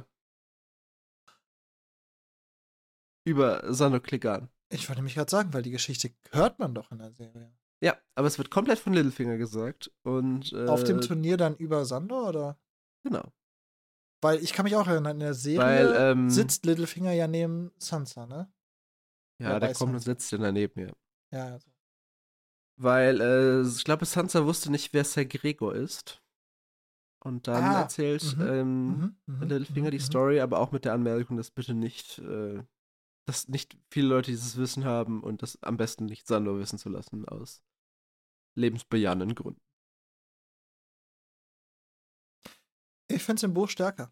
B: Über Sandor Clegane.
A: Ich wollte mich gerade sagen, weil die Geschichte hört man doch in der Serie.
B: Ja, aber es wird komplett von Littlefinger gesagt. Und,
A: Auf dem Turnier dann über Sandor, oder?
B: genau.
A: Weil ich kann mich auch erinnern, in der
B: Weil,
A: Serie sitzt Littlefinger ja neben Sansa, ne?
B: ja,
A: Oder
B: der
A: bei
B: kommt und
A: Sansa.
B: sitzt dann daneben, ja.
A: Ja, also.
B: Weil, ich glaube, Sansa wusste nicht, wer Ser Gregor ist. Und dann erzählt
A: Mhm.
B: Littlefinger die Story, aber auch mit der Anmerkung, dass bitte nicht, dass nicht viele Leute dieses Wissen haben und das am besten nicht Sandor wissen zu lassen, aus lebensbejahenden Gründen.
A: Ich finde es im Buch stärker.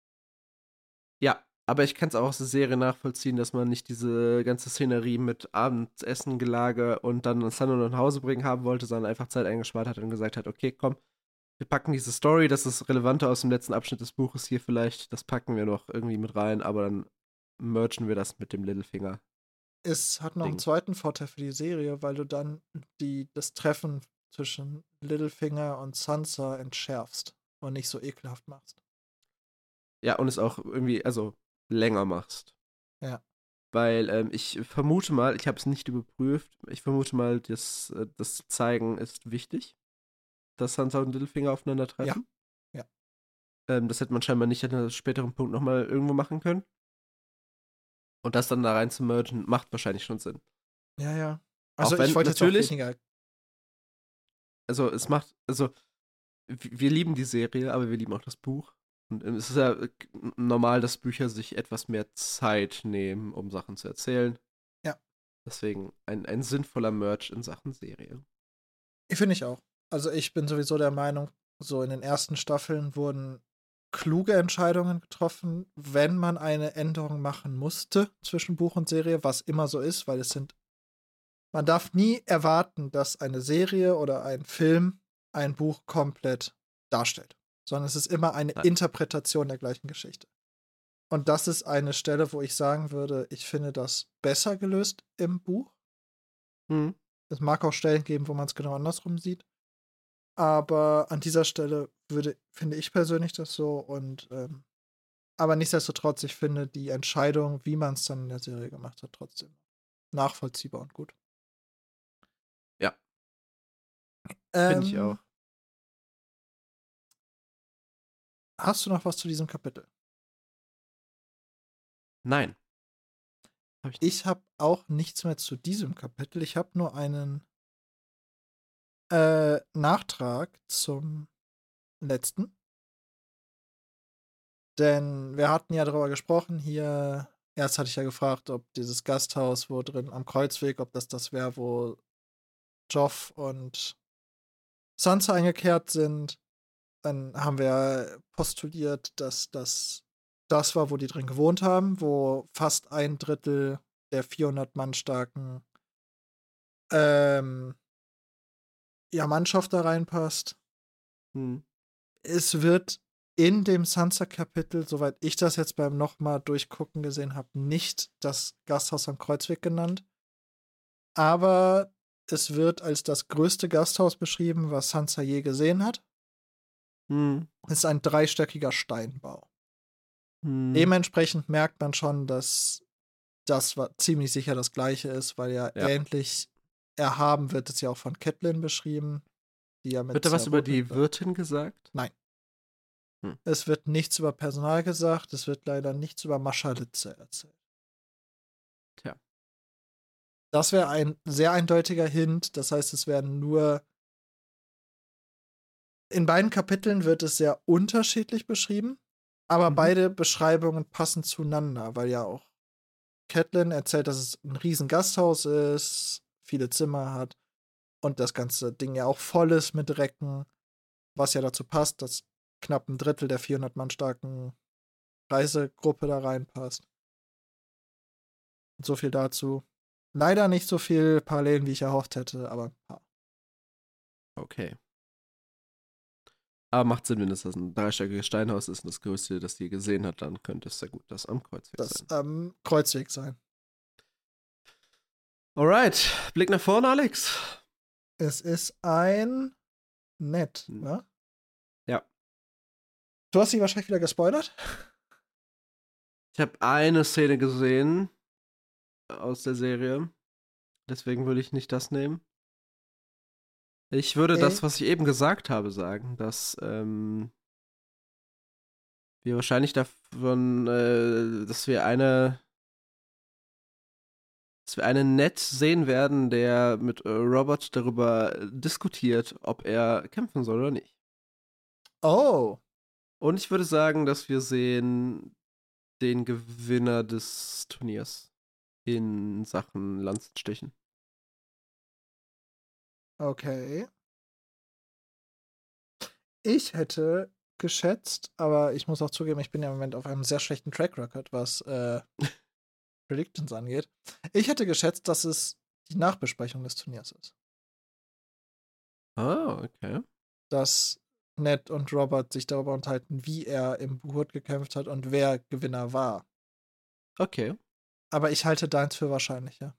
B: Ja, aber ich kann es auch aus der Serie nachvollziehen, dass man nicht diese ganze Szenerie mit Abendessen, Gelage und dann Sandor noch nach Hause bringen haben wollte, sondern einfach Zeit eingespart hat und gesagt hat, okay, komm, wir packen diese Story, das ist relevanter aus dem letzten Abschnitt des Buches hier vielleicht, das packen wir noch irgendwie mit rein, aber dann mergen wir das mit dem Littlefinger.
A: Es hat noch einen zweiten Vorteil für die Serie, weil du dann das Treffen zwischen Littlefinger und Sansa entschärfst und nicht so ekelhaft machst.
B: Ja, und es auch irgendwie, also länger machst.
A: Ja.
B: Weil ich vermute mal, ich habe es nicht überprüft, ich vermute mal, das Zeigen ist wichtig, dass Sansa und Littlefinger aufeinandertreffen.
A: Ja.
B: Das hätte man scheinbar nicht an einem späteren Punkt nochmal irgendwo machen können. Und das dann da rein zu mergen, macht wahrscheinlich schon Sinn.
A: Ja, ja. Also
B: Auch wenn
A: ich wollte jetzt auch
B: natürlich,
A: weniger.
B: also es macht, also wir lieben die Serie, aber wir lieben auch das Buch. Und es ist ja normal, dass Bücher sich etwas mehr Zeit nehmen, um Sachen zu erzählen.
A: Ja.
B: Deswegen ein sinnvoller Merch in Sachen Serie.
A: Finde ich auch. Also ich bin sowieso der Meinung, so in den ersten Staffeln wurden kluge Entscheidungen getroffen, wenn man eine Änderung machen musste zwischen Buch und Serie, was immer so ist, weil man darf nie erwarten, dass eine Serie oder ein Film ein Buch komplett darstellt, sondern es ist immer eine
B: Nein.
A: Interpretation der gleichen Geschichte. Und das ist eine Stelle, wo ich sagen würde, ich finde das besser gelöst im Buch.
B: Mhm.
A: Es mag auch Stellen geben, wo man es genau andersrum sieht. Aber an dieser Stelle finde ich persönlich das so und aber nichtsdestotrotz, ich finde die Entscheidung, wie man es dann in der Serie gemacht hat, trotzdem nachvollziehbar und gut.
B: Ja. Finde ich auch.
A: Hast du noch was zu diesem Kapitel?
B: Nein.
A: Ich habe auch nichts mehr zu diesem Kapitel. Ich habe nur einen Nachtrag zum letzten. Denn wir hatten ja darüber gesprochen, hier, erst hatte ich ja gefragt, ob dieses Gasthaus, wo drin am Kreuzweg, ob das wäre, wo Joff und Sansa eingekehrt sind. Dann haben wir postuliert, dass das war, wo die drin gewohnt haben, wo fast 1/3 der 400 Mann starken Mannschaft da reinpasst. Es wird in dem Sansa-Kapitel, soweit ich das jetzt beim nochmal durchgucken gesehen habe, nicht das Gasthaus am Kreuzweg genannt. Aber es wird als das größte Gasthaus beschrieben, was Sansa je gesehen hat. Es ist ein 3-stöckiger Steinbau. Dementsprechend merkt man schon, dass das ziemlich sicher das gleiche ist, weil ja ähnlich erhaben wird es ja auch von Catelyn beschrieben. Die ja mit
B: wird da was über die Wirtin gesagt?
A: Nein. Es wird nichts über Personal gesagt, es wird leider nichts über Maschalitze erzählt.
B: Tja.
A: Das wäre ein sehr eindeutiger Hint, das heißt, es werden nur in beiden Kapiteln wird es sehr unterschiedlich beschrieben, aber beide Beschreibungen passen zueinander, weil ja auch Catelyn erzählt, dass es ein riesen Gasthaus ist, viele Zimmer hat und das ganze Ding ja auch voll ist mit Recken, was ja dazu passt, dass knapp 1/3 der 400 Mann starken Reisegruppe da reinpasst. So viel dazu. Leider nicht so viel Parallelen, wie ich erhofft hätte, aber ein paar.
B: Okay. Aber macht Sinn, wenn es das ein 3-stöckiges Steinhaus ist und das größte, das die gesehen hat, dann könnte es sehr gut das am Kreuzweg sein.
A: Das am Kreuzweg sein.
B: Alright, Blick nach vorne, Alex.
A: Es ist ein Nett, ne?
B: Ja.
A: Du hast sie wahrscheinlich wieder gespoilert?
B: Ich habe eine Szene gesehen aus der Serie. Deswegen würde ich nicht das nehmen. Ich würde das, was ich eben gesagt habe, sagen, dass wir wahrscheinlich davon, dass wir einen Ned sehen werden, der mit Robert darüber diskutiert, ob er kämpfen soll oder nicht.
A: Oh,
B: Und ich würde sagen, dass wir sehen den Gewinner des Turniers in Sachen Lanzenstechen.
A: okay. Ich hätte geschätzt, aber ich muss auch zugeben, ich bin ja im Moment auf einem sehr schlechten Track Record, was Predictions angeht. Ich hätte geschätzt, dass es die Nachbesprechung des Turniers ist.
B: Ah, okay.
A: Dass Ned und Robert sich darüber unterhalten, wie er im Buhurt gekämpft hat und wer Gewinner war.
B: Okay.
A: Aber ich halte deins für wahrscheinlicher.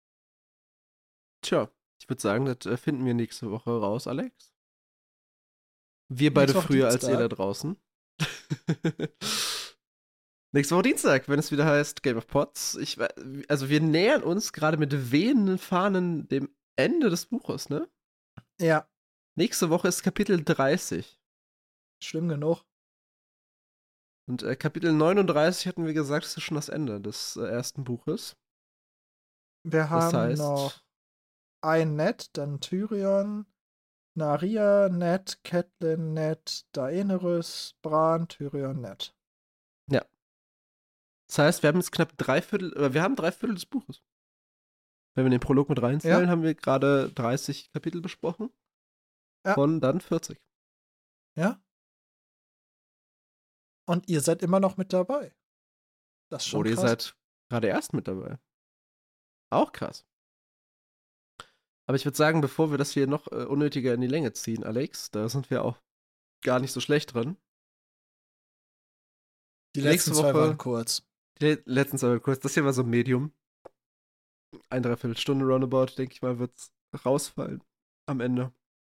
B: Tja, ich würde sagen, das finden wir nächste Woche raus, Alex. Wir beide
A: Nächste Woche
B: früher als ihr da
A: Dienstag.
B: draußen. Nächste Woche Dienstag, wenn es wieder heißt Game of Pots. Also wir nähern uns gerade mit wehenden Fahnen dem Ende des Buches, ne?
A: Ja,
B: Nächste Woche ist Kapitel 30.
A: schlimm genug.
B: Und Kapitel 39 hatten wir gesagt, ist ja schon das Ende des ersten Buches.
A: Wir
B: Das
A: haben noch
B: heißt,
A: ein Ned, dann Tyrion, Narya, Ned, Catelyn, Ned, Daenerys, Bran, Tyrion, Ned.
B: ja. Das heißt, wir haben jetzt knapp wir haben 3/4 des Buches. Wenn wir den Prolog mit reinzählen,
A: Ja,
B: haben wir gerade 30 Kapitel besprochen.
A: ja,
B: Von dann 40.
A: ja. Und ihr seid immer noch mit dabei. Das ist schon
B: Oder ihr
A: krass.
B: seid gerade erst mit dabei. Auch krass. Aber ich würde sagen, bevor wir das hier noch unnötiger in die Länge ziehen, Alex, da sind wir auch gar nicht so schlecht drin.
A: Die letzten
B: Nächste
A: zwei waren
B: Woche,
A: kurz.
B: letztens aber kurz, das hier war so ein Medium. 1/3 Stunde roundabout, denke ich mal, wird's rausfallen am Ende.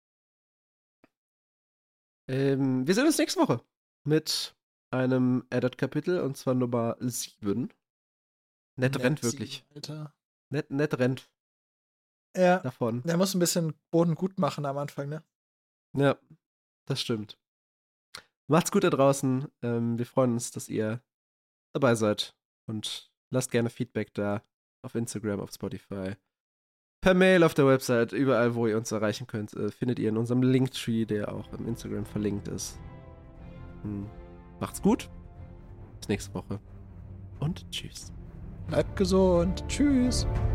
B: Wir sehen uns nächste Woche mit einem Added-Kapitel und zwar Nummer 7. Ned rennt wirklich.
A: Alter.
B: Ned rennt
A: Ja,
B: davon.
A: der muss ein bisschen Boden gut machen am Anfang, ne?
B: Ja, das stimmt. Macht's gut da draußen. Wir freuen uns, dass ihr dabei seid. Und lasst gerne Feedback da auf Instagram, auf Spotify. Per Mail auf der Website, überall, wo ihr uns erreichen könnt, findet ihr in unserem Linktree, der auch im Instagram verlinkt ist. Macht's gut. Bis nächste Woche. Und tschüss.
A: Bleibt gesund. Tschüss.